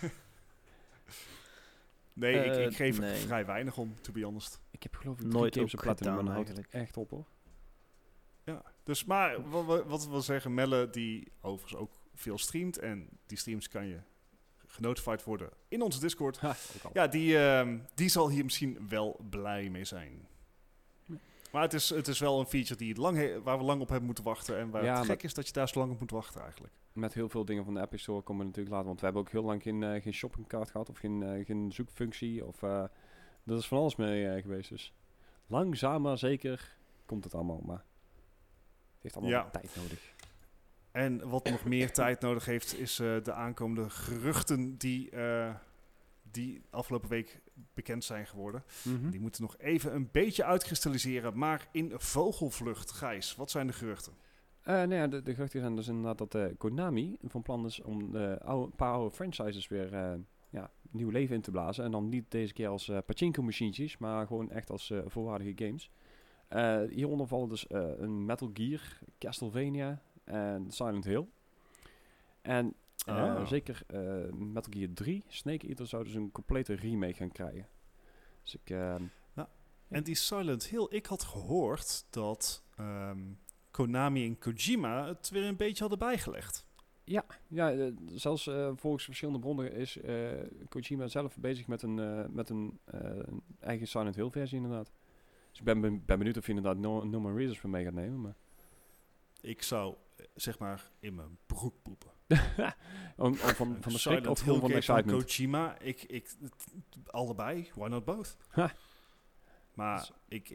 Nee, ik geef er nee. vrij weinig om, to be honest. ik heb geloof ik Nooit 3 games op ook Platinum, maar gedaan dan houdt het eigenlijk. echt op hoor. Ja. Dus, maar wat we zeggen, Melle, die overigens ook veel streamt. En die streams kan je genotified worden in onze Discord. Ha, ook al. Ja, die zal hier misschien wel blij mee zijn. Ja. Maar het is wel een feature die waar we lang op hebben moeten wachten. En waar Ja, het maar- gek is dat je daar zo lang op moet wachten eigenlijk. Met heel veel dingen van de Epic Store komen we natuurlijk later. Want we hebben ook heel lang geen shoppingkaart gehad of geen zoekfunctie. Of, dat is van alles mee geweest. Dus langzaam maar zeker komt het allemaal. Maar het heeft allemaal Ja. wat tijd nodig. En wat nog meer tijd nodig heeft, is de aankomende geruchten die afgelopen week bekend zijn geworden. Mhm. Die moeten nog even een beetje uitkristalliseren, maar in vogelvlucht. Gijs, wat zijn de geruchten? Nou ja, de geruchten zijn dus inderdaad dat Konami van plan is om een paar oude franchises weer nieuw leven in te blazen. En dan niet deze keer als pachinko-machientjes, maar gewoon echt als volwaardige games. Hieronder vallen dus een Metal Gear, Castlevania en Silent Hill. En zeker Metal Gear 3, Snake Eater, zou dus een complete remake gaan krijgen. Dus ik... En die Silent Hill, ik had gehoord dat Konami en Kojima het weer een beetje hadden bijgelegd. Ja, zelfs volgens verschillende bronnen is Kojima zelf bezig met een eigen Silent Hill versie inderdaad. Dus ik ben benieuwd of je inderdaad No More Reasons voor mee gaat nemen. Maar Ik zou, zeg maar, in mijn broek poepen. van de schrik Silent of Hill gewoon van de game van excitement? Kojima, allebei, why not both? Ha. Maar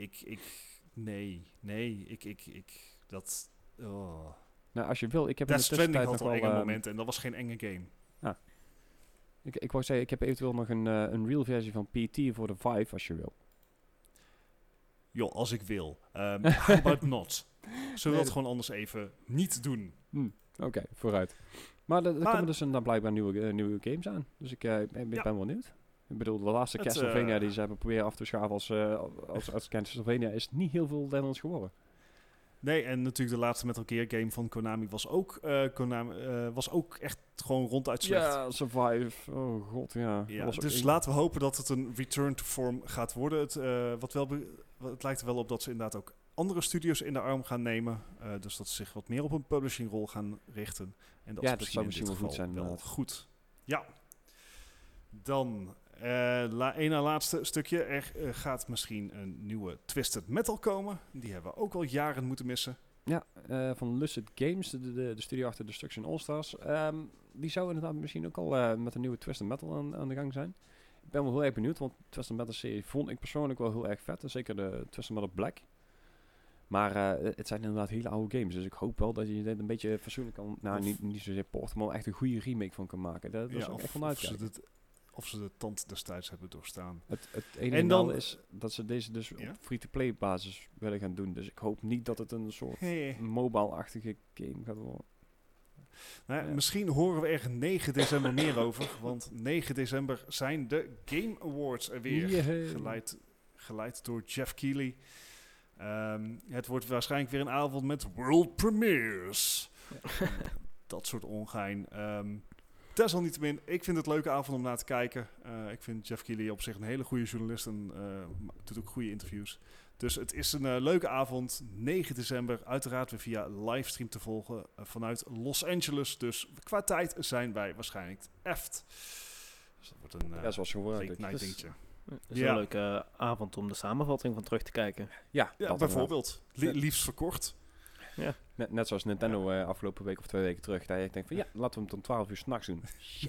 dat... Oh. Nou, als je wil, ik heb Death in de Stranding tussentijd had nog al wel... enge momenten en dat was geen enge game. Ik wou zeggen, ik heb eventueel nog een real versie van PT voor de Vive, als je wil. Joh, als ik wil. How about not? Zullen we dat dat- gewoon anders even niet doen? Oké, vooruit. Maar er Maar- komen dus dan blijkbaar nieuwe games aan. Dus ik ben benieuwd. Ik bedoel, de laatste Het, Castlevania die ze hebben proberen af te schaven als Castlevania is niet heel veel Nederlands geworden. Nee, en natuurlijk de laatste Metal Gear game van Konami was ook echt gewoon ronduit slecht. Ja, Survive. Oh god, ja. Ja, Was ook dus een- laten we hopen dat het een return to form gaat worden. Het lijkt er wel op dat ze inderdaad ook andere studios in de arm gaan nemen. Dus dat ze zich wat meer op een publishingrol gaan richten. En dat Ja, is dat zou misschien misschien in wel dit goed zijn, geval wel inderdaad. goed. Ja. Dan, een na laatste stukje. Er gaat misschien een nieuwe Twisted Metal komen. Die hebben we ook al jaren moeten missen. Ja, van Lucid Games, de studio achter Destruction All-Stars. Die zou inderdaad misschien ook al met een nieuwe Twisted Metal aan de gang zijn. Ik ben wel heel erg benieuwd, want Twisted Metal serie vond ik persoonlijk wel heel erg vet. En zeker de Twisted Metal Black. Maar het zijn inderdaad hele oude games. Dus ik hoop wel dat je dit een beetje fatsoenlijk kan... Nou, niet zozeer porten, maar echt een goede remake van kan maken. Daar zou ik echt van uitkijken. Of ze de tand destijds hebben doorstaan. Het enige En dan is dat ze deze dus op free-to-play basis willen gaan doen. Dus ik hoop niet dat het een soort mobile-achtige game gaat worden. Nou, misschien horen we er 9 december meer over. Want 9 december zijn de Game Awards er weer. Geleid door Jeff Keighley. Het wordt waarschijnlijk weer een avond met world premieres. Dat soort ongein. Desalniettemin, ik vind het een leuke avond om naar te kijken. Ik vind Jeff Keighley op zich een hele goede journalist en doet ook goede interviews. Dus het is een leuke avond, 9 december, uiteraard weer via livestream te volgen vanuit Los Angeles. Dus qua tijd zijn wij waarschijnlijk eft. Dus dat wordt een zoals gewoonlijk. late night dingetje. Het is een leuke avond om de samenvatting van terug te kijken. Ja, bijvoorbeeld. Liefst verkort. Ja. Net zoals Nintendo afgelopen week of 2 weken terug. Dat je denkt van laten we hem tot 12 uur 's nachts doen. Shit.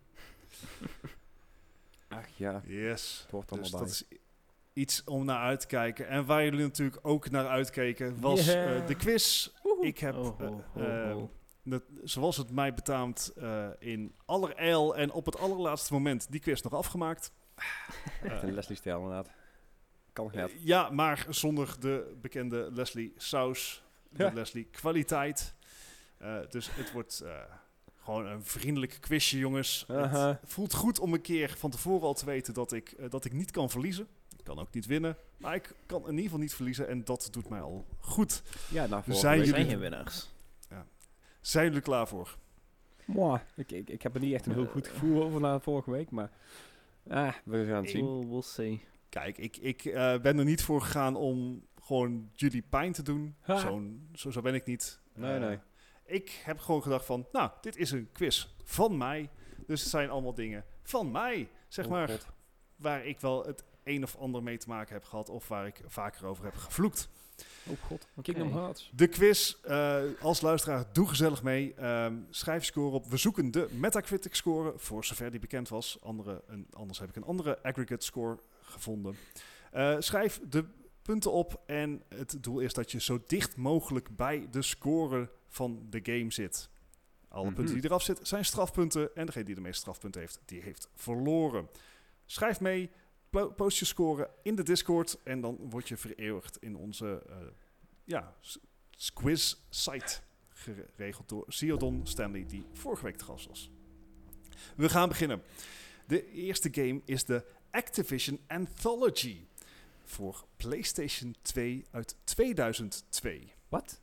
Ach ja. Yes. Het hoort allemaal dus bij. dat is iets om naar uit te kijken. En waar jullie natuurlijk ook naar uitkeken was de quiz. Ik heb, zoals het mij betaamt, in allerijl en op het allerlaatste moment die quiz nog afgemaakt. Echt een Leslie-stijl inderdaad. Kan nog net. Ja, maar zonder de bekende Leslie saus. De Leslie kwaliteit. Dus het wordt gewoon een vriendelijk quizje, jongens. Het voelt goed om een keer van tevoren al te weten dat ik niet kan verliezen. Ik kan ook niet winnen. Maar ik kan in ieder geval niet verliezen. En dat doet mij al goed. Ja, zijn jullie geen winnaars? Ja. Zijn jullie klaar voor? Mwah. Ik heb er niet echt een heel goed gevoel over na vorige week. Maar we gaan het zien. We'll see. Kijk, ik ben er niet voor gegaan om gewoon jullie pijn te doen. Zo ben ik niet. Nee. Ik heb gewoon gedacht van, nou, dit is een quiz van mij. Dus het zijn allemaal dingen van mij, zeg maar. God. Waar ik wel het een of ander mee te maken heb gehad. Of waar ik vaker over heb gevloekt. Oh god, Kingdom Hearts. De quiz, als luisteraar, doe gezellig mee. Schrijf score op. We zoeken de Metacritic score, voor zover die bekend was. Anders heb ik een andere aggregate score gevonden. Schrijf de punten op en het doel is dat je zo dicht mogelijk bij de score van de game zit. Alle punten die eraf zitten zijn strafpunten en degene die de meeste strafpunten heeft, die heeft verloren. Schrijf mee, post je score in de Discord en dan word je vereeuwigd in onze quiz site, geregeld door Theodon Stanley, die vorige week te gast was. We gaan beginnen. De eerste game is de Activision Anthology voor PlayStation 2 uit 2002. Wat?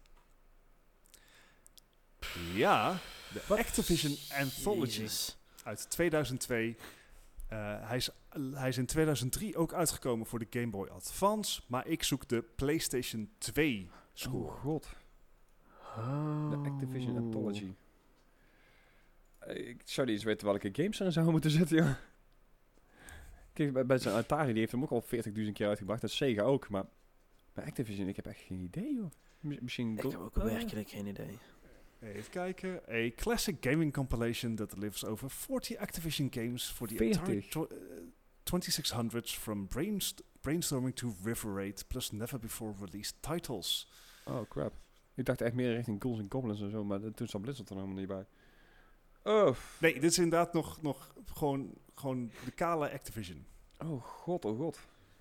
Ja, de Activision Anthology Jezus. uit 2002. Hij is in 2003 ook uitgekomen voor de Game Boy Advance, maar ik zoek de PlayStation 2 score. Oh god. De Activision Anthology. Ik zou niet eens weten welke games erin zouden moeten zitten, joh. Kijk, bij zijn Atari, die heeft hem ook al 40.000 keer uitgebracht. Dat is Sega ook, maar bij Activision, ik heb echt geen idee, joh. Misschien Ik heb ook werkelijk geen idee. Even kijken. A classic gaming compilation that delivers over 40 Activision games for the 40. Atari 2600s from brainstorming to River Raid plus never before released titles. Oh, crap. Ik dacht echt meer richting Ghouls and Goblins en zo, maar toen zat Blizzard er helemaal niet bij. Oh. Nee, dit is inderdaad nog gewoon de kale Activision. Oh god, oh god.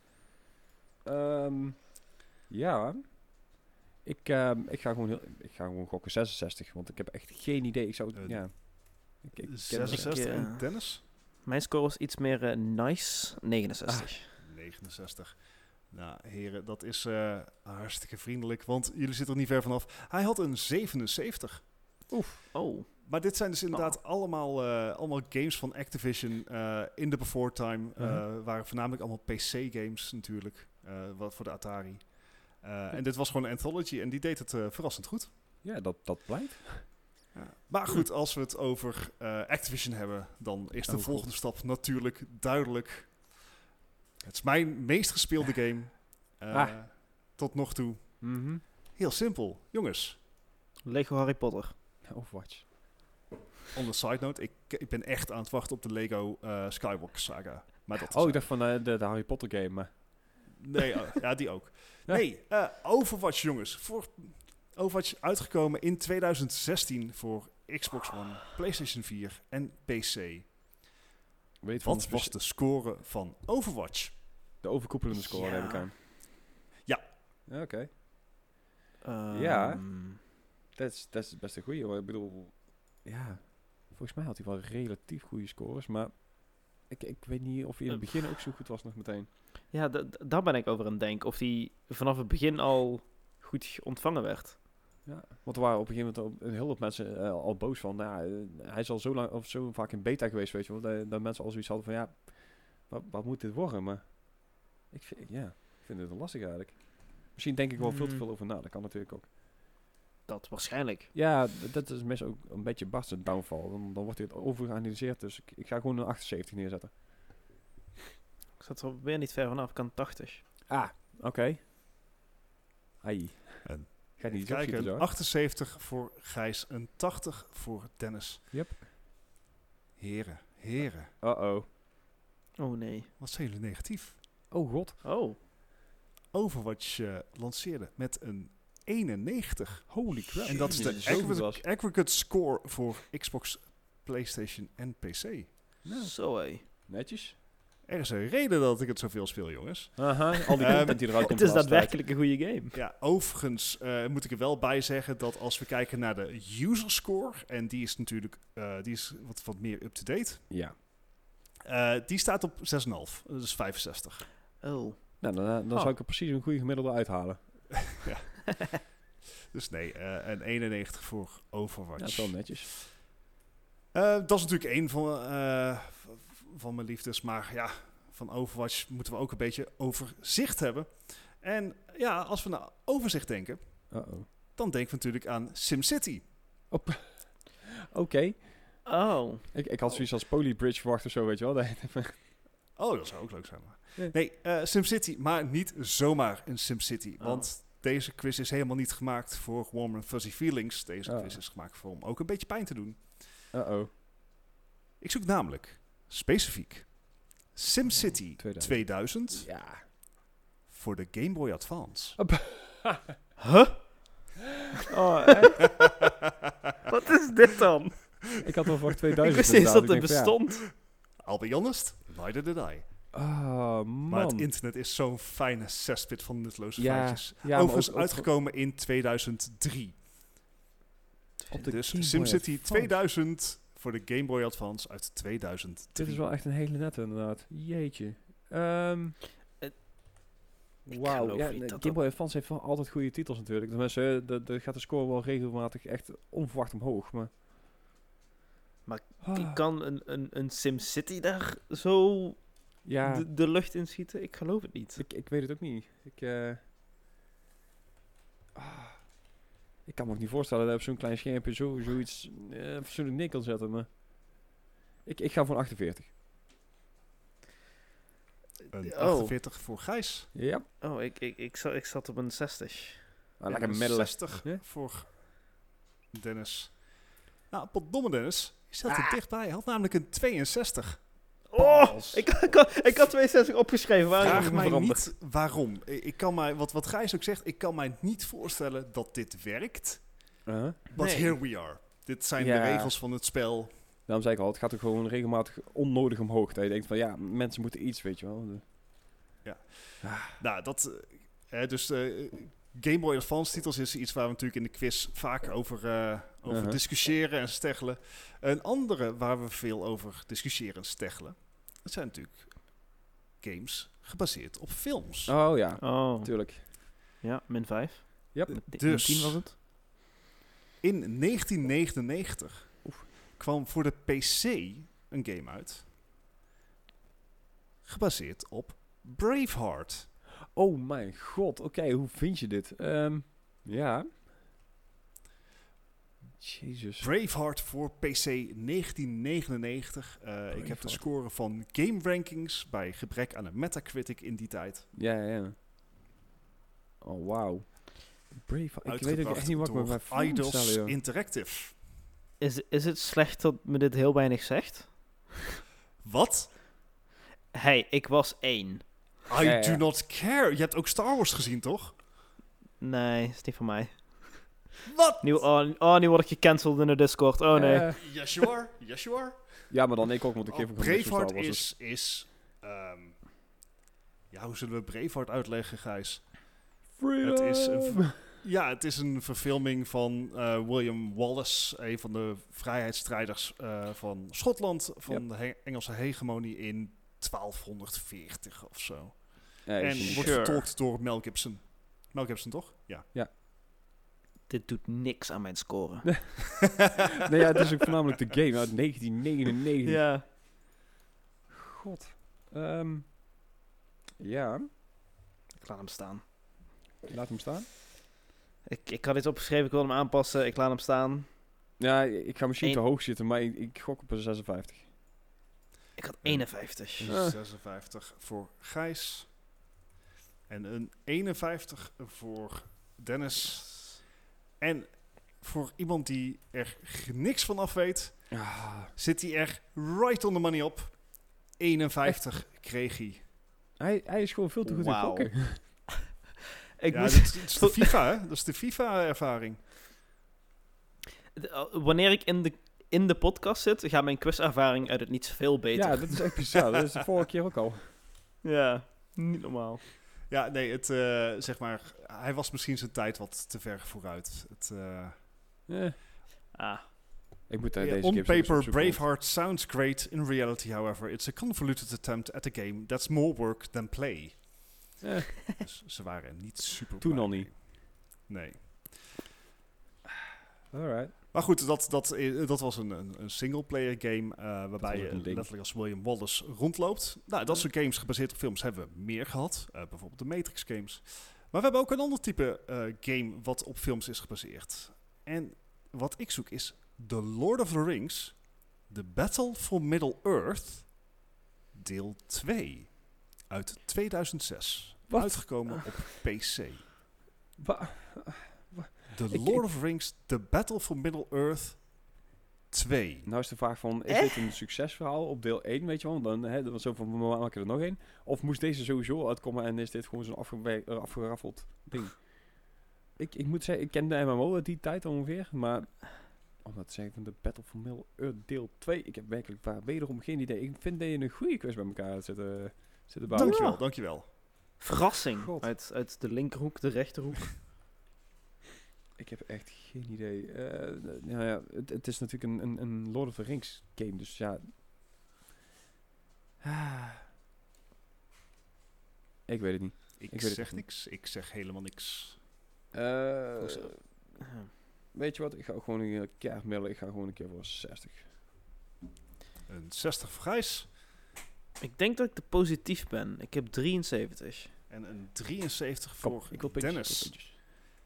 Ja. Ik ga gewoon gokken 66, want ik heb echt geen idee. Ik zou het, 66 en tennis? Mijn score was iets meer nice, 69. 69. Nou, heren, dat is hartstikke vriendelijk, want jullie zitten er niet ver vanaf. Hij had een 77. Oef. Oh. Maar dit zijn dus inderdaad allemaal games van Activision in de before time. Waren voornamelijk allemaal PC-games natuurlijk, wat voor de Atari. En dit was gewoon een anthology en die deed het verrassend goed. Ja, dat blijkt. Ja. Maar goed, als we het over Activision hebben, dan is de volgende stap natuurlijk duidelijk. Het is mijn meest gespeelde game tot nog toe. Mhm. Heel simpel, jongens. Lego Harry Potter. Overwatch. On the side note, ik ben echt aan het wachten op de Lego Skywalker saga. Maar dat Oh, ik dacht van de Harry Potter game, maar... Nee, ja, die ook. Ja. Nee, Overwatch, jongens. Overwatch uitgekomen in 2016 voor Xbox One, PlayStation 4 en PC. Weet Wat was de score van Overwatch? de overkoepelende score, Ja. neem ik aan. Ja. Oké. Ehm, Ja. Dat is best een goeie, hoor. Ik bedoel... Ja, volgens mij had hij wel relatief goede scores, maar... Ik weet niet of hij in het begin ook zo goed was nog meteen. Ja, daar ben ik over aan het denken. Of die vanaf het begin al goed ontvangen werd. Ja, want er waren op een gegeven moment een heel hoop mensen al boos van. Nou, hij is al zo lang of zo vaak in beta geweest, weet je wel. Dat mensen al zoiets hadden van, ja, wat moet dit worden? Maar ik vind het wel lastig eigenlijk. Misschien denk ik wel veel te veel over na. Dat kan natuurlijk ook. Dat waarschijnlijk. Ja, dat is meestal ook een beetje Bart's downfall. Dan wordt dit overgeanalyseerd. Dus ik ga gewoon een 78 neerzetten. Ik zat er weer niet ver vanaf. Ik kan 80. Ah, oké. Ai. En Ga niet Kijk, opschieten een zo. 78 voor Gijs, een 80 voor Dennis. Yep. Heren, Uh-oh. Oh nee. wat zijn jullie negatief? Oh god. Oh. Overwatch lanceerde met een 91. Holy crap. En dat is Jezus, de zo goed was. aggregate score voor Xbox, PlayStation en PC. Nou, Zo hé. netjes. Er is een reden dat ik het zoveel speel, jongens. Aha, al die content die eruit komt. Het is de laatste daadwerkelijk een goede game. Ja, overigens moet ik er wel bij zeggen dat als we kijken naar de user score, en die is natuurlijk die is wat meer up-to-date, tijd. Ja. die staat op 6,5, dus 65. Oh. Nou, dan zou ik er precies een goede gemiddelde uithalen. Dus nee, een 91 voor Overwatch. Ja, dat is wel netjes. Dat is natuurlijk één van mijn liefdes, maar ja, van Overwatch moeten we ook een beetje overzicht hebben. En ja, als we naar overzicht denken, Uh-oh. dan denken we natuurlijk aan SimCity. Oké. Oh. Ik had zoiets als Polybridge verwacht of zo, weet je wel. Oh, dat zou ook leuk zijn. Maar. Ja. Nee, SimCity, maar niet zomaar een SimCity. Oh. Want deze quiz is helemaal niet gemaakt voor warm and fuzzy feelings. Deze Oh. quiz is gemaakt voor om ook een beetje pijn te doen. Uh-oh. Ik zoek namelijk specifiek SimCity 2000. 2000 Ja. voor de Game Boy Advance. Huh? Oh, echt? Wat is dit dan? Ik had wel voor Ik 2000 wist niet eens dat het inderdaad. Ik denk van, bestond. I'll be honest, neither did I. ja. Oh, Maar het man. internet is zo'n fijne cesspit van nutteloze Ja, feitjes. ja, maar Overigens ook uitgekomen in 2003. op de Dus Game Boy SimCity Advance. 2000 voor de Game Boy Advance uit 2003. Dit is wel echt een hele nette, inderdaad. Jeetje. Ik Wauw. geloof Ja, niet nee, dat Game Boy Advance heeft wel altijd goede titels natuurlijk. Tenminste, daar gaat de score wel regelmatig echt onverwacht omhoog. Maar Kan een SimCity daar zo ja, de lucht in schieten? Ik geloof het niet. ik weet het ook niet. Ik kan me ook niet voorstellen dat op zo'n klein schermpje zoiets fatsoenlijk neer kan zetten. Maar ik ga voor 48. Een Oh. 48 voor Gijs. Ja. Oh, ik zat op een 60. Lekker En een middelen. 60 Ja. voor Dennis. Potdomme Dennis. Je staat er dichtbij. Hij had namelijk een 62. Oh, Pals. ik had 62 opgeschreven. Waarom Vraag mij veranderd? niet waarom. Ik kan mij, wat Gijs ook zegt, ik kan mij niet voorstellen dat dit werkt. Uh-huh. But Nee. here we are. Dit zijn Ja. de regels van het spel. Daarom zei ik al, het gaat ook gewoon regelmatig onnodig omhoog. Dat je denkt van ja, mensen moeten iets, weet je wel. Nou, dus Game Boy Advance titels is iets waar we natuurlijk in de quiz vaak over Uh-huh. discussiëren en steggelen. Een andere waar we veel over discussiëren en steggelen, dat zijn natuurlijk games gebaseerd op films. Oh ja, Oh, natuurlijk. ja, min 5. Yep. Dus 10 was het. in 1999 kwam voor de PC een game uit, gebaseerd op Braveheart. Oh mijn god, oké, hoe vind je dit? Ja. Jezus. Braveheart voor PC 1999. Ik heb de Braveheart. score van Game Rankings bij gebrek aan een Metacritic in die tijd. Ja. Oh, wauw. Braveheart. Ik weet ook Uitgebracht echt niet wat ik me bij door voor moet Eidos stellen, joh. Interactive. Is het slecht dat me dit heel weinig zegt? Wat? Hey, ik was 1. I do not care. Je hebt ook Star Wars gezien, toch? Nee, is niet van mij. Wat? Nu word ik gecanceld in de Discord. Oh nee. Yes, you are. Yes, you are. Ja, maar dan ik ook, want ik geef ook Braveheart is ja, hoe zullen we Braveheart uitleggen, Gijs? Het is het is een verfilming van William Wallace, een van de vrijheidsstrijders van Schotland, van de Engelse hegemonie in 1240 of zo. En wordt vertolkt door Mel Gibson. Mel Gibson, toch? Ja. Dit doet niks aan mijn score. Nee, ja, het is ook voornamelijk de game uit 1999. Ja. God. Ja, Ik laat hem staan. laat hem staan. Ik had iets opgeschreven, ik wil hem aanpassen. Ik laat hem staan. Ja, ik ga misschien Eén. te hoog zitten, maar ik gok op een 56. Ik had 51. 56 voor Gijs. En een 51 voor Dennis. En voor iemand die er niks van af weet, zit hij er right on the money op. 51 kreeg hij. Hij is gewoon veel te goed in Wauw. gokken. Dat is de FIFA, hè? Dat is de FIFA-ervaring. Wanneer ik in de podcast zit, gaat mijn quizervaring uit het niets veel beter. Ja, dat is echt bizar. Dat is de vorige keer ook al. Ja, niet normaal. Ja, nee, het, zeg maar, hij was misschien zijn tijd wat te ver vooruit. Het, Ik moet daar yeah, deze on keer eens paper, opzoeken, want- Braveheart sounds great. In reality, however, it's a convoluted attempt at a game that's more work than play. Dus ze waren niet super Toen blij al mee. niet. Nee. Alright. Maar goed, dat was een single-player game waarbij was ook je een ding. letterlijk als William Wallace rondloopt. Nou, dat soort games gebaseerd op films hebben we meer gehad. Bijvoorbeeld de Matrix games. Maar we hebben ook een ander type game wat op films is gebaseerd. En wat ik zoek is The Lord of the Rings, The Battle for Middle-earth, deel 2. Uit 2006. Wat? Uitgekomen op PC. Wa- The Lord of the Rings, The Battle for Middle-earth 2. Nou is de vraag van, is dit een succesverhaal op deel 1, weet je wel? Dan, dat was zo van, we maken er nog één. Of moest deze sowieso uitkomen en is dit gewoon zo'n afgeraffeld ding? Ik moet zeggen, ik ken de MMO uit die tijd ongeveer, maar om dat te zeggen van de Battle for Middle-earth deel 2, ik heb werkelijk wederom geen idee. Ik vind dat je een goede quiz bij elkaar hebt zitten bouwen. Dankjewel, Ja. dankjewel. Verrassing. God. Uit de linkerhoek, de rechterhoek. Ik heb echt geen idee. Het is natuurlijk een Lord of the Rings game, dus ja. Ik weet het niet. Ik weet het zeg niet. niks. Ik zeg helemaal niks. Hoezo? Weet je wat? Ik ga ook gewoon een keer melden. Ik ga gewoon een keer voor 60. Een 60 voor Gijs. Ik denk dat ik te positief ben. Ik heb 73. En een 73 voor Ik wil pitches, Dennis. ik wil pitches.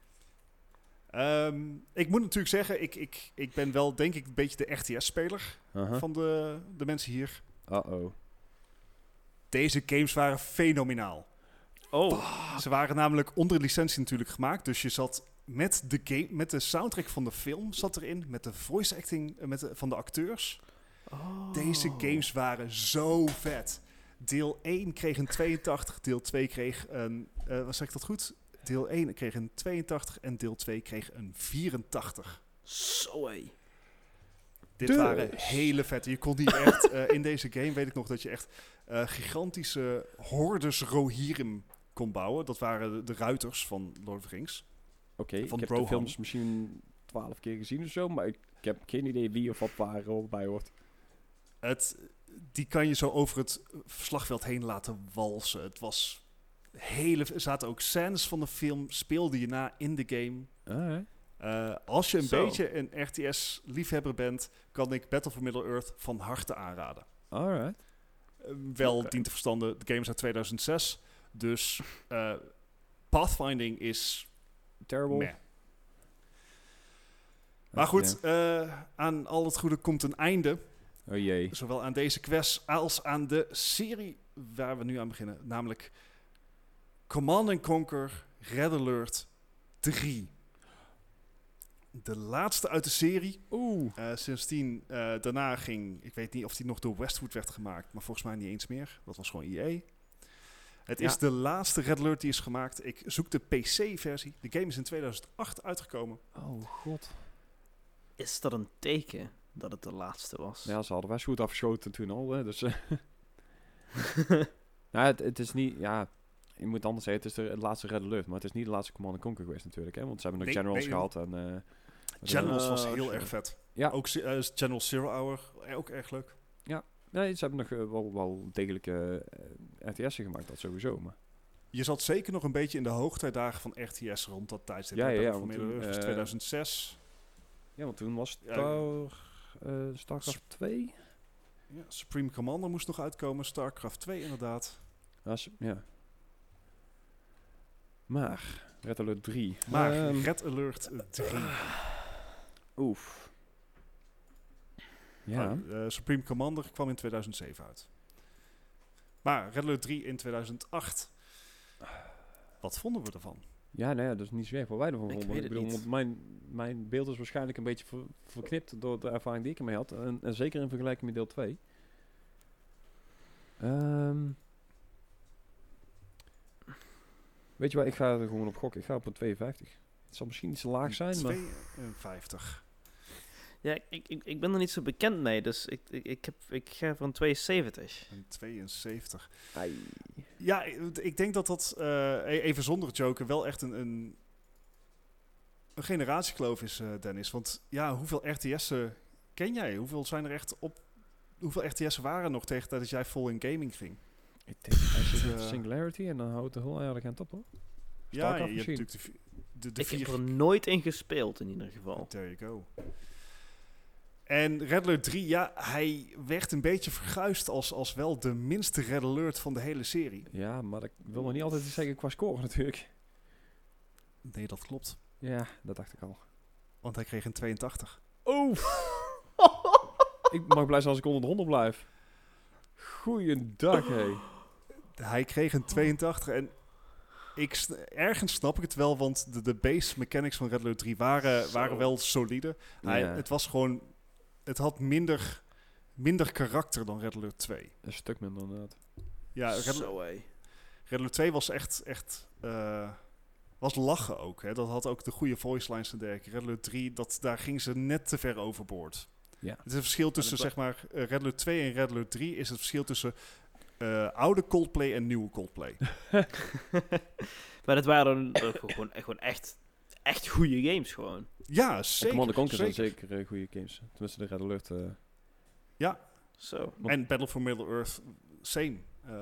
Ik moet natuurlijk zeggen, ik ben wel denk ik een beetje de RTS-speler Aha. van de mensen hier. Uh-oh. Deze games waren fenomenaal. Oh. Ze waren namelijk onder licentie natuurlijk gemaakt. Dus je zat met de soundtrack van de film zat erin. Met de voice acting van de acteurs. Oh. Deze games waren zo vet. Deel 1 kreeg een 82. Deel 2 kreeg een... wat zeg ik dat goed? Deel 1 kreeg een 82 en deel 2 kreeg een 84. Zo hé. Dit Dus. waren hele vette. Je kon die echt... in deze game weet ik nog dat je echt gigantische hordes Rohirrim kon bouwen. Dat waren de ruiters van Lord of the Rings. Oké, ik Van heb Rohan. de films misschien 12 keer gezien of zo, maar ik heb geen idee wie of wat waar er bij hoort. Die kan je zo over het slagveld heen laten walsen. Het was er zaten ook scènes van de film, speelde je na in de game. Alright. Als je een Zo. beetje een RTS-liefhebber bent, kan ik Battle for Middle-earth van harte aanraden. Alright. Wel Oké. dient te verstanden, de game is uit 2006. Dus pathfinding is Terrible. meh. Maar goed, aan al het goede komt een einde. Oh jee. Zowel aan deze quest als aan de serie waar we nu aan beginnen. Namelijk Command & Conquer Red Alert 3. De laatste uit de serie. Sindsdien, daarna ging... Ik weet niet of die nog door Westwood werd gemaakt. Maar volgens mij niet eens meer. Dat was gewoon EA. Het is de laatste Red Alert die is gemaakt. Ik zoek de PC-versie. De game is in 2008 uitgekomen. Oh god. Is dat een teken dat het de laatste was? Ja, ze hadden Westwood afgeschoten toen al. Hè, dus, nou, het is niet... Ja, je moet anders zeggen, het is de laatste Red Alert. Maar het is niet de laatste Command & Conquer geweest natuurlijk. Hè, want ze hebben nog Generals gehad. En, Generals was heel erg vet. Ja. Ook General Zero Hour. Ook erg leuk. Nee, ze hebben nog wel degelijke RTS'en gemaakt. Dat sowieso. Maar. Je zat zeker nog een beetje in de hoogtijdagen van RTS rond dat tijdstip. Ja, Voor was 2006. Ja, want toen was StarCraft 2. Ja, Supreme Commander moest nog uitkomen. StarCraft 2 inderdaad. Ja. Maar, Red Alert 3. Maar Red Alert 3. Oef. Ja. Supreme Commander kwam in 2007 uit. Maar Red Alert 3 in 2008. Wat vonden we ervan? Ja, nou ja, dat is niet zo erg wat wij ervan vonden. weet het niet. Want mijn beeld is waarschijnlijk een beetje verknipt door de ervaring die ik ermee had. En zeker in vergelijking met deel 2. Weet je wat, ik ga er gewoon op gokken. Ik ga op een 52. Het zal misschien niet zo laag zijn, maar... 52. Ja, ik ben er niet zo bekend mee, dus ik ga voor een 72. Een 72. Ai. Ja, ik denk dat even zonder joken, wel echt een generatiekloof is, Dennis. Want ja, hoeveel RTS'en ken jij? Hoeveel zijn er echt op... Hoeveel RTS'en waren er nog tegen dat jij vol in gaming ging? Ik denk, als je Singularity en dan houdt het heel erg aan top, hoor. Ja, je Starcraft hebt natuurlijk de Ik heb vier... er nooit in gespeeld, in ieder geval. There you go. En Red Alert 3, ja, hij werd een beetje verguisd als wel de minste Red Alert van de hele serie. Ja, maar dat wil nog niet altijd iets zeggen qua score natuurlijk. Nee, dat klopt. Ja, dat dacht ik al. Want hij kreeg een 82. Oh! Ik mag blij zijn als ik onder de 100 blijf. Goeiedag, hé. Hij kreeg een 82 en ergens snap ik het wel, want de base mechanics van Red Alert 3 waren wel solide. Ja. Het was gewoon... Het had minder karakter dan Red Alert 2. Een stuk minder inderdaad. Ja, Red Alert 2 was echt was lachen ook. Hè. Dat had ook de goede voice lines en dergelijke. Red Alert 3, daar ging ze net te ver overboord. Ja. Het is het verschil tussen, zeg maar, Red Alert 2 en Red Alert 3 is het verschil tussen oude Coldplay en nieuwe Coldplay. Maar dat waren dan gewoon echt goede games gewoon. Ja, zeker. Command & Conquer zijn zeker. zeker goede games. Tenminste, de Red Alert. Ja. Zo. En Battle for Middle-earth, same.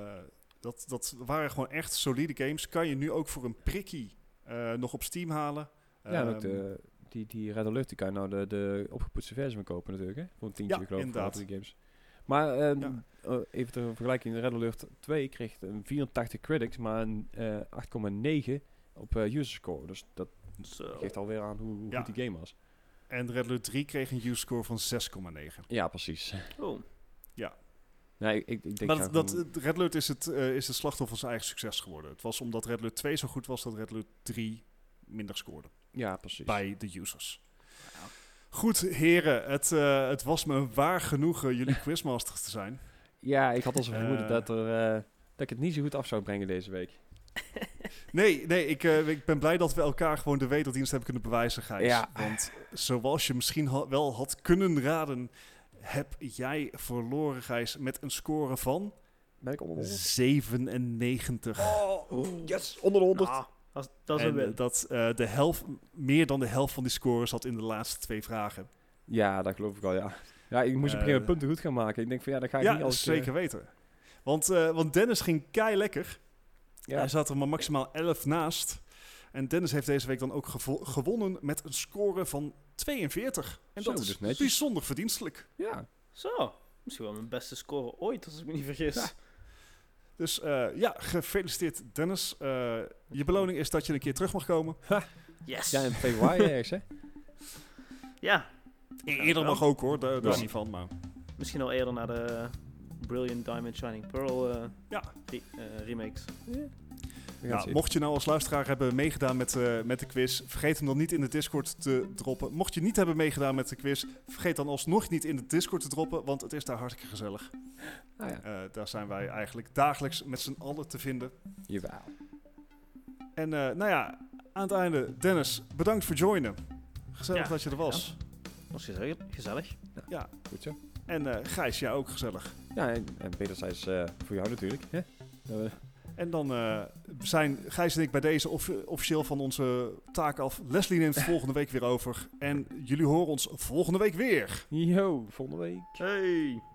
Dat waren gewoon echt solide games. Kan je nu ook voor een prikkie nog op Steam halen. Ja, ook die Red Alert, die kan je nou de opgepoetste versie van kopen natuurlijk, hè? Voor een tientje, Ja, geloof ik, voor inderdaad. al die games. Maar even ter vergelijking, Red Alert 2 kreeg een 84 critics, maar een 8,9 op user score. Dus dat Zo. geeft alweer aan hoe goed die game was. En Red Alert 3 kreeg een user score van 6,9. Ja, precies. Oh. Nee, ik denk Maar Red Alert is het slachtoffer van zijn eigen succes geworden. Het was omdat Red Alert 2 zo goed was dat Red Alert 3 minder scoorde. Ja, precies. Bij de users. Goed, heren. Het was me een waar genoegen jullie quizmasters te zijn. Ja, ik had al zo vermoeden dat ik het niet zo goed af zou brengen deze week. Nee, ik ben blij dat we elkaar gewoon de wederdienst hebben kunnen bewijzen, Gijs. Ja. Want zoals je misschien wel had kunnen raden, heb jij verloren, Gijs, met een score van Ben ik onder de 100? 97. Oh, yes, onder de 100. Ah, dat is een win. Dat meer dan de helft van die score zat in de laatste 2 vragen. Ja, dat geloof ik al, ja. Ja, ik moest op een gegeven moment punten goed gaan maken. Ik denk van, ja, dat ga ik niet als... zeker weten. Want Dennis ging kei lekker. Ja. Hij zat er maar maximaal 11 naast. En Dennis heeft deze week dan ook gewonnen met een score van 42. En Zo, dat is dus netjes. bijzonder verdienstelijk. Ja. Zo. Misschien wel mijn beste score ooit, als ik me niet vergis. Ja. Dus ja, gefeliciteerd Dennis. Je beloning is dat je een keer terug mag komen. Yes. Ja, in februari ergens, hè? Ja, Eerder mag ook hoor, daar Ja. is niet van. Maar misschien al eerder naar de Brilliant Diamond Shining Pearl remakes. We gaan ja, het zien. mocht je nou als luisteraar hebben meegedaan met de quiz, vergeet hem dan niet in de Discord te droppen. Mocht je niet hebben meegedaan met de quiz, vergeet dan alsnog niet in de Discord te droppen, want het is daar hartstikke gezellig. Ah, ja. Daar zijn wij eigenlijk dagelijks met z'n allen te vinden. Jawel. En nou ja, aan het einde, Dennis, bedankt voor joinen. Gezellig Ja, dat je er was. Was gezellig. Ja. Goed zo. En Gijs, jij ook gezellig. Ja, en wederzijds voor jou natuurlijk. Hè? En dan zijn Gijs en ik bij deze officieel van onze taak af. Leslie neemt volgende week weer over. En jullie horen ons volgende week weer. Yo, volgende week. Hey!